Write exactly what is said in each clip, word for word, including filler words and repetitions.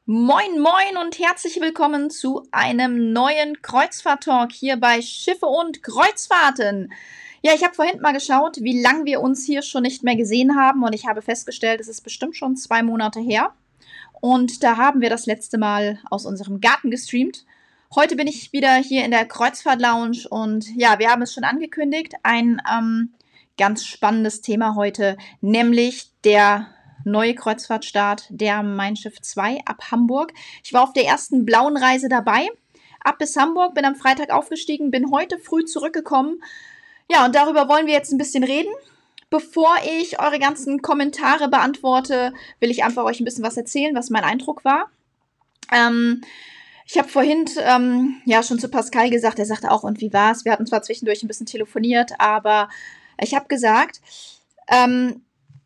Moin moin und herzlich willkommen zu einem neuen Kreuzfahrt-Talk hier bei Schiffe und Kreuzfahrten. Ja, ich habe vorhin mal geschaut, wie lange wir uns hier schon nicht mehr gesehen haben und ich habe festgestellt, es ist bestimmt schon zwei Monate her. Und da haben wir das letzte Mal aus unserem Garten gestreamt. Heute bin ich wieder hier in der Kreuzfahrt-Lounge und ja, wir haben es schon angekündigt, ein ähm, ganz spannendes Thema heute, nämlich der neue Kreuzfahrtstart der Mein Schiff zwei ab Hamburg. Ich war auf der ersten blauen Reise dabei, ab bis Hamburg, bin am Freitag aufgestiegen, bin heute früh zurückgekommen. Ja, und darüber wollen wir jetzt ein bisschen reden. Bevor ich eure ganzen Kommentare beantworte, will ich einfach euch ein bisschen was erzählen, was mein Eindruck war. Ähm, ich habe vorhin ähm, ja schon zu Pascal gesagt, er sagte auch, und wie war's? Wir hatten zwar zwischendurch ein bisschen telefoniert, aber ich habe gesagt, ähm,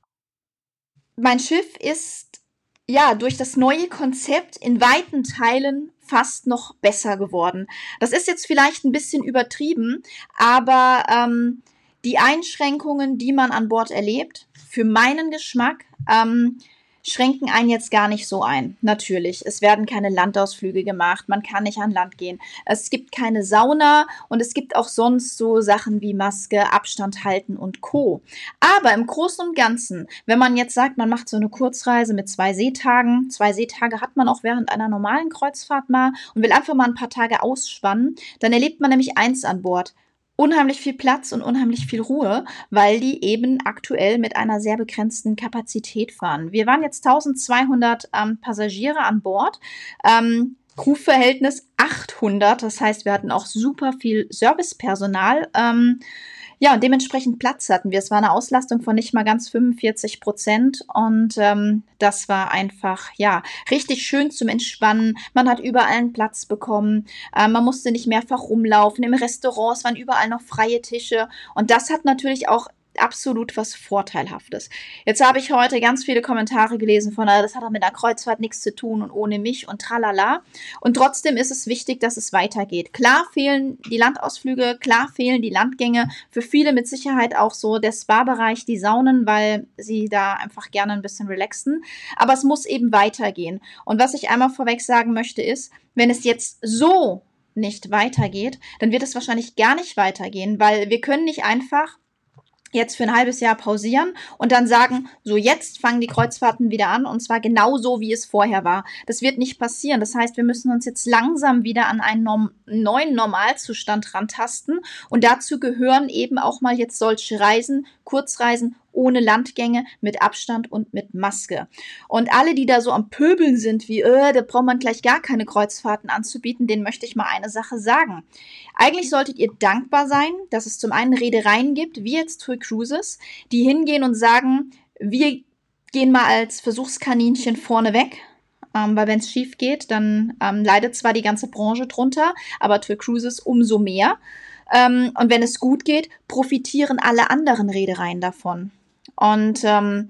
mein Schiff ist ja durch das neue Konzept in weiten Teilen fast noch besser geworden. Das ist jetzt vielleicht ein bisschen übertrieben, aber ähm, die Einschränkungen, die man an Bord erlebt, für meinen Geschmack, ähm, schränken einen jetzt gar nicht so ein. Natürlich, es werden keine Landausflüge gemacht, man kann nicht an Land gehen. Es gibt keine Sauna und es gibt auch sonst so Sachen wie Maske, Abstand halten und Co. Aber im Großen und Ganzen, wenn man jetzt sagt, man macht so eine Kurzreise mit zwei Seetagen, zwei Seetage hat man auch während einer normalen Kreuzfahrt mal und will einfach mal ein paar Tage ausspannen, dann erlebt man nämlich eins an Bord: unheimlich viel Platz und unheimlich viel Ruhe, weil die eben aktuell mit einer sehr begrenzten Kapazität fahren. Wir waren jetzt eintausendzweihundert ähm, Passagiere an Bord, ähm, Crewverhältnis achthundert, das heißt, wir hatten auch super viel Servicepersonal. Ähm, ja, und dementsprechend Platz hatten wir. Es war eine Auslastung von nicht mal ganz fünfundvierzig Prozent und ähm, das war einfach, ja, richtig schön zum Entspannen. Man hat überall einen Platz bekommen, äh, man musste nicht mehrfach rumlaufen. Im Restaurant waren überall noch freie Tische und das hat natürlich auch absolut was Vorteilhaftes. Jetzt habe ich heute ganz viele Kommentare gelesen von, das hat doch mit der Kreuzfahrt nichts zu tun und ohne mich und tralala. Und trotzdem ist es wichtig, dass es weitergeht. Klar fehlen die Landausflüge, klar fehlen die Landgänge. Für viele mit Sicherheit auch so der Spa-Bereich, die Saunen, weil sie da einfach gerne ein bisschen relaxen. Aber es muss eben weitergehen. Und was ich einmal vorweg sagen möchte ist, wenn es jetzt so nicht weitergeht, dann wird es wahrscheinlich gar nicht weitergehen, weil wir können nicht einfach jetzt für ein halbes Jahr pausieren und dann sagen, so jetzt fangen die Kreuzfahrten wieder an und zwar genau so, wie es vorher war. Das wird nicht passieren. Das heißt, wir müssen uns jetzt langsam wieder an einen norm- neuen Normalzustand rantasten und dazu gehören eben auch mal jetzt solche Reisen, Kurzreisen ohne Landgänge, mit Abstand und mit Maske. Und alle, die da so am Pöbeln sind, wie, äh, da braucht man gleich gar keine Kreuzfahrten anzubieten, denen möchte ich mal eine Sache sagen. Eigentlich solltet ihr dankbar sein, dass es zum einen Reedereien gibt, wie jetzt TUI Cruises, die hingehen und sagen, wir gehen mal als Versuchskaninchen vorne weg. Ähm, weil wenn es schief geht, dann ähm, leidet zwar die ganze Branche drunter, aber TUI Cruises umso mehr. Ähm, und wenn es gut geht, profitieren alle anderen Reedereien davon. Und ähm,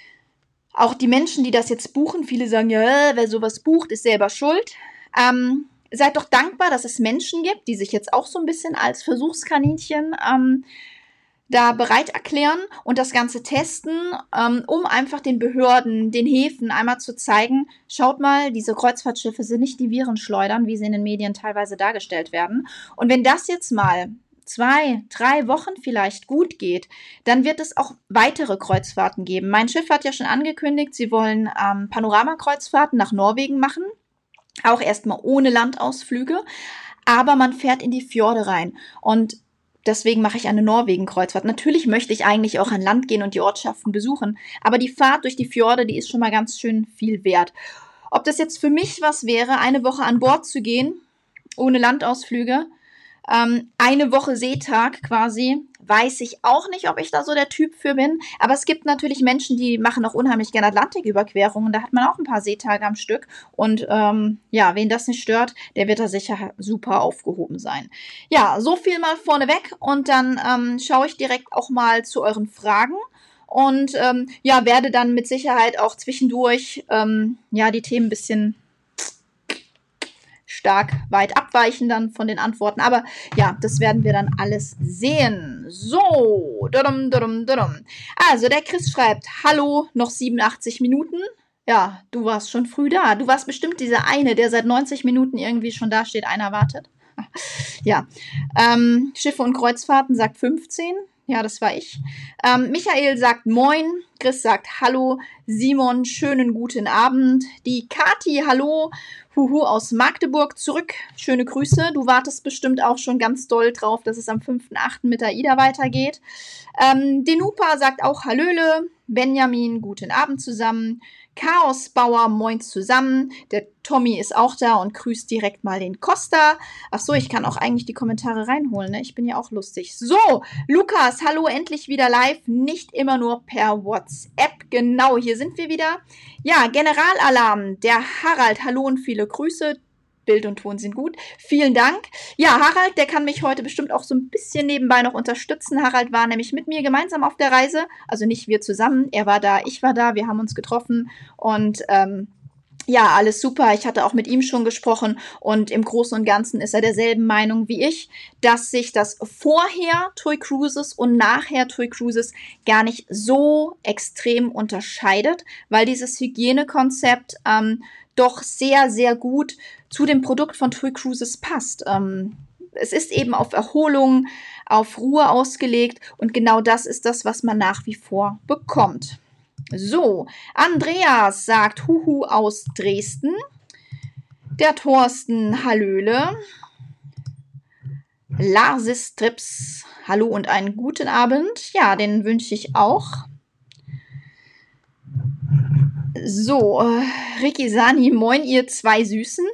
auch die Menschen, die das jetzt buchen, viele sagen, ja, wer sowas bucht, ist selber schuld. Ähm, seid doch dankbar, dass es Menschen gibt, die sich jetzt auch so ein bisschen als Versuchskaninchen ähm, da bereit erklären und das Ganze testen, ähm, um einfach den Behörden, den Häfen einmal zu zeigen, schaut mal, diese Kreuzfahrtschiffe sind nicht die Virenschleudern, wie sie in den Medien teilweise dargestellt werden. Und wenn das jetzt mal zwei, drei Wochen vielleicht gut geht, dann wird es auch weitere Kreuzfahrten geben. Mein Schiff hat ja schon angekündigt, sie wollen ähm, Panoramakreuzfahrten nach Norwegen machen, auch erstmal ohne Landausflüge, aber man fährt in die Fjorde rein und deswegen mache ich eine Norwegen-Kreuzfahrt. Natürlich möchte ich eigentlich auch an Land gehen und die Ortschaften besuchen, aber die Fahrt durch die Fjorde, die ist schon mal ganz schön viel wert. Ob das jetzt für mich was wäre, eine Woche an Bord zu gehen, ohne Landausflüge, ähm, eine Woche Seetag quasi, weiß ich auch nicht, ob ich da so der Typ für bin. Aber es gibt natürlich Menschen, die machen auch unheimlich gerne Atlantiküberquerungen. Da hat man auch ein paar Seetage am Stück. Und ähm, ja, wen das nicht stört, der wird da sicher super aufgehoben sein. Ja, so viel mal vorneweg. Und dann ähm, schaue ich direkt auch mal zu euren Fragen. Und ähm, ja, werde dann mit Sicherheit auch zwischendurch ähm, ja die Themen ein bisschen stark weit abweichen dann von den Antworten. Aber ja, das werden wir dann alles sehen. So, dudum, dudum, dudum. Also, der Chris schreibt, hallo, noch siebenundachtzig Minuten. Ja, du warst schon früh da. Du warst bestimmt dieser eine, der seit neunzig Minuten irgendwie schon da steht, einer wartet. Ja, ähm, Schiffe und Kreuzfahrten sagt fünfzehn. Ja, das war ich. Ähm, Michael sagt Moin. Chris sagt Hallo. Simon, schönen guten Abend. Die Kati, hallo. Huhu aus Magdeburg zurück. Schöne Grüße. Du wartest bestimmt auch schon ganz doll drauf, dass es am fünften achten mit AIDA weitergeht. Ähm, Denupa sagt auch Hallöle. Benjamin, guten Abend zusammen. Chaosbauer, moin zusammen. Der Tommy ist auch da und grüßt direkt mal den Costa. Ach so, ich kann auch eigentlich die Kommentare reinholen, ne? Ich bin ja auch lustig. So, Lukas, hallo, endlich wieder live. Nicht immer nur per WhatsApp. Genau, hier sind wir wieder. Ja, Generalalarm. Der Harald, hallo und viele Grüße. Bild und Ton sind gut. Vielen Dank. Ja, Harald, der kann mich heute bestimmt auch so ein bisschen nebenbei noch unterstützen. Harald war nämlich mit mir gemeinsam auf der Reise. Also nicht wir zusammen. Er war da, ich war da. Wir haben uns getroffen und ähm, ja, alles super. Ich hatte auch mit ihm schon gesprochen und im Großen und Ganzen ist er derselben Meinung wie ich, dass sich das vorher Tui Cruises und nachher Tui Cruises gar nicht so extrem unterscheidet, weil dieses Hygienekonzept ähm, doch sehr, sehr gut zu dem Produkt von Tui Cruises passt. Ähm, es ist eben auf Erholung, auf Ruhe ausgelegt und genau das ist das, was man nach wie vor bekommt. So, Andreas sagt Huhu aus Dresden. Der Thorsten, Hallöle. Larsis Trips, hallo und einen guten Abend. Ja, den wünsche ich auch. So, äh, Ricky Sani, moin ihr zwei Süßen.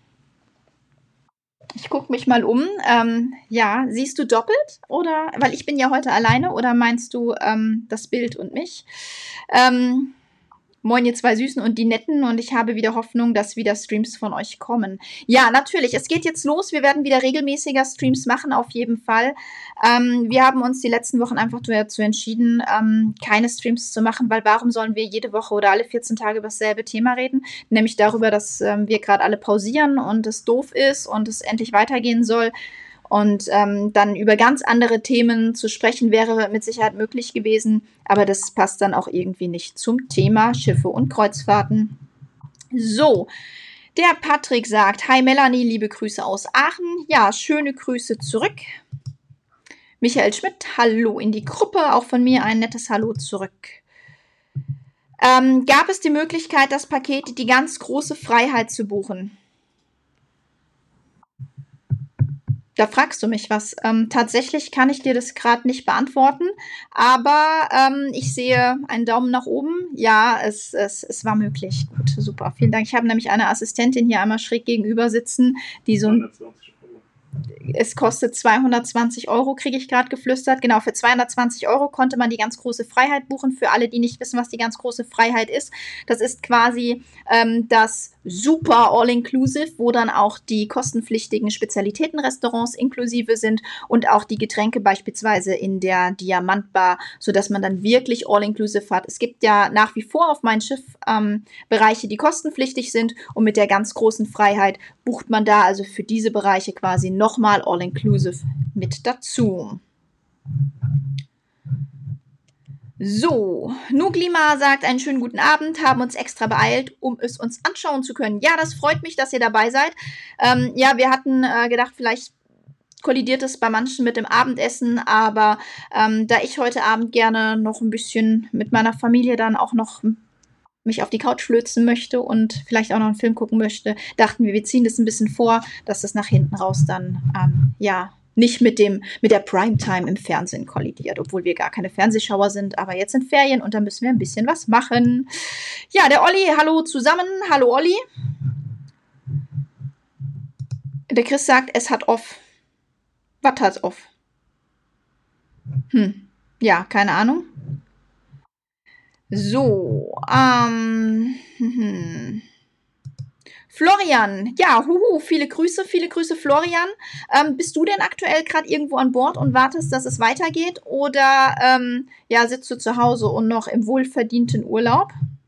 Ich gucke mich mal um. Ähm, ja, siehst du doppelt? Oder, weil ich bin ja heute alleine, oder meinst du ähm, das Bild und mich? Ähm, Moin, ihr zwei Süßen und die Netten, und ich habe wieder Hoffnung, dass wieder Streams von euch kommen. Ja, natürlich, es geht jetzt los. Wir werden wieder regelmäßiger Streams machen, auf jeden Fall. Ähm, wir haben uns die letzten Wochen einfach dazu entschieden, ähm, keine Streams zu machen, weil warum sollen wir jede Woche oder alle vierzehn Tage über dasselbe Thema reden? Nämlich darüber, dass ähm, wir gerade alle pausieren und es doof ist und es endlich weitergehen soll. Und ähm, dann über ganz andere Themen zu sprechen, wäre mit Sicherheit möglich gewesen. Aber das passt dann auch irgendwie nicht zum Thema Schiffe und Kreuzfahrten. So, der Patrick sagt, hi Melanie, liebe Grüße aus Aachen. Ja, schöne Grüße zurück. Michael Schmidt, hallo in die Gruppe. Auch von mir ein nettes Hallo zurück. Ähm, gab es die Möglichkeit, das Paket Die ganz große Freiheit zu buchen? Da fragst du mich was. Ähm, tatsächlich kann ich dir das gerade nicht beantworten, aber ähm, ich sehe einen Daumen nach oben. Ja, es, es, es war möglich. Gut, super. Vielen Dank. Ich habe nämlich eine Assistentin hier einmal schräg gegenüber sitzen, die so ein es kostet zweihundertzwanzig Euro, kriege ich gerade geflüstert. Genau, für zweihundertzwanzig Euro konnte man die ganz große Freiheit buchen. Für alle, die nicht wissen, was die ganz große Freiheit ist, das ist quasi ähm, das super All-Inclusive, wo dann auch die kostenpflichtigen Spezialitätenrestaurants inklusive sind und auch die Getränke beispielsweise in der Diamantbar, sodass man dann wirklich All-Inclusive hat. Es gibt ja nach wie vor auf meinem Schiff ähm, Bereiche, die kostenpflichtig sind, und mit der ganz großen Freiheit bucht man da also für diese Bereiche quasi nochmal All-Inclusive mit dazu. So, Nuglima sagt einen schönen guten Abend, haben uns extra beeilt, um es uns anschauen zu können. Ja, das freut mich, dass ihr dabei seid. Ähm, ja, wir hatten äh, gedacht, vielleicht kollidiert es bei manchen mit dem Abendessen, aber ähm, da ich heute Abend gerne noch ein bisschen mit meiner Familie dann auch noch mich auf die Couch flözen möchte und vielleicht auch noch einen Film gucken möchte, dachten wir, wir ziehen das ein bisschen vor, dass das nach hinten raus dann, ähm, ja, nicht mit dem, mit der Primetime im Fernsehen kollidiert, obwohl wir gar keine Fernsehschauer sind, aber jetzt sind Ferien und da müssen wir ein bisschen was machen. Ja, der Olli, hallo zusammen, hallo Olli. Der Chris sagt, es hat off. Was hat's off? Hm, ja, keine Ahnung. So, ähm, hm. Florian, ja, huhu, viele Grüße, viele Grüße, Florian. Ähm, bist du denn aktuell gerade irgendwo an Bord und wartest, dass es weitergeht? Oder ähm, ja, sitzt du zu Hause und noch im wohlverdienten Urlaub?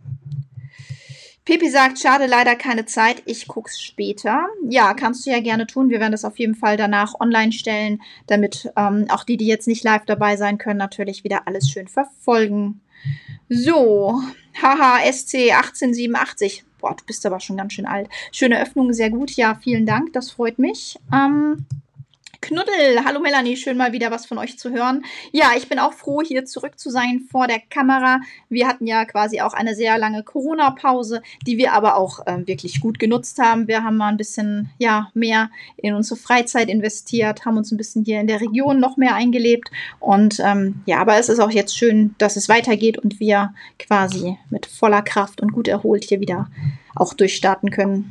Pepi sagt, schade, leider keine Zeit, ich guck's später. Ja, kannst du ja gerne tun. Wir werden das auf jeden Fall danach online stellen, damit ähm, auch die, die jetzt nicht live dabei sein können, natürlich wieder alles schön verfolgen So, haha, S C achtzehnhundertsiebenundachtzig. Boah, du bist aber schon ganz schön alt. Schöne Öffnung, sehr gut. Ja, vielen Dank, das freut mich. Ähm, Knuddel, hallo Melanie, schön mal wieder was von euch zu hören. Ja, ich bin auch froh, hier zurück zu sein vor der Kamera. Wir hatten ja quasi auch eine sehr lange Corona-Pause, die wir aber auch ähm, wirklich gut genutzt haben. Wir haben mal ein bisschen ja, mehr in unsere Freizeit investiert, haben uns ein bisschen hier in der Region noch mehr eingelebt. Und ähm, ja, aber es ist auch jetzt schön, dass es weitergeht und wir quasi mit voller Kraft und gut erholt hier wieder auch durchstarten können.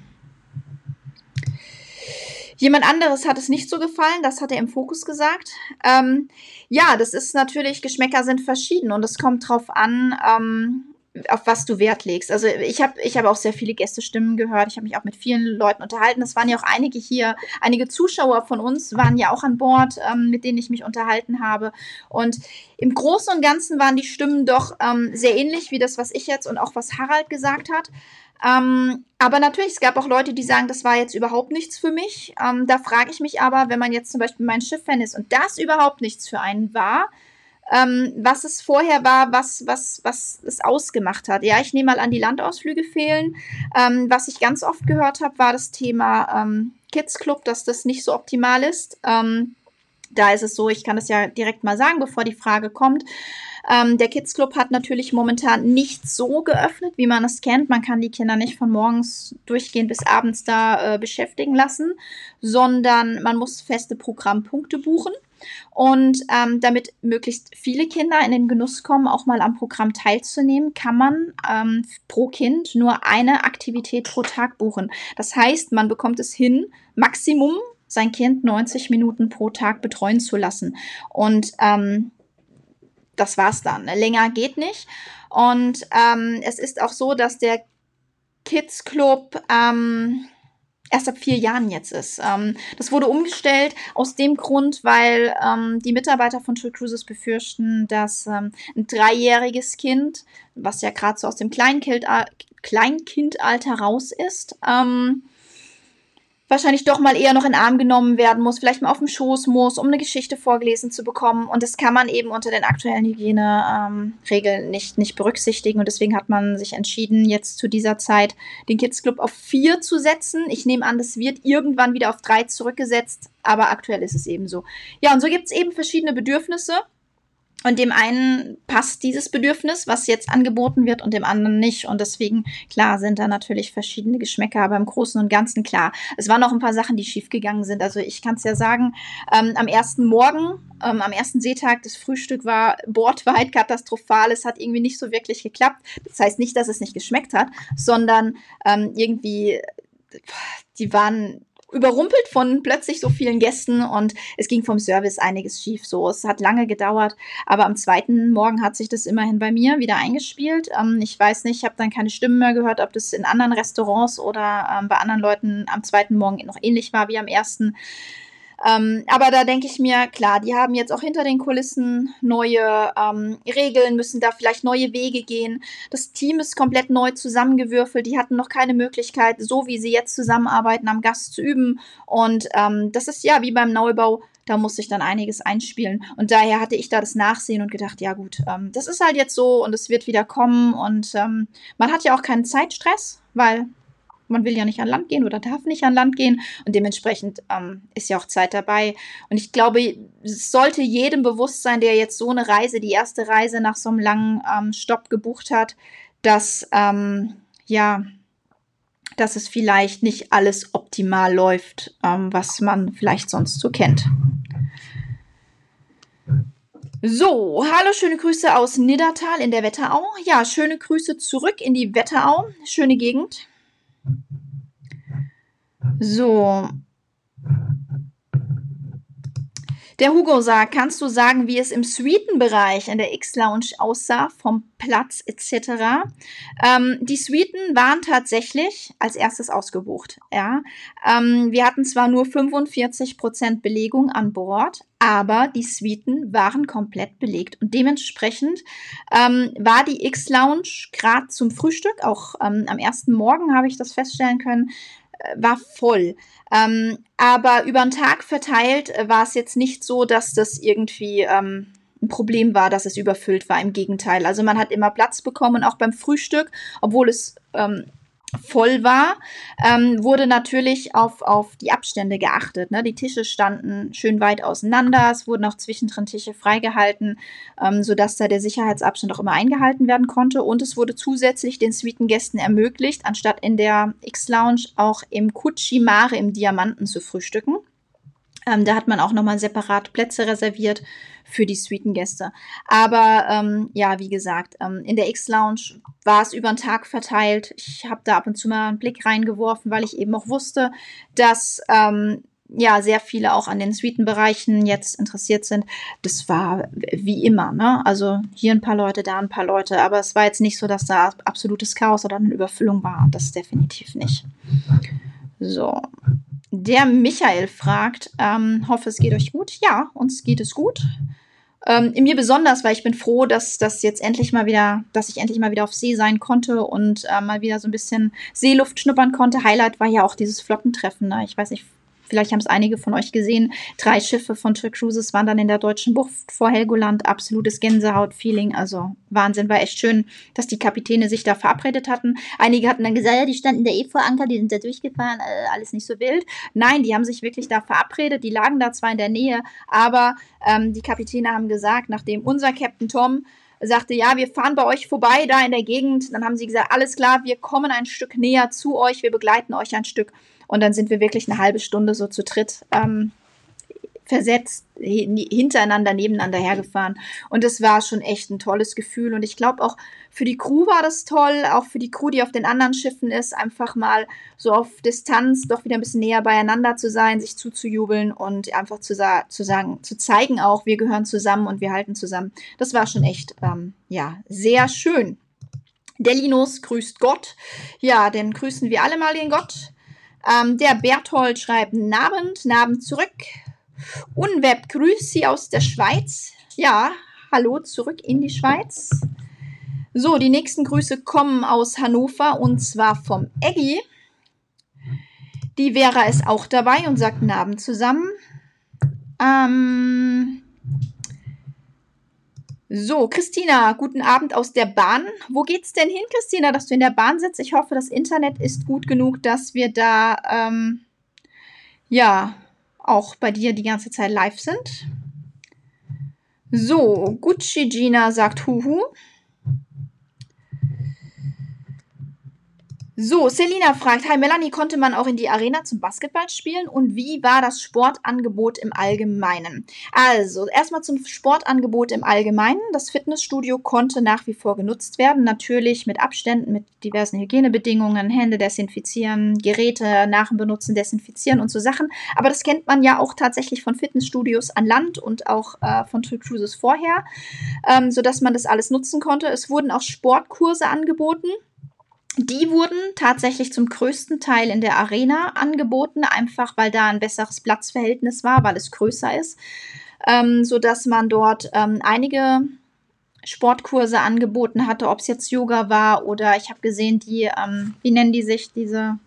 Jemand anderes hat es nicht so gefallen, das hat er im Fokus gesagt. Ähm, ja, das ist natürlich, Geschmäcker sind verschieden und es kommt drauf an, ähm, auf was du Wert legst. Also ich habe ich hab auch sehr viele Gästestimmen gehört, ich habe mich auch mit vielen Leuten unterhalten. Es waren ja auch einige hier, einige Zuschauer von uns waren ja auch an Bord, ähm, mit denen ich mich unterhalten habe. Und im Großen und Ganzen waren die Stimmen doch ähm, sehr ähnlich wie das, was ich jetzt und auch was Harald gesagt hat. Ähm, aber natürlich, es gab auch Leute, die sagen, das war jetzt überhaupt nichts für mich. Ähm, da frage ich mich aber, wenn man jetzt zum Beispiel mein Schiff-Fan ist und das überhaupt nichts für einen war, ähm, was es vorher war, was, was, was es ausgemacht hat. Ja, ich nehme mal an, die Landausflüge fehlen. Ähm, was ich ganz oft gehört habe, war das Thema ähm, Kids Club, dass das nicht so optimal ist. Ähm, da ist es so, ich kann das ja direkt mal sagen, bevor die Frage kommt. Ähm, der Kids Club hat natürlich momentan nicht so geöffnet, wie man es kennt. Man kann die Kinder nicht von morgens durchgehend bis abends da äh, beschäftigen lassen, sondern man muss feste Programmpunkte buchen. Und ähm, damit möglichst viele Kinder in den Genuss kommen, auch mal am Programm teilzunehmen, kann man ähm, pro Kind nur eine Aktivität pro Tag buchen. Das heißt, man bekommt es hin, Maximum sein Kind neunzig Minuten pro Tag betreuen zu lassen. Und ähm, das war's dann. Länger geht nicht. Und ähm, es ist auch so, dass der Kids Club ähm, erst ab vier Jahren jetzt ist. Ähm, das wurde umgestellt aus dem Grund, weil ähm, die Mitarbeiter von Tour Cruises befürchten, dass ähm, ein dreijähriges Kind, was ja gerade so aus dem Kleinkind, Kleinkindalter raus ist, ähm, wahrscheinlich doch mal eher noch in den Arm genommen werden muss, vielleicht mal auf dem Schoß muss, um eine Geschichte vorgelesen zu bekommen. Und das kann man eben unter den aktuellen Hygieneregeln ähm, nicht, nicht berücksichtigen. Und deswegen hat man sich entschieden, jetzt zu dieser Zeit den Kids Club auf vier zu setzen. Ich nehme an, das wird irgendwann wieder auf drei zurückgesetzt, aber aktuell ist es eben so. Ja, und so gibt es eben verschiedene Bedürfnisse. Und dem einen passt dieses Bedürfnis, was jetzt angeboten wird, und dem anderen nicht. Und deswegen, klar, sind da natürlich verschiedene Geschmäcker, aber im Großen und Ganzen klar. Es waren noch ein paar Sachen, die schiefgegangen sind. Also ich kann es ja sagen, ähm, am ersten Morgen, ähm, am ersten Seetag, das Frühstück war bordweit katastrophal. Es hat irgendwie nicht so wirklich geklappt. Das heißt nicht, dass es nicht geschmeckt hat, sondern ähm, irgendwie, die waren überrumpelt von plötzlich so vielen Gästen und es ging vom Service einiges schief. So, es hat lange gedauert, aber am zweiten Morgen hat sich das immerhin bei mir wieder eingespielt. Ähm, ich weiß nicht, ich habe dann keine Stimmen mehr gehört, ob das in anderen Restaurants oder ähm, bei anderen Leuten am zweiten Morgen noch ähnlich war wie am ersten. Ähm, aber da denke ich mir, klar, die haben jetzt auch hinter den Kulissen neue ähm, Regeln, müssen da vielleicht neue Wege gehen. Das Team ist komplett neu zusammengewürfelt. Die hatten noch keine Möglichkeit, so wie sie jetzt zusammenarbeiten, am Gast zu üben. Und ähm, das ist ja wie beim Neubau, da muss sich dann einiges einspielen. Und daher hatte ich da das Nachsehen und gedacht, ja gut, ähm, das ist halt jetzt so und es wird wieder kommen. Und ähm, man hat ja auch keinen Zeitstress, weil man will ja nicht an Land gehen oder darf nicht an Land gehen und dementsprechend ähm, ist ja auch Zeit dabei. Und ich glaube, es sollte jedem bewusst sein, der jetzt so eine Reise, die erste Reise nach so einem langen ähm, Stopp gebucht hat, dass, ähm, ja, dass es vielleicht nicht alles optimal läuft, ähm, was man vielleicht sonst so kennt. So, hallo, schöne Grüße aus Niddertal in der Wetterau. Ja, schöne Grüße zurück in die Wetterau. Schöne Gegend. So. Der Hugo sagt, kannst du sagen, wie es im Suitenbereich in der X-Lounge aussah, vom Platz et cetera? Ähm, die Suiten waren tatsächlich als erstes ausgebucht. Ja. Ähm, wir hatten zwar nur fünfundvierzig Prozent Belegung an Bord, aber die Suiten waren komplett belegt. Und dementsprechend ähm, war die X-Lounge gerade zum Frühstück, auch ähm, am ersten Morgen habe ich das feststellen können, war voll. Ähm, aber über den Tag verteilt äh, war es jetzt nicht so, dass das irgendwie ähm, ein Problem war, dass es überfüllt war. Im Gegenteil. Also man hat immer Platz bekommen, auch beim Frühstück, obwohl es ähm, voll war, ähm, wurde natürlich auf, auf die Abstände geachtet. Ne? Die Tische standen schön weit auseinander, es wurden auch zwischendrin Tische freigehalten, ähm, sodass da der Sicherheitsabstand auch immer eingehalten werden konnte. Und es wurde zusätzlich den Suitengästen ermöglicht, anstatt in der X-Lounge auch im Kutschi Mare im Diamanten zu frühstücken. Ähm, da hat man auch nochmal separat Plätze reserviert für die Suitengäste. Aber ähm, ja, wie gesagt, ähm, in der X-Lounge war es über den Tag verteilt. Ich habe da ab und zu mal einen Blick reingeworfen, weil ich eben auch wusste, dass ähm, ja sehr viele auch an den Suitenbereichen jetzt interessiert sind. Das war wie immer, ne? Also hier ein paar Leute, da ein paar Leute. Aber es war jetzt nicht so, dass da absolutes Chaos oder eine Überfüllung war. Das definitiv nicht. So. Der Michael fragt, ähm, hoffe, es geht euch gut. Ja, uns geht es gut. Ähm, mir besonders, weil ich bin froh, dass das jetzt endlich mal wieder, dass ich endlich mal wieder auf See sein konnte und äh, mal wieder so ein bisschen Seeluft schnuppern konnte. Highlight war ja auch dieses Flottentreffen. Ne? Ich weiß nicht, vielleicht haben es einige von euch gesehen. Drei Schiffe von Tür Cruises waren dann in der deutschen Bucht vor Helgoland. Absolutes Gänsehaut-Feeling. Also Wahnsinn, war echt schön, dass die Kapitäne sich da verabredet hatten. Einige hatten dann gesagt, ja, die standen da eh vor Anker, die sind da durchgefahren, äh, alles nicht so wild. Nein, die haben sich wirklich da verabredet. Die lagen da zwar in der Nähe, aber ähm, die Kapitäne haben gesagt, nachdem unser Captain Tom sagte, ja, wir fahren bei euch vorbei, da in der Gegend. Dann haben sie gesagt, alles klar, wir kommen ein Stück näher zu euch, wir begleiten euch ein Stück. Und dann sind wir wirklich eine halbe Stunde so zu dritt ähm, versetzt, hintereinander, nebeneinander hergefahren. Und das war schon echt ein tolles Gefühl. Und ich glaube auch für die Crew war das toll, auch für die Crew, die auf den anderen Schiffen ist, einfach mal so auf Distanz doch wieder ein bisschen näher beieinander zu sein, sich zuzujubeln und einfach zu, sa- zu sagen, zu zeigen auch, wir gehören zusammen und wir halten zusammen. Das war schon echt, ähm, ja, sehr schön. Der Linus grüßt Gott. Ja, dann grüßen wir alle mal den Gott. Ähm, der Berthold schreibt Nabend, Nabend zurück. Unweb grüßt Sie aus der Schweiz. Ja, hallo zurück in die Schweiz. So, die nächsten Grüße kommen aus Hannover und zwar vom Eggy. Die Vera ist auch dabei und sagt Nabend zusammen. Ähm... So, Christina, guten Abend aus der Bahn. Wo geht's denn hin, Christina, dass du in der Bahn sitzt? Ich hoffe, das Internet ist gut genug, dass wir da, ähm, ja, auch bei dir die ganze Zeit live sind. So, Gucci Gina sagt Huhu. So, Selina fragt, hi Melanie, konnte man auch in die Arena zum Basketball spielen und wie war das Sportangebot im Allgemeinen? Also, erstmal zum Sportangebot im Allgemeinen. Das Fitnessstudio konnte nach wie vor genutzt werden, natürlich mit Abständen, mit diversen Hygienebedingungen, Hände desinfizieren, Geräte nach dem Benutzen desinfizieren und so Sachen. Aber das kennt man ja auch tatsächlich von Fitnessstudios an Land und auch äh, von Tür Cruises vorher, ähm, sodass man das alles nutzen konnte. Es wurden auch Sportkurse angeboten. Die wurden tatsächlich zum größten Teil in der Arena angeboten, einfach weil da ein besseres Platzverhältnis war, weil es größer ist, ähm, sodass man dort ähm, einige Sportkurse angeboten hatte, ob es jetzt Yoga war oder ich habe gesehen, die, ähm, wie nennen die sich, diese,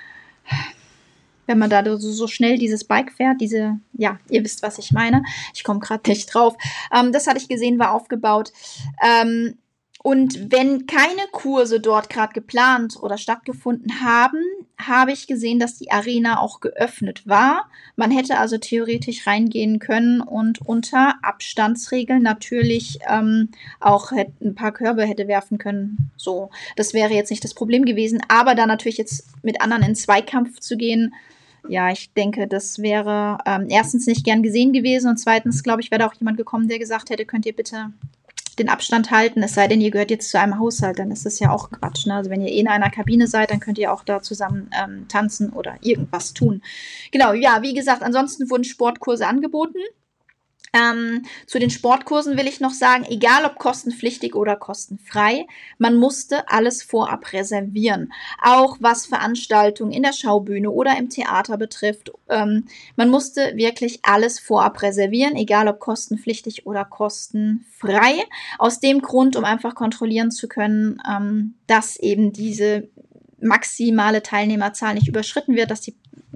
wenn man da so, so schnell dieses Bike fährt, diese, ja, ihr wisst, was ich meine. Ich komme gerade nicht drauf. Ähm, das hatte ich gesehen, war aufgebaut. Ähm, Und wenn keine Kurse dort gerade geplant oder stattgefunden haben, habe ich gesehen, dass die Arena auch geöffnet war. Man hätte also theoretisch reingehen können und unter Abstandsregeln natürlich ähm, auch ein paar Körbe hätte werfen können. So, das wäre jetzt nicht das Problem gewesen. Aber da natürlich jetzt mit anderen in Zweikampf zu gehen, ja, ich denke, das wäre ähm, erstens nicht gern gesehen gewesen und zweitens, glaube ich, wäre da auch jemand gekommen, der gesagt hätte, könnt ihr bitte den Abstand halten, es sei denn, ihr gehört jetzt zu einem Haushalt, dann ist das ja auch Quatsch. Ne? Also wenn ihr eh in einer Kabine seid, dann könnt ihr auch da zusammen ähm, tanzen oder irgendwas tun. Genau, ja, wie gesagt, ansonsten wurden Sportkurse angeboten. Ähm, zu den Sportkursen will ich noch sagen, egal ob kostenpflichtig oder kostenfrei, man musste alles vorab reservieren. Auch was Veranstaltungen in der Schaubühne oder im Theater betrifft. Ähm, man musste wirklich alles vorab reservieren, egal ob kostenpflichtig oder kostenfrei. Aus dem Grund, um einfach kontrollieren zu können, ähm, dass eben diese maximale Teilnehmerzahl nicht überschritten wird, dass die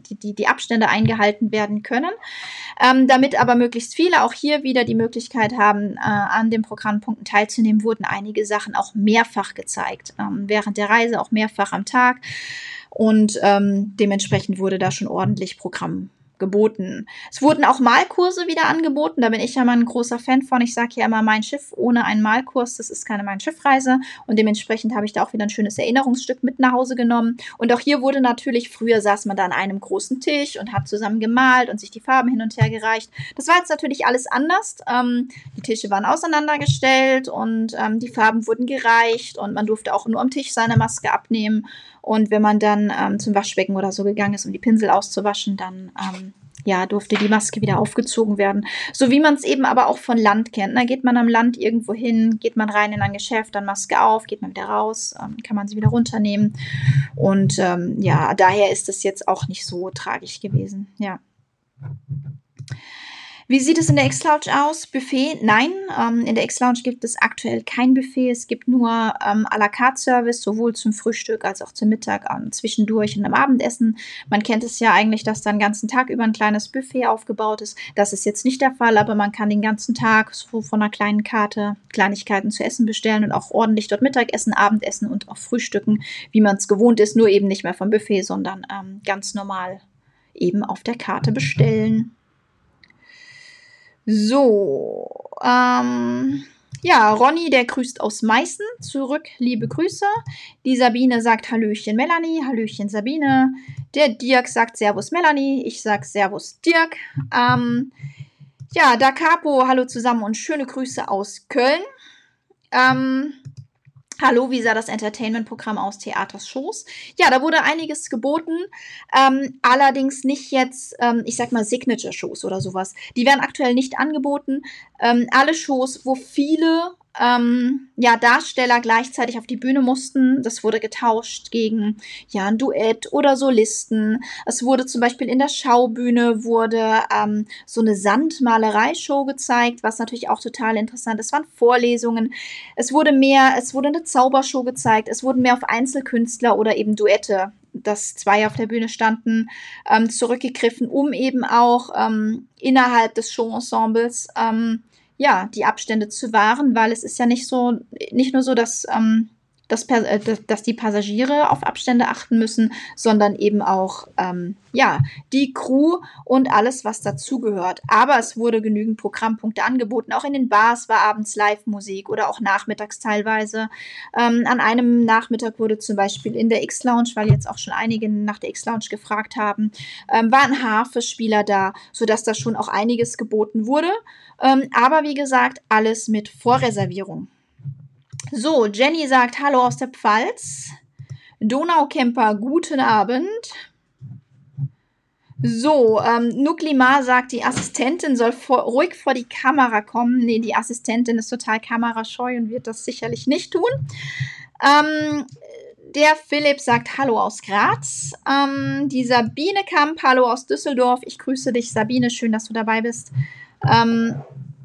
die, die, die Abstände eingehalten werden können. Ähm, damit aber möglichst viele auch hier wieder die Möglichkeit haben, äh, an den Programmpunkten teilzunehmen, wurden einige Sachen auch mehrfach gezeigt. Ähm, während der Reise auch mehrfach am Tag. Und ähm, dementsprechend wurde da schon ordentlich Programm geboten. Es wurden auch Malkurse wieder angeboten. Da bin ich ja mal ein großer Fan von. Ich sage ja immer, mein Schiff ohne einen Malkurs, das ist keine Mein-Schiff-Reise. Und dementsprechend habe ich da auch wieder ein schönes Erinnerungsstück mit nach Hause genommen. Und auch hier wurde natürlich, früher saß man da an einem großen Tisch und hat zusammen gemalt und sich die Farben hin und her gereicht. Das war jetzt natürlich alles anders. Ähm, die Tische waren auseinandergestellt und ähm, die Farben wurden gereicht und man durfte auch nur am Tisch seine Maske abnehmen. Und wenn man dann ähm, zum Waschbecken oder so gegangen ist, um die Pinsel auszuwaschen, dann ähm, ja, durfte die Maske wieder aufgezogen werden. So wie man es eben aber auch von Land kennt. Da geht man am Land irgendwo hin, geht man rein in ein Geschäft, dann Maske auf, geht man wieder raus, ähm, kann man sie wieder runternehmen. Und ähm, ja, daher ist es jetzt auch nicht so tragisch gewesen. Ja. Wie sieht es in der X-Lounge aus? Buffet? Nein, ähm, in der X-Lounge gibt es aktuell kein Buffet. Es gibt nur ähm, à la carte Service, sowohl zum Frühstück als auch zum Mittag, ähm, zwischendurch und am Abendessen. Man kennt es ja eigentlich, dass da den ganzen Tag über ein kleines Buffet aufgebaut ist. Das ist jetzt nicht der Fall, aber man kann den ganzen Tag so von einer kleinen Karte Kleinigkeiten zu essen bestellen und auch ordentlich dort Mittagessen, Abendessen und auch frühstücken, wie man es gewohnt ist, nur eben nicht mehr vom Buffet, sondern ähm, ganz normal eben auf der Karte bestellen. So, ähm, ja, Ronny, der grüßt aus Meißen. Zurück, liebe Grüße. Die Sabine sagt Hallöchen Melanie, Hallöchen Sabine. Der Dirk sagt Servus Melanie, ich sag Servus Dirk. Ähm, ja, Da Capo, hallo zusammen und schöne Grüße aus Köln. Ähm, Hallo, wie sah das Entertainment-Programm aus Theaters Shows? Ja, da wurde einiges geboten, ähm, allerdings nicht jetzt, ähm, ich sag mal, Signature-Shows oder sowas. Die werden aktuell nicht angeboten. Ähm, alle Shows, wo viele ähm, ja, Darsteller gleichzeitig auf die Bühne mussten, das wurde getauscht gegen ja, ein Duett oder Solisten. Es wurde zum Beispiel in der Schaubühne wurde ähm, so eine Sandmalerei-Show gezeigt, was natürlich auch total interessant ist. Es waren Vorlesungen. Es wurde mehr, es wurde eine Zaubershow gezeigt. Es wurden mehr auf Einzelkünstler oder eben Duette, dass zwei auf der Bühne standen, ähm, zurückgegriffen, um eben auch ähm, innerhalb des Showensembles ähm, ja, die Abstände zu wahren, weil es ist ja nicht so, nicht nur so, dass, ähm, dass, äh, dass die Passagiere auf Abstände achten müssen, sondern eben auch, ähm, ja, die Crew und alles, was dazugehört. Aber es wurde genügend Programmpunkte angeboten. Auch in den Bars war abends Live-Musik oder auch nachmittags teilweise. Ähm, an einem Nachmittag wurde zum Beispiel in der X-Lounge, weil jetzt auch schon einige nach der X-Lounge gefragt haben, ähm, war ein Harfespieler da, sodass da schon auch einiges geboten wurde. Ähm, aber wie gesagt, alles mit Vorreservierung. So, Jenny sagt Hallo aus der Pfalz. Donaukemper, guten Abend. So, ähm, Nuklimar sagt, die Assistentin soll vor, ruhig vor die Kamera kommen. Nee, die Assistentin ist total kamerascheu und wird das sicherlich nicht tun. Ähm, der Philipp sagt Hallo aus Graz. Ähm, die Sabine Kamp, Hallo aus Düsseldorf. Ich grüße dich, Sabine. Schön, dass du dabei bist. Ähm,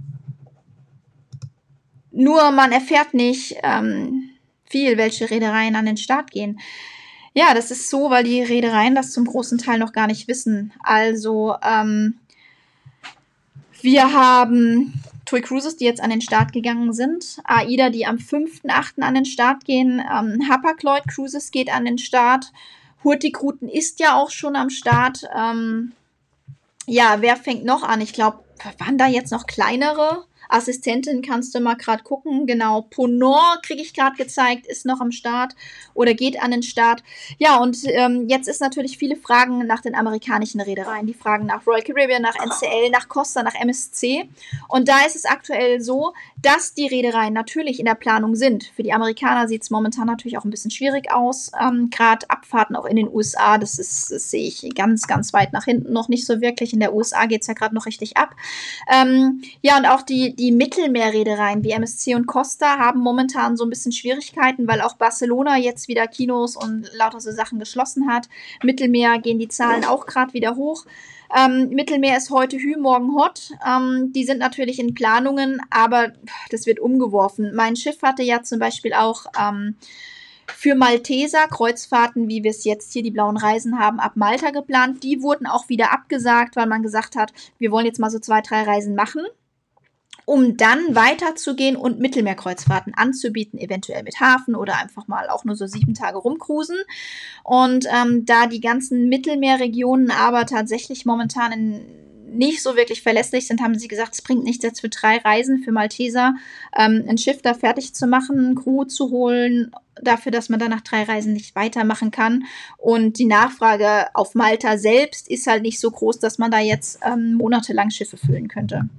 nur man erfährt nicht ähm, viel, welche Reedereien an den Start gehen. Ja, das ist so, weil die Reedereien das zum großen Teil noch gar nicht wissen. Also, ähm, wir haben TUI Cruises, die jetzt an den Start gegangen sind. AIDA, die am fünften achten an den Start gehen. Ähm, Hapag-Lloyd Cruises geht an den Start. Hurtigruten ist ja auch schon am Start. Ähm, ja, wer fängt noch an? Ich glaube, waren da jetzt noch kleinere? Assistentin, kannst du mal gerade gucken. Genau, Ponor kriege ich gerade gezeigt, ist noch am Start oder geht an den Start. Ja, und ähm, jetzt ist natürlich viele Fragen nach den amerikanischen Reedereien. Die fragen nach Royal Caribbean, nach N C L, nach Costa, nach M S C. Und da ist es aktuell so, dass die Reedereien natürlich in der Planung sind. Für die Amerikaner sieht es momentan natürlich auch ein bisschen schwierig aus. Ähm, gerade Abfahrten auch in den U S A, das, ist, das sehe ich ganz, ganz weit nach hinten noch nicht so wirklich. In der U S A geht es ja gerade noch richtig ab. Ähm, ja, und auch die Die Mittelmeerreedereien wie M S C und Costa haben momentan so ein bisschen Schwierigkeiten, weil auch Barcelona jetzt wieder Kinos und lauter so Sachen geschlossen hat. Mittelmeer gehen die Zahlen auch gerade wieder hoch. Ähm, Mittelmeer ist heute Hü, morgen Hot. Ähm, die sind natürlich in Planungen, aber das wird umgeworfen. Mein Schiff hatte ja zum Beispiel auch ähm, Für Malteser Kreuzfahrten, wie wir es jetzt hier die blauen Reisen haben, ab Malta geplant, die wurden auch wieder abgesagt, weil man gesagt hat, wir wollen jetzt mal so zwei, drei Reisen machen, um dann weiterzugehen und Mittelmeerkreuzfahrten anzubieten, eventuell mit Hafen oder einfach mal auch nur so sieben Tage rumcruisen. Und ähm, da die ganzen Mittelmeerregionen aber tatsächlich momentan in nicht so wirklich verlässlich sind, haben sie gesagt, es bringt nichts, jetzt für drei Reisen für Malteser ähm, ein Schiff da fertig zu machen, Crew zu holen, dafür, dass man dann nach drei Reisen nicht weitermachen kann. Und die Nachfrage auf Malta selbst ist halt nicht so groß, dass man da jetzt ähm, monatelang Schiffe füllen könnte.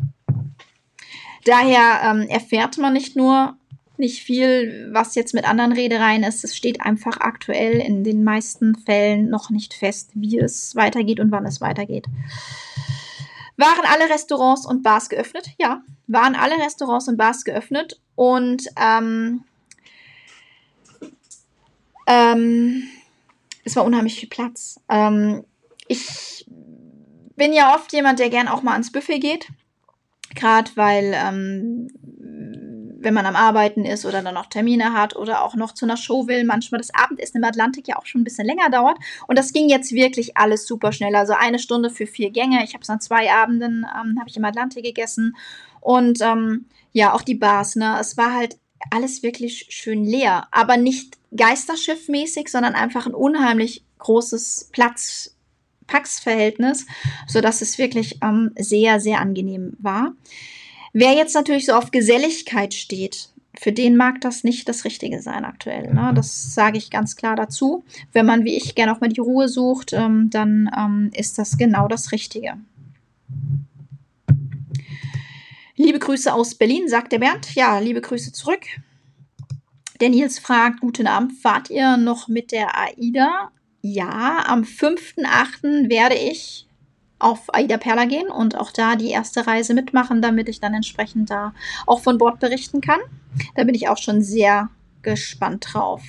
Daher ähm, erfährt man nicht nur nicht viel, was jetzt mit anderen Reedereien ist. Es steht einfach aktuell in den meisten Fällen noch nicht fest, wie es weitergeht und wann es weitergeht. Waren alle Restaurants und Bars geöffnet? Ja, waren alle Restaurants und Bars geöffnet. Und ähm, ähm, es war unheimlich viel Platz. Ähm, ich bin ja oft jemand, der gern auch mal ans Buffet geht. Gerade weil, ähm, wenn man am Arbeiten ist oder dann noch Termine hat oder auch noch zu einer Show will, manchmal das Abendessen im Atlantik ja auch schon ein bisschen länger dauert. Und das ging jetzt wirklich alles super schnell. Also eine Stunde für vier Gänge. Ich habe es an zwei Abenden, ähm, habe ich im Atlantik gegessen. Und ähm, ja, auch die Bars, ne? Es war halt alles wirklich schön leer. Aber nicht Geisterschiff-mäßig, sondern einfach ein unheimlich großes Platz Pax-Verhältnis, sodass es wirklich ähm, sehr, sehr angenehm war. Wer jetzt natürlich so auf Geselligkeit steht, für den mag das nicht das Richtige sein aktuell. Ne? Das sage ich ganz klar dazu. Wenn man wie ich gerne auch mal die Ruhe sucht, ähm, dann ähm, ist das genau das Richtige. Liebe Grüße aus Berlin, sagt der Bernd. Ja, liebe Grüße zurück. Der Nils fragt, guten Abend, fahrt ihr noch mit der AIDA? Ja, am fünften achten werde ich auf AIDA Perla gehen und auch da die erste Reise mitmachen, damit ich dann entsprechend da auch von Bord berichten kann. Da bin ich auch schon sehr gespannt drauf.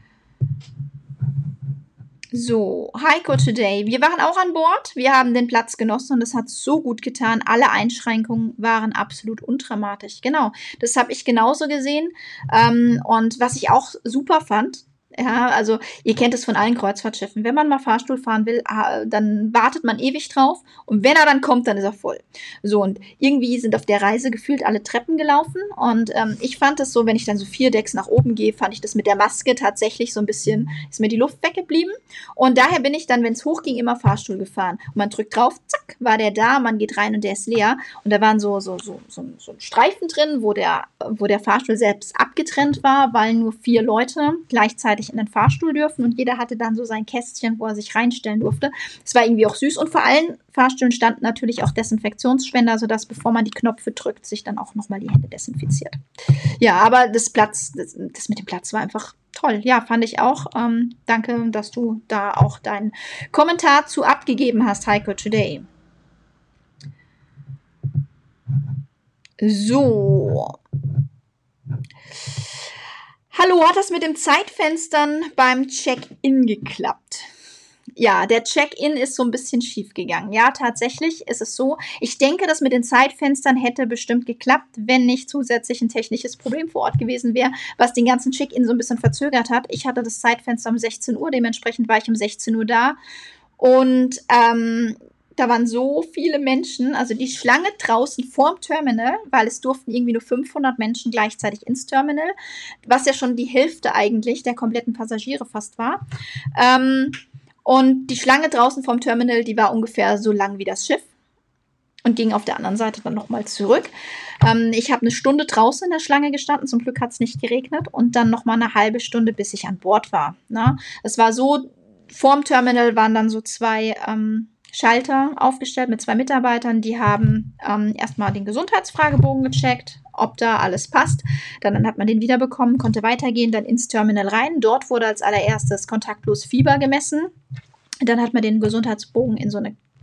So, Heiko Today. Wir waren auch an Bord. Wir haben den Platz genossen und es hat so gut getan. Alle Einschränkungen waren absolut undramatisch. Genau, das habe ich genauso gesehen. Ähm, und was ich auch super fand, ja, also ihr kennt es von allen Kreuzfahrtschiffen. Wenn man mal Fahrstuhl fahren will, dann wartet man ewig drauf und wenn er dann kommt, dann ist er voll. So, und irgendwie sind auf der Reise gefühlt alle Treppen gelaufen und ähm, ich fand das so, wenn ich dann so vier Decks nach oben gehe, fand ich das mit der Maske tatsächlich so ein bisschen, ist mir die Luft weggeblieben und daher bin ich dann, wenn es hochging, immer Fahrstuhl gefahren und man drückt drauf, zack, war der da, man geht rein und der ist leer und da waren so, so, so, so, so ein Streifen drin, wo der, wo der Fahrstuhl selbst abgetrennt war, weil nur vier Leute gleichzeitig in den Fahrstuhl dürfen und jeder hatte dann so sein Kästchen, wo er sich reinstellen durfte. Es war irgendwie auch süß und vor allen Fahrstühlen standen natürlich auch Desinfektionsspender, sodass bevor man die Knöpfe drückt, sich dann auch nochmal die Hände desinfiziert. Ja, aber das Platz, das, das mit dem Platz war einfach toll. Ja, fand ich auch. Ähm, danke, dass du da auch deinen Kommentar zu abgegeben hast, Heiko Today. So. Hallo, hat das mit den Zeitfenstern beim Check-in geklappt? Ja, der Check-in ist so ein bisschen schief gegangen. Ja, tatsächlich ist es so. Ich denke, das mit den Zeitfenstern hätte bestimmt geklappt, wenn nicht zusätzlich ein technisches Problem vor Ort gewesen wäre, was den ganzen Check-in so ein bisschen verzögert hat. Ich hatte das Zeitfenster um sechzehn Uhr, dementsprechend war ich um sechzehn Uhr da. Und ähm, da waren so viele Menschen, also die Schlange draußen vorm Terminal, weil es durften irgendwie nur fünfhundert Menschen gleichzeitig ins Terminal, was ja schon die Hälfte eigentlich der kompletten Passagiere fast war. Ähm, und die Schlange draußen vorm Terminal, die war ungefähr so lang wie das Schiff und ging auf der anderen Seite dann nochmal zurück. Ähm, ich habe eine Stunde draußen in der Schlange gestanden, zum Glück hat es nicht geregnet und dann nochmal eine halbe Stunde, bis ich an Bord war. Ne? Es war so, vorm Terminal waren dann so zwei ähm, Schalter aufgestellt mit zwei Mitarbeitern, die haben ähm, erstmal den Gesundheitsfragebogen gecheckt, ob da alles passt. Dann, dann hat man den wiederbekommen, konnte weitergehen, dann ins Terminal rein. Dort wurde als allererstes kontaktlos Fieber gemessen. Dann hat man den Gesundheitsbogen in so eine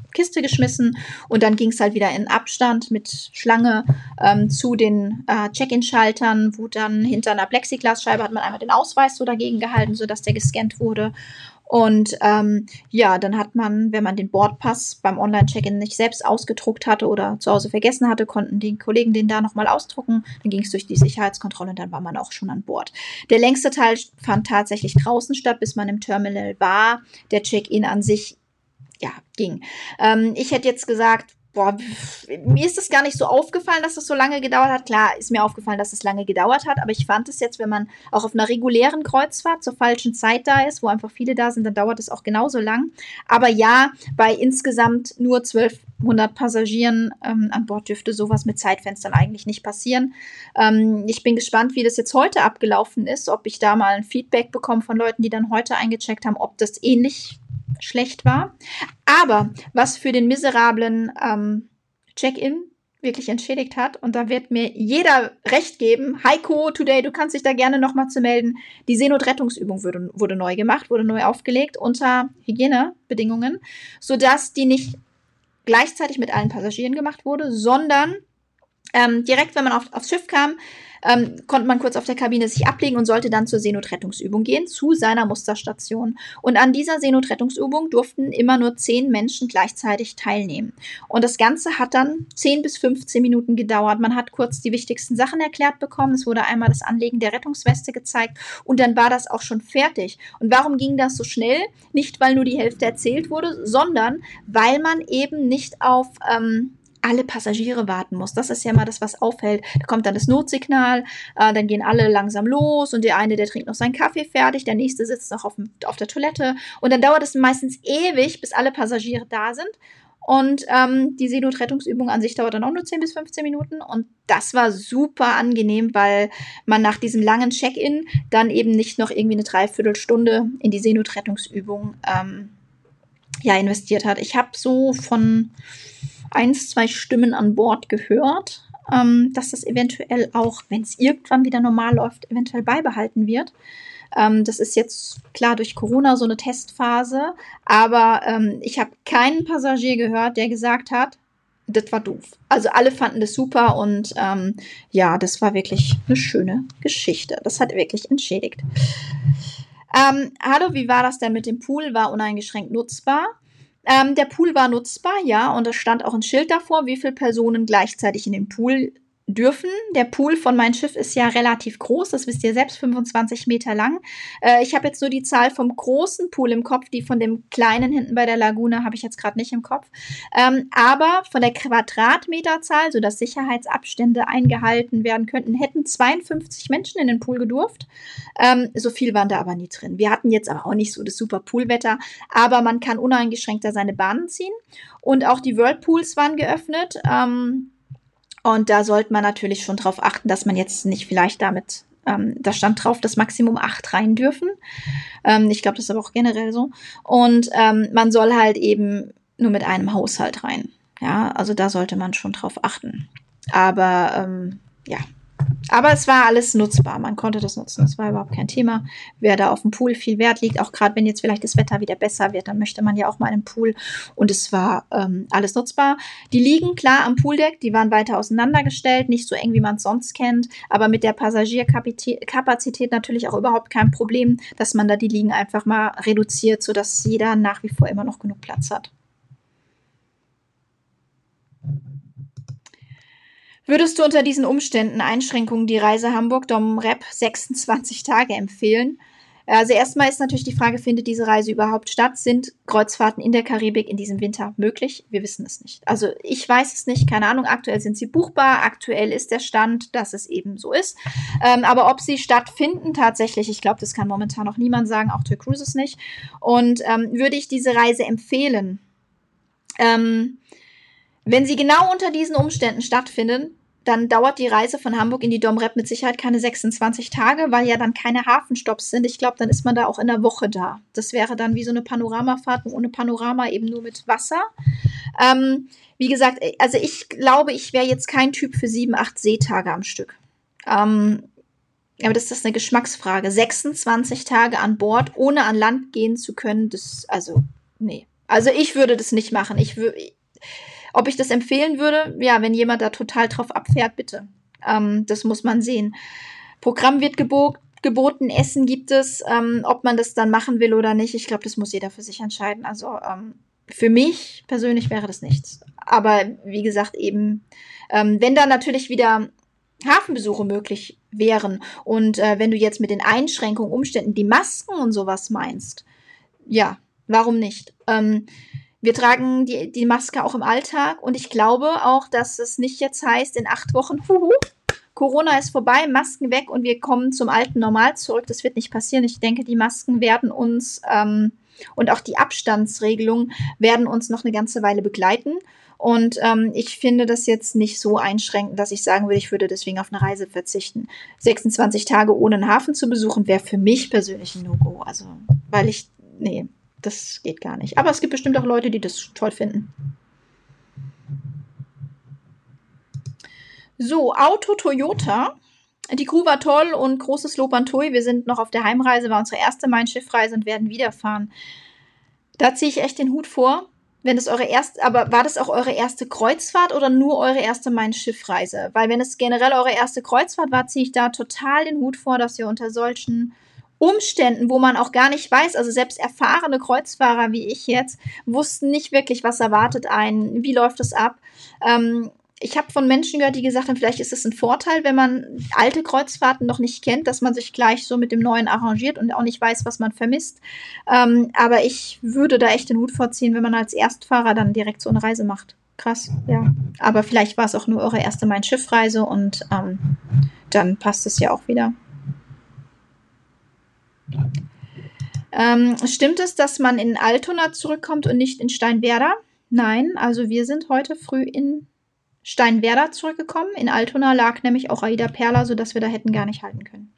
Kiste geschmissen und dann ging es halt wieder in Abstand mit Schlange ähm, zu den äh, Check-in-Schaltern, wo dann hinter einer Plexiglasscheibe hat man einmal den Ausweis so dagegen gehalten, sodass der gescannt wurde. Und ähm, ja, dann hat man, wenn man den Bordpass beim Online-Check-In nicht selbst ausgedruckt hatte oder zu Hause vergessen hatte, konnten die Kollegen den da nochmal ausdrucken. Dann ging es durch die Sicherheitskontrolle und dann war man auch schon an Bord. Der längste Teil fand tatsächlich draußen statt, bis man im Terminal war. Der Check-In an sich, ja, ging. Ähm, ich hätte jetzt gesagt, boah, mir ist es gar nicht so aufgefallen, dass das so lange gedauert hat. Klar ist mir aufgefallen, dass es lange gedauert hat, aber ich fand es jetzt, wenn man auch auf einer regulären Kreuzfahrt zur falschen Zeit da ist, wo einfach viele da sind, dann dauert es auch genauso lang. Aber ja, bei insgesamt nur zwölfhundert Passagieren ähm, an Bord dürfte sowas mit Zeitfenstern eigentlich nicht passieren. Ähm, ich bin gespannt, wie das jetzt heute abgelaufen ist, ob ich da mal ein Feedback bekomme von Leuten, die dann heute eingecheckt haben, ob das ähnlich schlecht war. Aber was für den miserablen ähm, Check-in wirklich entschädigt hat, und da wird mir jeder recht geben, Heiko, Today, du kannst dich da gerne nochmal zu melden, die Seenotrettungsübung wurde, wurde neu gemacht, wurde neu aufgelegt unter Hygienebedingungen, sodass die nicht gleichzeitig mit allen Passagieren gemacht wurde, sondern ähm, direkt, wenn man auf, aufs Schiff kam, ähm, konnte man kurz auf der Kabine sich ablegen und sollte dann zur Seenotrettungsübung gehen, zu seiner Musterstation. Und an dieser Seenotrettungsübung durften immer nur zehn Menschen gleichzeitig teilnehmen. Und das Ganze hat dann zehn bis fünfzehn Minuten gedauert. Man hat kurz die wichtigsten Sachen erklärt bekommen. Es wurde einmal das Anlegen der Rettungsweste gezeigt und dann war das auch schon fertig. Und warum ging das so schnell? Nicht, weil nur die Hälfte erzählt wurde, sondern weil man eben nicht auf ähm, alle Passagiere warten muss. Das ist ja mal das, was auffällt. Da kommt dann das Notsignal, äh, dann gehen alle langsam los und der eine, der trinkt noch seinen Kaffee fertig, der nächste sitzt noch auf, dem, auf der Toilette und dann dauert es meistens ewig, bis alle Passagiere da sind. Und ähm, die Seenotrettungsübung an sich dauert dann auch nur zehn bis fünfzehn Minuten. Und das war super angenehm, weil man nach diesem langen Check-in dann eben nicht noch irgendwie eine Dreiviertelstunde in die Seenotrettungsübung ähm, ja, investiert hat. Ich habe so von eins, zwei Stimmen an Bord gehört, ähm, dass das eventuell auch, wenn es irgendwann wieder normal läuft, eventuell beibehalten wird. Ähm, das ist jetzt klar durch Corona so eine Testphase, aber ähm, ich habe keinen Passagier gehört, der gesagt hat, das war doof. Also alle fanden das super und ähm, ja, das war wirklich eine schöne Geschichte. Das hat wirklich entschädigt. Ähm, hallo, wie war das denn mit dem Pool? War uneingeschränkt nutzbar? Ähm, der Pool war nutzbar, ja, und es stand auch ein Schild davor, wie viele Personen gleichzeitig in den Pool dürfen. Der Pool von meinem Schiff ist ja relativ groß, das wisst ihr selbst, fünfundzwanzig Meter lang. Äh, ich habe jetzt nur die Zahl vom großen Pool im Kopf, die von dem kleinen hinten bei der Lagune habe ich jetzt gerade nicht im Kopf. Ähm, aber von der Quadratmeterzahl, sodass Sicherheitsabstände eingehalten werden könnten, hätten zweiundfünfzig Menschen in den Pool gedurft. Ähm, so viel waren da aber nie drin. Wir hatten jetzt aber auch nicht so das super Poolwetter, aber man kann uneingeschränkter seine Bahnen ziehen. Und auch die Whirlpools waren geöffnet. Ähm, Und da sollte man natürlich schon drauf achten, dass man jetzt nicht vielleicht damit, ähm, da stand drauf, dass Maximum acht rein dürfen. Ähm, ich glaube, das ist aber auch generell so. Und ähm, man soll halt eben nur mit einem Haushalt rein. Ja, also da sollte man schon drauf achten. Aber ähm, ja, aber es war alles nutzbar. Man konnte das nutzen. Das war überhaupt kein Thema. Wer da auf dem Pool viel Wert legt, auch gerade wenn jetzt vielleicht das Wetter wieder besser wird, dann möchte man ja auch mal einen Pool. Und es war ähm, alles nutzbar. Die liegen klar am Pooldeck. Die waren weiter auseinandergestellt. Nicht so eng, wie man es sonst kennt. Aber mit der Passagierkapazität natürlich auch überhaupt kein Problem, dass man da die Liegen einfach mal reduziert, sodass jeder nach wie vor immer noch genug Platz hat. Würdest du unter diesen Umständen Einschränkungen die Reise Hamburg-Dom-Rep sechsundzwanzig Tage empfehlen? Also erstmal ist natürlich die Frage, findet diese Reise überhaupt statt? Sind Kreuzfahrten in der Karibik in diesem Winter möglich? Wir wissen es nicht. Also ich weiß es nicht, keine Ahnung. Aktuell sind sie buchbar. Aktuell ist der Stand, dass es eben so ist. Ähm, aber ob sie stattfinden tatsächlich, ich glaube, das kann momentan noch niemand sagen, auch Tour Cruises nicht. Und ähm, würde ich diese Reise empfehlen? Ähm, wenn sie genau unter diesen Umständen stattfinden, dann dauert die Reise von Hamburg in die Dom-Rep mit Sicherheit keine sechsundzwanzig Tage, weil ja dann keine Hafenstopps sind. Ich glaube, dann ist man da auch in der Woche da. Das wäre dann wie so eine Panoramafahrt, ohne Panorama, eben nur mit Wasser. Ähm, wie gesagt, also ich glaube, ich wäre jetzt kein Typ für sieben, acht Seetage am Stück. Ähm, aber das ist eine Geschmacksfrage. sechsundzwanzig Tage an Bord, ohne an Land gehen zu können, das, also, nee. Also ich würde das nicht machen. Ich wür- Ob ich das empfehlen würde? Ja, wenn jemand da total drauf abfährt, bitte. Ähm, das muss man sehen. Programm wird gebo- geboten, Essen gibt es. Ähm, ob man das dann machen will oder nicht, ich glaube, das muss jeder für sich entscheiden. Also ähm, für mich persönlich wäre das nichts. Aber wie gesagt, eben, ähm, wenn da natürlich wieder Hafenbesuche möglich wären und äh, wenn du jetzt mit den Einschränkungen, Umständen, die Masken und sowas meinst, ja, warum nicht? Ähm, wir tragen die, die Maske auch im Alltag und ich glaube auch, dass es nicht jetzt heißt, in acht Wochen, huhu, Corona ist vorbei, Masken weg und wir kommen zum alten Normal zurück. Das wird nicht passieren. Ich denke, die Masken werden uns ähm, und auch die Abstandsregelungen werden uns noch eine ganze Weile begleiten. Und ähm, ich finde das jetzt nicht so einschränkend, dass ich sagen würde, ich würde deswegen auf eine Reise verzichten. sechsundzwanzig Tage ohne einen Hafen zu besuchen, wäre für mich persönlich ein No-Go. Also, weil ich, nee, das geht gar nicht. Aber es gibt bestimmt auch Leute, die das toll finden. So, Auto Toyota. Die Crew war toll und großes Lob an Tui. Wir sind noch auf der Heimreise, war unsere erste Main-Schiffreise und werden wiederfahren. Da ziehe ich echt den Hut vor. Wenn es eure erste, aber war das auch eure erste Kreuzfahrt oder nur eure erste Main-Schiffreise? Weil wenn es generell eure erste Kreuzfahrt war, ziehe ich da total den Hut vor, dass ihr unter solchen Umständen, wo man auch gar nicht weiß, also selbst erfahrene Kreuzfahrer wie ich jetzt, wussten nicht wirklich, was erwartet einen, wie läuft es ab. Ähm, ich habe von Menschen gehört, die gesagt haben, vielleicht ist es ein Vorteil, wenn man alte Kreuzfahrten noch nicht kennt, dass man sich gleich so mit dem Neuen arrangiert und auch nicht weiß, was man vermisst. Ähm, aber ich würde da echt den Hut vorziehen, wenn man als Erstfahrer dann direkt so eine Reise macht. Krass, ja. Aber vielleicht war es auch nur eure erste Main-Schiff-Reise und ähm, dann passt es ja auch wieder. Ähm, stimmt es, dass man in Altona zurückkommt und nicht in Steinwerder? Nein, also wir sind heute früh in Steinwerder zurückgekommen. In Altona lag nämlich auch Aida Perla, sodass wir da hätten gar nicht halten können.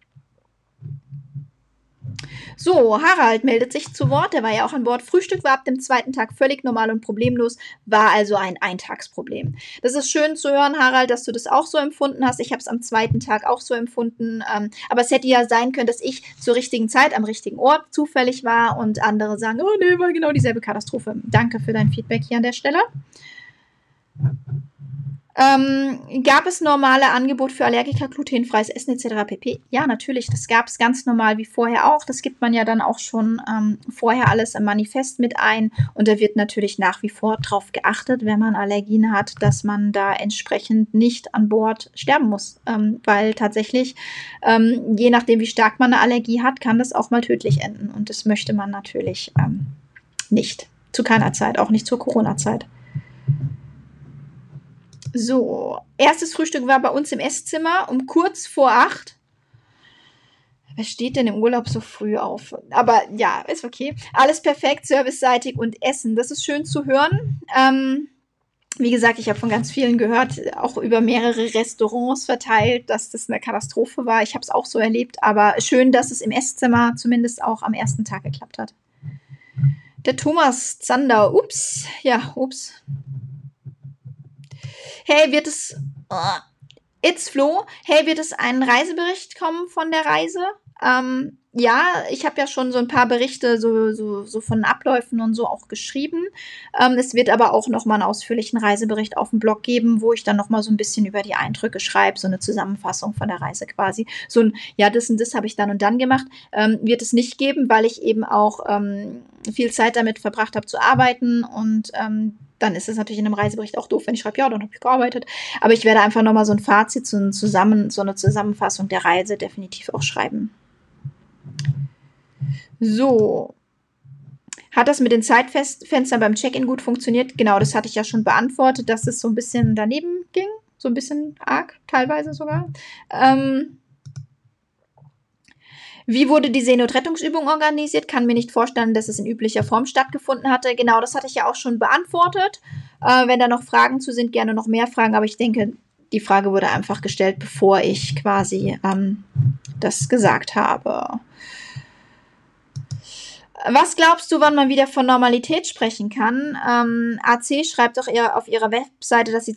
So, Harald meldet sich zu Wort. Der war ja auch an Bord. Frühstück war ab dem zweiten Tag völlig normal und problemlos, war also ein Eintagsproblem. Das ist schön zu hören, Harald, dass du das auch so empfunden hast. Ich habe es am zweiten Tag auch so empfunden. Ähm, aber es hätte ja sein können, dass ich zur richtigen Zeit am richtigen Ort zufällig war und andere sagen, oh nee, war genau dieselbe Katastrophe. Danke für dein Feedback hier an der Stelle. Ähm, gab es normale Angebote für Allergiker, glutenfreies Essen et cetera pp? Ja, natürlich, das gab es ganz normal wie vorher auch. Das gibt man ja dann auch schon ähm, vorher alles im Manifest mit ein. Und da wird natürlich nach wie vor darauf geachtet, wenn man Allergien hat, dass man da entsprechend nicht an Bord sterben muss. Ähm, weil tatsächlich, ähm, je nachdem, wie stark man eine Allergie hat, kann das auch mal tödlich enden. Und das möchte man natürlich ähm, nicht. Zu keiner Zeit, auch nicht zur Corona-Zeit. So, erstes Frühstück war bei uns im Esszimmer um kurz vor acht. Wer steht denn im Urlaub so früh auf? Aber ja, ist okay. Alles perfekt, serviceseitig und Essen. Das ist schön zu hören. Ähm, wie gesagt, ich habe von ganz vielen gehört, auch über mehrere Restaurants verteilt, dass das eine Katastrophe war. Ich habe es auch so erlebt, aber schön, dass es im Esszimmer zumindest auch am ersten Tag geklappt hat. Der Thomas Zander, ups, ja, ups. Hey, wird es, uh, It's Flo, hey, wird es einen Reisebericht kommen von der Reise? Ähm, ja, ich habe ja schon so ein paar Berichte so, so, so von Abläufen und so auch geschrieben. Ähm, es wird aber auch noch mal einen ausführlichen Reisebericht auf dem Blog geben, wo ich dann noch mal so ein bisschen über die Eindrücke schreibe, so eine Zusammenfassung von der Reise quasi. So ein, ja, das und das habe ich dann und dann gemacht. Ähm, wird es nicht geben, weil ich eben auch ähm, viel Zeit damit verbracht habe zu arbeiten und ähm, dann ist es natürlich in einem Reisebericht auch doof, wenn ich schreibe, ja, dann habe ich gearbeitet. Aber ich werde einfach nochmal so ein Fazit, so, ein Zusammen, so eine Zusammenfassung der Reise definitiv auch schreiben. So. Hat das mit den Zeitfenstern beim Check-in gut funktioniert? Genau, das hatte ich ja schon beantwortet, dass es so ein bisschen daneben ging. So ein bisschen arg, teilweise sogar. Ähm, Wie wurde die Seenotrettungsübung organisiert? Kann mir nicht vorstellen, dass es in üblicher Form stattgefunden hatte. Genau, das hatte ich ja auch schon beantwortet. Äh, wenn da noch Fragen zu sind, gerne noch mehr Fragen. Aber ich denke, die Frage wurde einfach gestellt, bevor ich quasi ähm, das gesagt habe. Was glaubst du, wann man wieder von Normalität sprechen kann? Ähm, A C schreibt doch eher auf ihrer Webseite, dass sie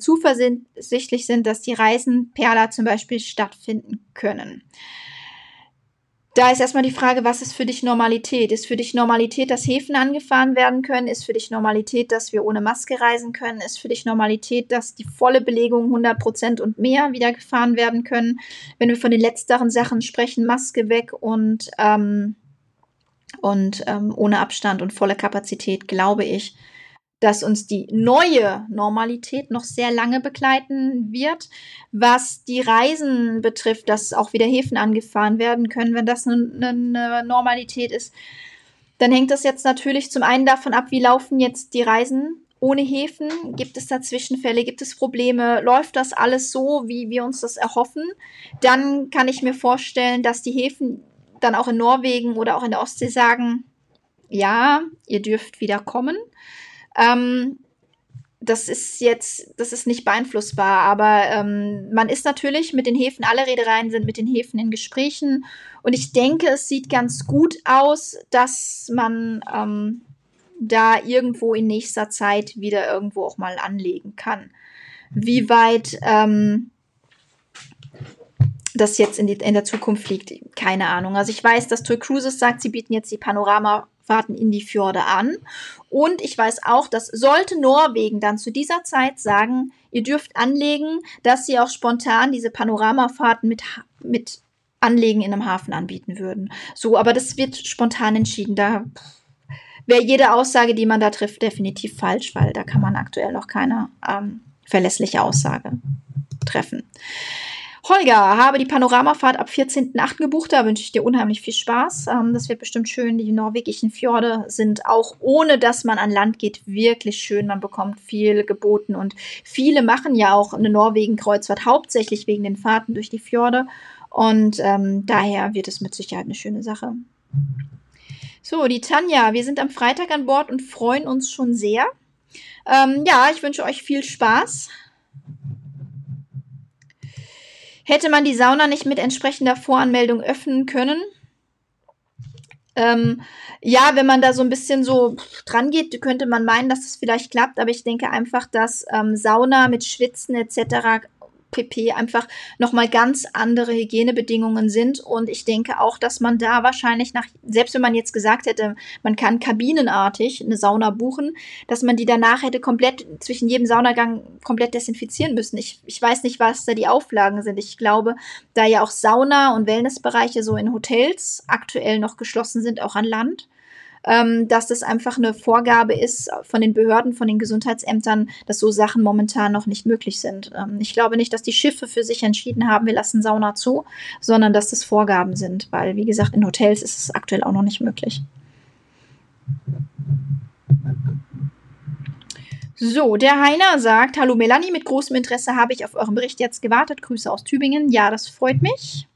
zuversichtlich sind, dass die Reisen Perla zum Beispiel stattfinden können. Da ist erstmal die Frage, was ist für dich Normalität? Ist für dich Normalität, dass Häfen angefahren werden können? Ist für dich Normalität, dass wir ohne Maske reisen können? Ist für dich Normalität, dass die volle Belegung hundert Prozent und mehr wieder gefahren werden können? Wenn wir von den letzteren Sachen sprechen, Maske weg und, ähm, und ähm, ohne Abstand und volle Kapazität, glaube ich, dass uns die neue Normalität noch sehr lange begleiten wird. Was die Reisen betrifft, dass auch wieder Häfen angefahren werden können, wenn das eine, eine Normalität ist, dann hängt das jetzt natürlich zum einen davon ab, wie laufen jetzt die Reisen ohne Häfen? Gibt es da Zwischenfälle? Gibt es Probleme? Läuft das alles so, wie wir uns das erhoffen? Dann kann ich mir vorstellen, dass die Häfen dann auch in Norwegen oder auch in der Ostsee sagen, ja, ihr dürft wieder kommen. Ähm, das ist jetzt, das ist nicht beeinflussbar, aber ähm, man ist natürlich mit den Häfen, alle Reedereien sind mit den Häfen in Gesprächen und ich denke, es sieht ganz gut aus, dass man ähm, da irgendwo in nächster Zeit wieder irgendwo auch mal anlegen kann. Wie weit ähm, das jetzt in, die, in der Zukunft liegt, keine Ahnung. Also ich weiß, dass TUI Cruises sagt, sie bieten jetzt die Panoramafahrten in die Fjorde an. Und ich weiß auch, dass sollte Norwegen dann zu dieser Zeit sagen, ihr dürft anlegen, dass sie auch spontan diese Panoramafahrten mit, mit Anlegen in einem Hafen anbieten würden. So, aber das wird spontan entschieden. Da wäre jede Aussage, die man da trifft, definitiv falsch, weil da kann man aktuell noch keine ähm, verlässliche Aussage treffen. Holger, habe die Panoramafahrt ab vierzehnten achten gebucht, da wünsche ich dir unheimlich viel Spaß. Ähm, das wird bestimmt schön. Die norwegischen Fjorde sind auch, ohne dass man an Land geht, wirklich schön. Man bekommt viel geboten und viele machen ja auch eine Norwegen-Kreuzfahrt, hauptsächlich wegen den Fahrten durch die Fjorde. Und ähm, daher wird es mit Sicherheit eine schöne Sache. So, die Tanja, wir sind am Freitag an Bord und freuen uns schon sehr. Ähm, ja, ich wünsche euch viel Spaß. Hätte man die Sauna nicht mit entsprechender Voranmeldung öffnen können? Ähm, ja, wenn man da so ein bisschen so dran geht, könnte man meinen, dass das vielleicht klappt, aber ich denke einfach, dass ähm, Sauna mit Schwitzen et cetera pp. Einfach nochmal ganz andere Hygienebedingungen sind und ich denke auch, dass man da wahrscheinlich nach, selbst wenn man jetzt gesagt hätte, man kann kabinenartig eine Sauna buchen, dass man die danach hätte komplett zwischen jedem Saunagang komplett desinfizieren müssen. Ich, ich weiß nicht, was da die Auflagen sind. Ich glaube, da ja auch Sauna- und Wellnessbereiche so in Hotels aktuell noch geschlossen sind, auch an Land, ähm, dass das einfach eine Vorgabe ist von den Behörden, von den Gesundheitsämtern, dass so Sachen momentan noch nicht möglich sind. Ähm, ich glaube nicht, dass die Schiffe für sich entschieden haben, wir lassen Sauna zu, sondern dass das Vorgaben sind, weil, wie gesagt, in Hotels ist es aktuell auch noch nicht möglich. So, der Heiner sagt, hallo Melanie, mit großem Interesse habe ich auf euren Bericht jetzt gewartet. Grüße aus Tübingen. Ja, das freut mich.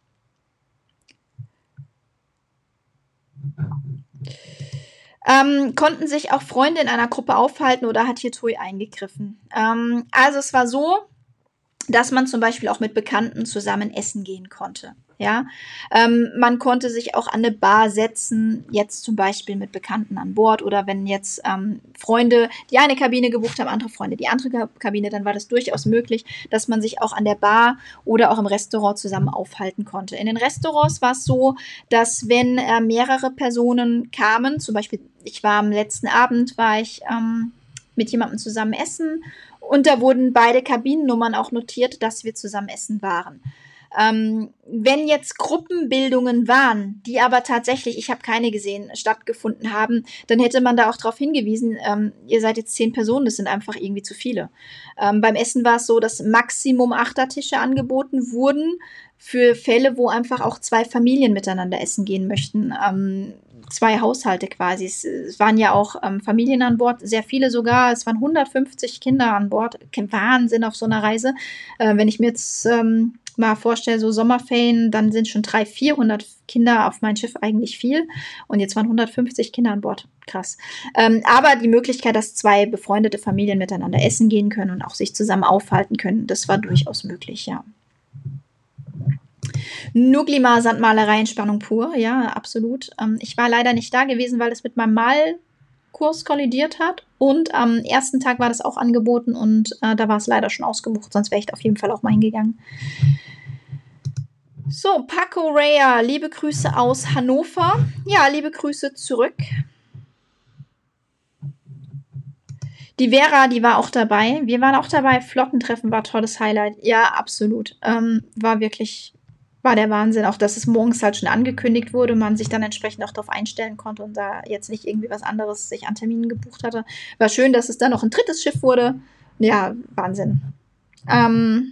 Ähm, konnten sich auch Freunde in einer Gruppe aufhalten oder hat hier TUI eingegriffen? Ähm, also es war so, dass man zum Beispiel auch mit Bekannten zusammen essen gehen konnte. Ja, ähm, man konnte sich auch an eine Bar setzen, jetzt zum Beispiel mit Bekannten an Bord oder wenn jetzt ähm, Freunde die eine Kabine gebucht haben, andere Freunde die andere Kabine, dann war das durchaus möglich, dass man sich auch an der Bar oder auch im Restaurant zusammen aufhalten konnte. In den Restaurants war es so, dass wenn äh, mehrere Personen kamen, zum Beispiel ich war am letzten Abend, war ich ähm, mit jemandem zusammen essen und da wurden beide Kabinennummern auch notiert, dass wir zusammen essen waren. Ähm, wenn jetzt Gruppenbildungen waren, die aber tatsächlich, ich habe keine gesehen, stattgefunden haben, dann hätte man da auch darauf hingewiesen, ähm, ihr seid jetzt zehn Personen, das sind einfach irgendwie zu viele. Ähm, beim Essen war es so, dass Maximum Achtertische angeboten wurden für Fälle, wo einfach auch zwei Familien miteinander essen gehen möchten. Ähm, zwei Haushalte quasi. Es, es waren ja auch ähm, Familien an Bord, sehr viele sogar. Es waren hundertfünfzig Kinder an Bord. Kein Wahnsinn auf so einer Reise. Äh, wenn ich mir jetzt ähm, mal vorstelle, so Sommerferien, dann sind schon dreihundert, vierhundert Kinder auf mein Schiff eigentlich viel. Und jetzt waren hundertfünfzig Kinder an Bord. Krass. Ähm, aber die Möglichkeit, dass zwei befreundete Familien miteinander essen gehen können und auch sich zusammen aufhalten können, das war durchaus möglich, ja. Nuglima Sandmalerei Entspannung pur, ja, absolut. Ähm, ich war leider nicht da gewesen, weil es mit meinem Malkurs kollidiert hat. Und am ersten Tag war das auch angeboten und äh, da war es leider schon ausgebucht, sonst wäre ich auf jeden Fall auch mal hingegangen. So, Paco Rea, liebe Grüße aus Hannover. Ja, liebe Grüße zurück. Die Vera, die war auch dabei. Wir waren auch dabei. Flottentreffen war tolles Highlight. Ja, absolut. Ähm, war wirklich, war der Wahnsinn. Auch, dass es morgens halt schon angekündigt wurde, man sich dann entsprechend auch darauf einstellen konnte und da jetzt nicht irgendwie was anderes sich an Terminen gebucht hatte. War schön, dass es dann noch ein drittes Schiff wurde. Ja, Wahnsinn. Ähm,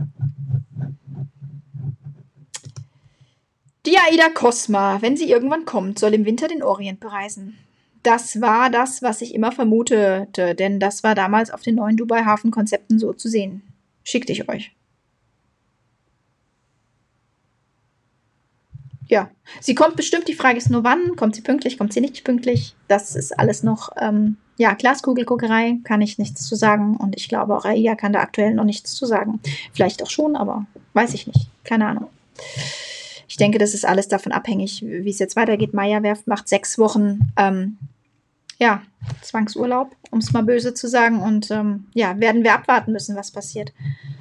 die Aida Cosma, wenn sie irgendwann kommt, soll im Winter den Orient bereisen. Das war das, was ich immer vermutete, denn das war damals auf den neuen Dubai-Hafen-Konzepten so zu sehen. Schickte ich euch. Ja, sie kommt bestimmt. Die Frage ist nur, wann? Kommt sie pünktlich? Kommt sie nicht pünktlich? Das ist alles noch, ähm, ja, Glaskugelguckerei, kann ich nichts zu sagen. Und ich glaube, auch Aida kann da aktuell noch nichts zu sagen. Vielleicht auch schon, aber weiß ich nicht. Keine Ahnung. Ich denke, das ist alles davon abhängig, wie es jetzt weitergeht. Meyer-Werft macht sechs Wochen, ähm, ja, Zwangsurlaub, um es mal böse zu sagen. Und ähm, ja, werden wir abwarten müssen, was passiert.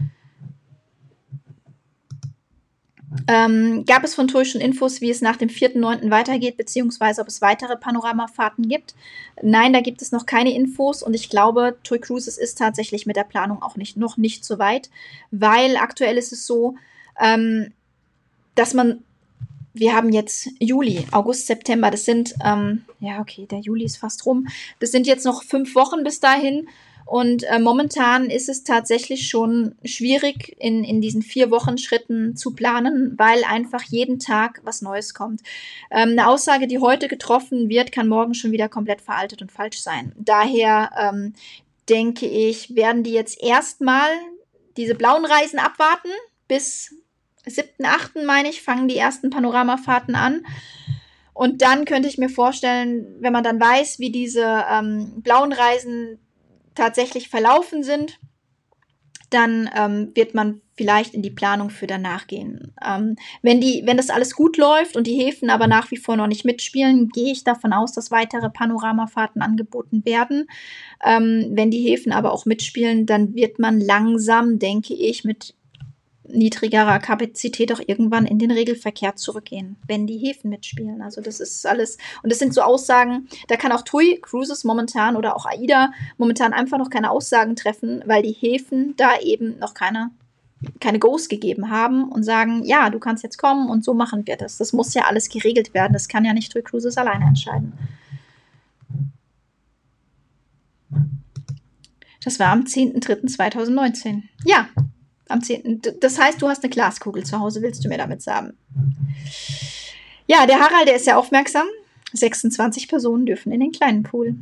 Ähm, gab es von TUI schon Infos, wie es nach dem vierten neunten weitergeht, beziehungsweise ob es weitere Panoramafahrten gibt? Nein, da gibt es noch keine Infos und ich glaube, TUI Cruises ist tatsächlich mit der Planung auch nicht, noch nicht so weit, weil aktuell ist es so, ähm, dass man, wir haben jetzt Juli, August, September, das sind, ähm, ja okay, der Juli ist fast rum, das sind jetzt noch fünf Wochen bis dahin. Und äh, momentan ist es tatsächlich schon schwierig, in, in diesen vier Wochen Schritten zu planen, weil einfach jeden Tag was Neues kommt. Ähm, eine Aussage, die heute getroffen wird, kann morgen schon wieder komplett veraltet und falsch sein. Daher ähm, denke ich, werden die jetzt erstmal diese blauen Reisen abwarten. Bis siebten achten meine ich, fangen die ersten Panoramafahrten an. Und dann könnte ich mir vorstellen, wenn man dann weiß, wie diese ähm, blauen Reisen tatsächlich verlaufen sind, dann ähm, wird man vielleicht in die Planung für danach gehen. Ähm, wenn, die, wenn das alles gut läuft und die Häfen aber nach wie vor noch nicht mitspielen, gehe ich davon aus, dass weitere Panoramafahrten angeboten werden. Ähm, wenn die Häfen aber auch mitspielen, dann wird man langsam, denke ich, mit niedrigerer Kapazität auch irgendwann in den Regelverkehr zurückgehen, wenn die Häfen mitspielen. Also das ist alles, und das sind so Aussagen, da kann auch TUI Cruises momentan oder auch AIDA momentan einfach noch keine Aussagen treffen, weil die Häfen da eben noch keine, keine Goes gegeben haben und sagen, ja, du kannst jetzt kommen und so machen wir das. Das muss ja alles geregelt werden, das kann ja nicht TUI Cruises alleine entscheiden. Das war am zehnten dritten zweitausendneunzehn. Ja, am zehnten Das heißt, du hast eine Glaskugel zu Hause, willst du mir damit sagen? Ja, der Harald, der ist ja aufmerksam. sechsundzwanzig Personen dürfen in den kleinen Pool.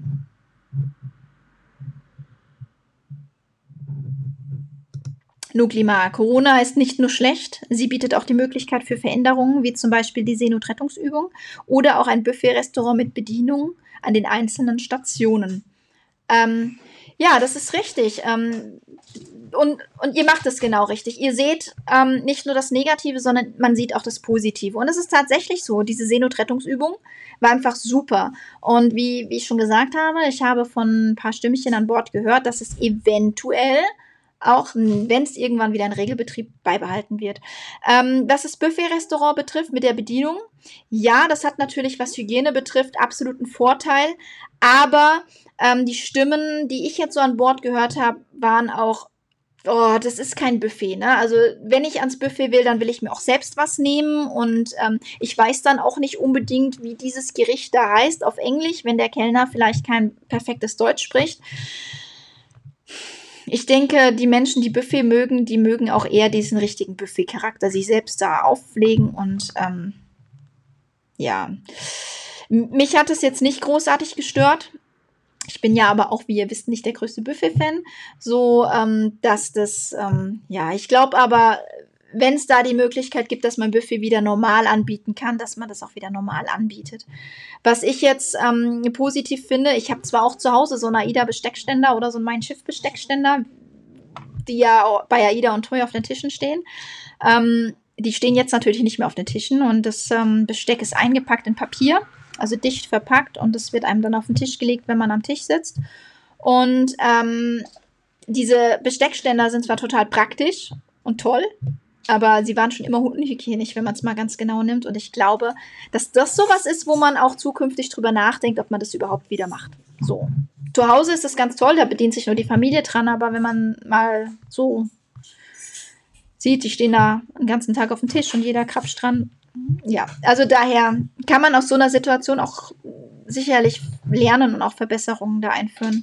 Nuklima. Corona ist nicht nur schlecht, sie bietet auch die Möglichkeit für Veränderungen, wie zum Beispiel die Seenotrettungsübung oder auch ein Buffet-Restaurant mit Bedienung an den einzelnen Stationen. Ähm, ja, das ist richtig. Ähm, Und, und ihr macht es genau richtig. Ihr seht ähm, nicht nur das Negative, sondern man sieht auch das Positive. Und es ist tatsächlich so, diese Seenotrettungsübung war einfach super. Und wie, wie ich schon gesagt habe, ich habe von ein paar Stimmchen an Bord gehört, dass es eventuell auch, wenn es irgendwann wieder in Regelbetrieb beibehalten wird. Ähm, was das Buffet-Restaurant betrifft mit der Bedienung, ja, das hat natürlich, was Hygiene betrifft, absoluten Vorteil. Aber ähm, die Stimmen, die ich jetzt so an Bord gehört habe, waren auch, oh, das ist kein Buffet, ne? Also wenn ich ans Buffet will, dann will ich mir auch selbst was nehmen und ähm, ich weiß dann auch nicht unbedingt, wie dieses Gericht da heißt auf Englisch, wenn der Kellner vielleicht kein perfektes Deutsch spricht. Ich denke, die Menschen, die Buffet mögen, die mögen auch eher diesen richtigen Buffet-Charakter, sich selbst da auflegen und ähm, ja. Mich hat es jetzt nicht großartig gestört. Ich bin ja aber auch, wie ihr wisst, nicht der größte Buffet-Fan. So, ähm, dass das, ähm, ja, ich glaube aber, wenn es da die Möglichkeit gibt, dass man Buffet wieder normal anbieten kann, dass man das auch wieder normal anbietet. Was ich jetzt ähm, positiv finde, ich habe zwar auch zu Hause so einen AIDA-Besteckständer oder so einen Mein Schiff-Besteckständer, die ja bei AIDA und TUI auf den Tischen stehen. Ähm, die stehen jetzt natürlich nicht mehr auf den Tischen und das ähm, Besteck ist eingepackt in Papier, also dicht verpackt und es wird einem dann auf den Tisch gelegt, wenn man am Tisch sitzt. Und ähm, diese Besteckständer sind zwar total praktisch und toll, Aber sie waren schon immer unhygienisch, wenn man es mal ganz genau nimmt. Und ich glaube, dass das sowas ist, wo man auch zukünftig drüber nachdenkt, ob man das überhaupt wieder macht. So. Zu Hause ist das ganz toll, da bedient sich nur die Familie dran, aber wenn man mal so sieht, die stehen da den ganzen Tag auf dem Tisch und jeder krapscht dran. Ja, also daher kann man aus so einer Situation auch sicherlich lernen und auch Verbesserungen da einführen.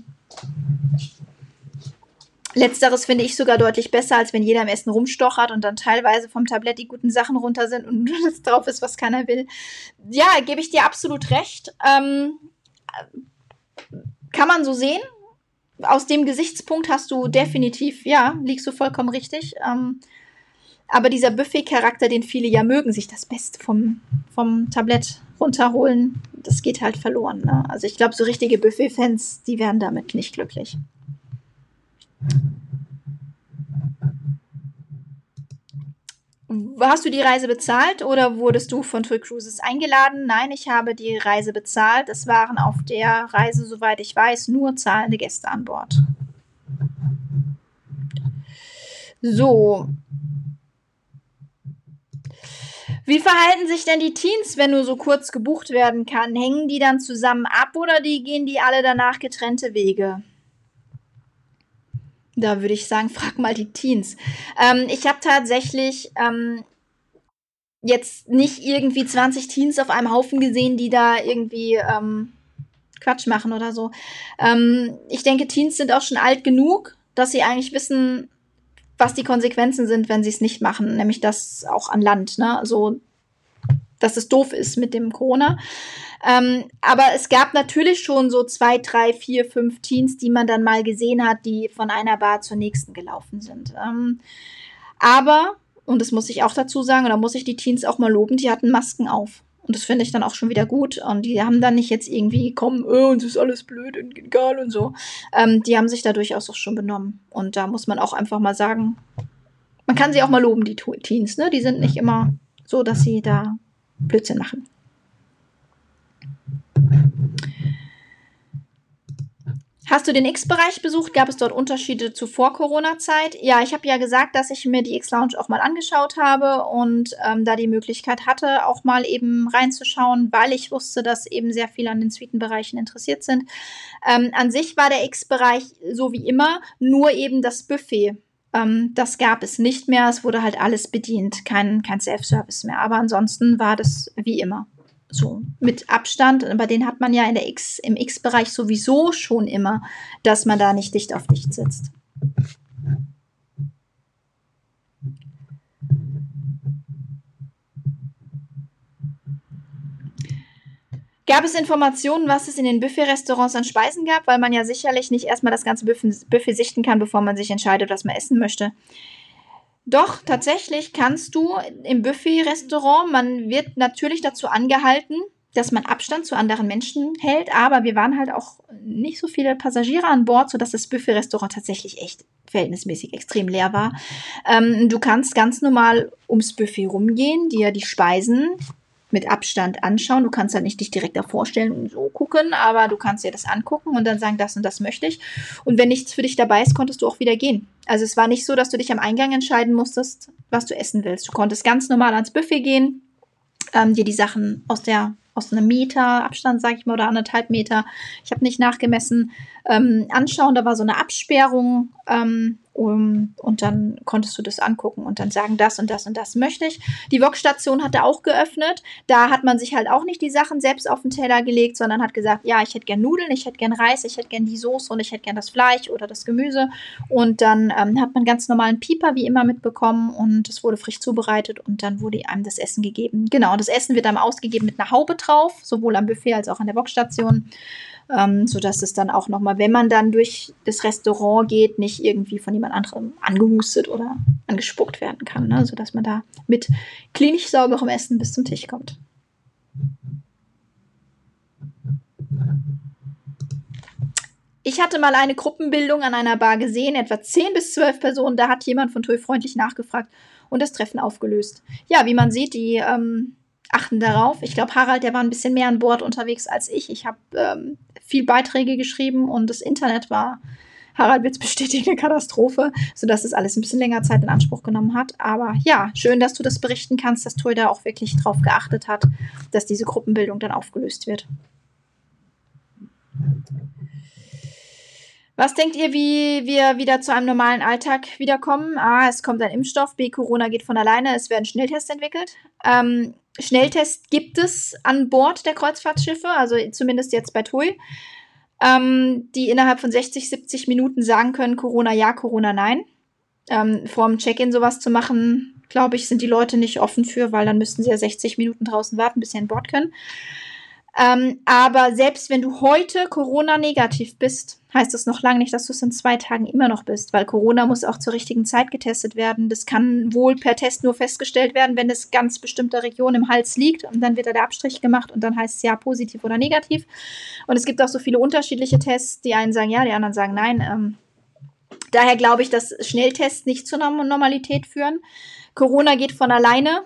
Letzteres finde ich sogar deutlich besser, als wenn jeder im Essen rumstochert und dann teilweise vom Tablett die guten Sachen runter sind und das drauf ist, was keiner will. Ja, gebe ich dir absolut recht. Ähm, kann man so sehen. Aus dem Gesichtspunkt hast du definitiv, ja, liegst du vollkommen richtig. Ähm, aber dieser Buffet-Charakter, den viele ja mögen, sich das Beste vom, vom Tablett runterholen, das geht halt verloren. Ne? Also ich glaube, so richtige Buffet-Fans, die werden damit nicht glücklich. Hast du die Reise bezahlt oder wurdest du von TUI Cruises eingeladen? Nein, ich habe die Reise bezahlt. Es waren auf der Reise, soweit ich weiß, nur zahlende Gäste an Bord. So. Wie verhalten sich denn die Teens, wenn nur so kurz gebucht werden kann? Hängen die dann zusammen ab oder die gehen die alle danach getrennte Wege? Da würde ich sagen, frag mal die Teens. Ähm, ich habe tatsächlich ähm, jetzt nicht irgendwie zwanzig Teens auf einem Haufen gesehen, die da irgendwie ähm, Quatsch machen oder so. Ähm, ich denke, Teens sind auch schon alt genug, dass sie eigentlich wissen, was die Konsequenzen sind, wenn sie es nicht machen. Nämlich das auch an Land, ne? Also, dass es doof ist mit dem Corona. Ähm, aber es gab natürlich schon so zwei, drei, vier, fünf Teens, die man dann mal gesehen hat, die von einer Bar zur nächsten gelaufen sind. Ähm, aber, und das muss ich auch dazu sagen, oder muss ich die Teens auch mal loben, die hatten Masken auf. Und das finde ich dann auch schon wieder gut. Und die haben dann nicht jetzt irgendwie, komm, äh, uns ist alles blöd und egal und so. Ähm, die haben sich da durchaus auch schon benommen. Und da muss man auch einfach mal sagen, man kann sie auch mal loben, die Teens, ne? Die sind nicht immer so, dass sie da Blödsinn machen. Hast du den X-Bereich besucht? Gab es dort Unterschiede zu Vor-Corona-Zeit? Ja, ich habe ja gesagt, dass ich mir die X-Lounge auch mal angeschaut habe und ähm, da die Möglichkeit hatte, auch mal eben reinzuschauen, weil ich wusste, dass eben sehr viele an den Suitenbereichen interessiert sind. Ähm, an sich war der X-Bereich so wie immer, nur eben das Buffet. Ähm, das gab es nicht mehr. Es wurde halt alles bedient, kein, kein Self-Service mehr. Aber ansonsten war das wie immer. So, mit Abstand, aber den hat man ja in der X, im X-Bereich sowieso schon immer, dass man da nicht dicht auf dicht sitzt. Gab es Informationen, was es in den Buffet-Restaurants an Speisen gab? Weil man ja sicherlich nicht erstmal das ganze Buffet, Buffet sichten kann, bevor man sich entscheidet, was man essen möchte. Doch, tatsächlich kannst du im Buffet-Restaurant, man wird natürlich dazu angehalten, dass man Abstand zu anderen Menschen hält, aber wir waren halt auch nicht so viele Passagiere an Bord, sodass das Buffet-Restaurant tatsächlich echt verhältnismäßig extrem leer war. Ähm, du kannst ganz normal ums Buffet rumgehen, dir die Speisen mit Abstand anschauen. Du kannst halt nicht dich direkt davor stellen und so gucken, aber du kannst dir das angucken und dann sagen, das und das möchte ich. Und wenn nichts für dich dabei ist, konntest du auch wieder gehen. Also es war nicht so, dass du dich am Eingang entscheiden musstest, was du essen willst. Du konntest ganz normal ans Buffet gehen, ähm, dir die Sachen aus der aus einem Meter Abstand, sage ich mal, oder anderthalb Meter, ich habe nicht nachgemessen, ähm, anschauen. Da war so eine Absperrung ähm, um, und dann konntest du das angucken und dann sagen, das und das und das möchte ich. Die Wok-Station hatte auch geöffnet. Da hat man sich halt auch nicht die Sachen selbst auf den Teller gelegt, sondern hat gesagt, ja, ich hätte gern Nudeln, ich hätte gern Reis, ich hätte gern die Soße und ich hätte gern das Fleisch oder das Gemüse. Und dann ähm, hat man ganz normalen Pieper wie immer mitbekommen und es wurde frisch zubereitet und dann wurde einem das Essen gegeben. Genau, das Essen wird einem ausgegeben mit einer Haube drauf, sowohl am Buffet als auch an der Wok-Station. Ähm, sodass es dann auch nochmal, wenn man dann durch das Restaurant geht, nicht irgendwie von jemand anderem angehustet oder angespuckt werden kann, ne? Sodass man da mit klinisch sauberem Essen bis zum Tisch kommt. Ich hatte mal eine Gruppenbildung an einer Bar gesehen, etwa zehn bis zwölf Personen, da hat jemand von TUI freundlich nachgefragt und das Treffen aufgelöst. Ja, wie man sieht, die ähm, achten darauf. Ich glaube, Harald, der war ein bisschen mehr an Bord unterwegs als ich. Ich habe ähm, viel Beiträge geschrieben und das Internet war, Harald wird's bestätigen, eine Katastrophe, sodass es alles ein bisschen länger Zeit in Anspruch genommen hat. Aber ja, schön, dass du das berichten kannst, dass T U I da auch wirklich drauf geachtet hat, dass diese Gruppenbildung dann aufgelöst wird. Was denkt ihr, wie wir wieder zu einem normalen Alltag wiederkommen? A, es kommt ein Impfstoff. B, Corona geht von alleine. Es werden Schnelltests entwickelt. Ähm, Schnelltests gibt es an Bord der Kreuzfahrtschiffe, also zumindest jetzt bei T U I, ähm, die innerhalb von sechzig, siebzig Minuten sagen können, Corona ja, Corona nein. Ähm, vor dem Check-in sowas zu machen, glaube ich, sind die Leute nicht offen für, weil dann müssten sie ja sechzig Minuten draußen warten, bis sie an Bord können. Ähm, aber selbst wenn du heute Corona-negativ bist, heißt das noch lange nicht, dass du es in zwei Tagen immer noch bist, weil Corona muss auch zur richtigen Zeit getestet werden. Das kann wohl per Test nur festgestellt werden, wenn es ganz bestimmter Region im Hals liegt und dann wird da der Abstrich gemacht und dann heißt es ja positiv oder negativ. Und es gibt auch so viele unterschiedliche Tests, die einen sagen ja, die anderen sagen nein. Ähm, daher glaube ich, dass Schnelltests nicht zur Normalität führen. Corona geht von alleine.